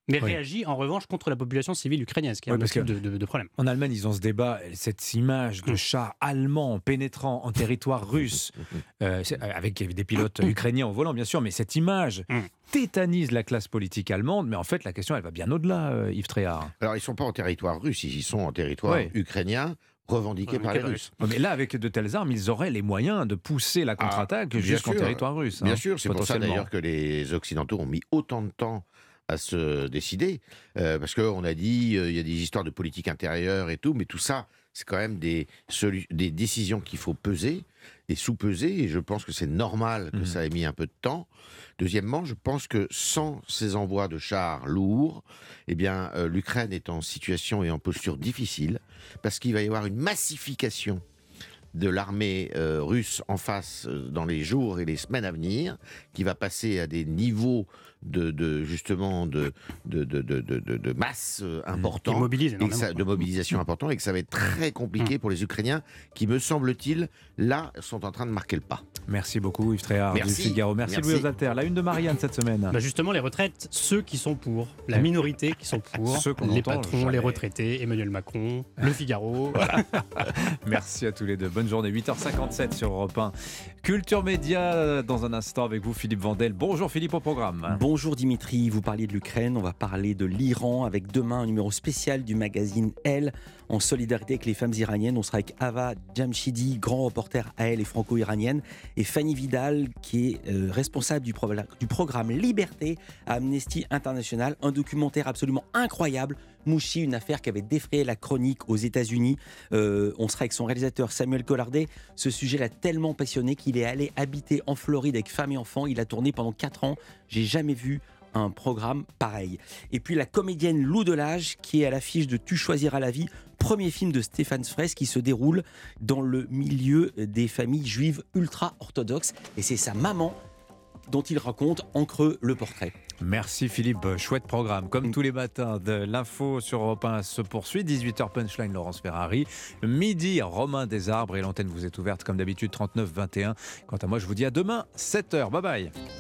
Mais Oui. réagit en revanche contre la population civile ukrainienne, ce qui est Oui, un parce motif que de, de- de problème. En Allemagne, ils ont ce débat, cette image Mmh. de chars allemands pénétrant en territoire russe, euh, c'est- avec des pilotes ukrainiens au volant, bien sûr, mais cette image Mmh. tétanise la classe politique allemande. Mais en fait, la question, elle va bien au-delà, euh, Yves Tréhard. Alors, ils ne sont pas en territoire russe, ils sont en territoire Ouais. ukrainien, revendiqué par les Russes. Ouais, mais là, avec de telles armes, ils auraient les moyens de pousser la contre-attaque Ah, bien jusqu'en sûr. territoire russe. Bien hein, sûr, c'est pour ça potentiellement. d'ailleurs que les Occidentaux ont mis autant de temps à se décider, euh, parce qu'on a dit euh, il y a des histoires de politique intérieure et tout, mais tout ça, c'est quand même des, solu- des décisions qu'il faut peser et sous-peser, et je pense que c'est normal que Mhm. ça ait mis un peu de temps. Deuxièmement, je pense que sans ces envois de chars lourds, eh bien, euh, l'Ukraine est en situation et en posture difficile, parce qu'il va y avoir une massification de l'armée euh, russe en face euh, dans les jours et les semaines à venir, qui va passer à des niveaux de, de justement de, de, de, de, de, de- de masse euh, importants, Qui mobilise et que ça- énormément. de mobilisation importante, et que ça va être très compliqué pour les Ukrainiens, qui me semble-t-il, là, sont en train de marquer le pas. Merci beaucoup Yves Tréhard du Merci. Figaro. Merci, Merci. Louis Osalter. La une de Marianne cette semaine. Bah justement, les retraites, ceux qui sont pour, la minorité qui sont pour, Ceux qu'on les entend patrons, jamais. les retraités, Emmanuel Macron, le Figaro. Voilà. Merci à tous les deux. Bonne journée. huit heures cinquante-sept sur Europe un. Culture Média dans un instant avec vous, Philippe Vandel. Bonjour Philippe au programme. Bonjour Dimitri, vous parliez de l'Ukraine, on va parler de l'Iran avec demain un numéro spécial du magazine Elle en solidarité avec les femmes iraniennes. On sera avec Ava Jamshidi, grand reporter à Elle et franco-iranienne, et Fanny Vidal qui est euh, responsable du, pro- du programme Liberté à Amnesty International, un documentaire absolument incroyable. Mouchi, une affaire qui avait défrayé la chronique aux États-Unis. Euh, on sera avec son réalisateur Samuel Collardet. Ce sujet l'a tellement passionné qu'il est allé habiter en Floride avec femme et enfants. Il a tourné pendant quatre ans. J'ai jamais vu un programme pareil. Et puis la comédienne Lou Delage qui est à l'affiche de Tu choisiras la vie, premier film de Stéphane Fraisse qui se déroule dans le milieu des familles juives ultra-orthodoxes. Et c'est sa maman dont il raconte en creux le portrait. Merci Philippe, chouette programme. Comme tous les matins, de l'info sur Europe un se poursuit. dix-huit heures Punchline, Laurence Ferrari. Midi, Romain Desarbres et l'antenne vous est ouverte comme d'habitude trente-neuf vingt et un. Quant à moi, je vous dis à demain, sept heures. Bye bye.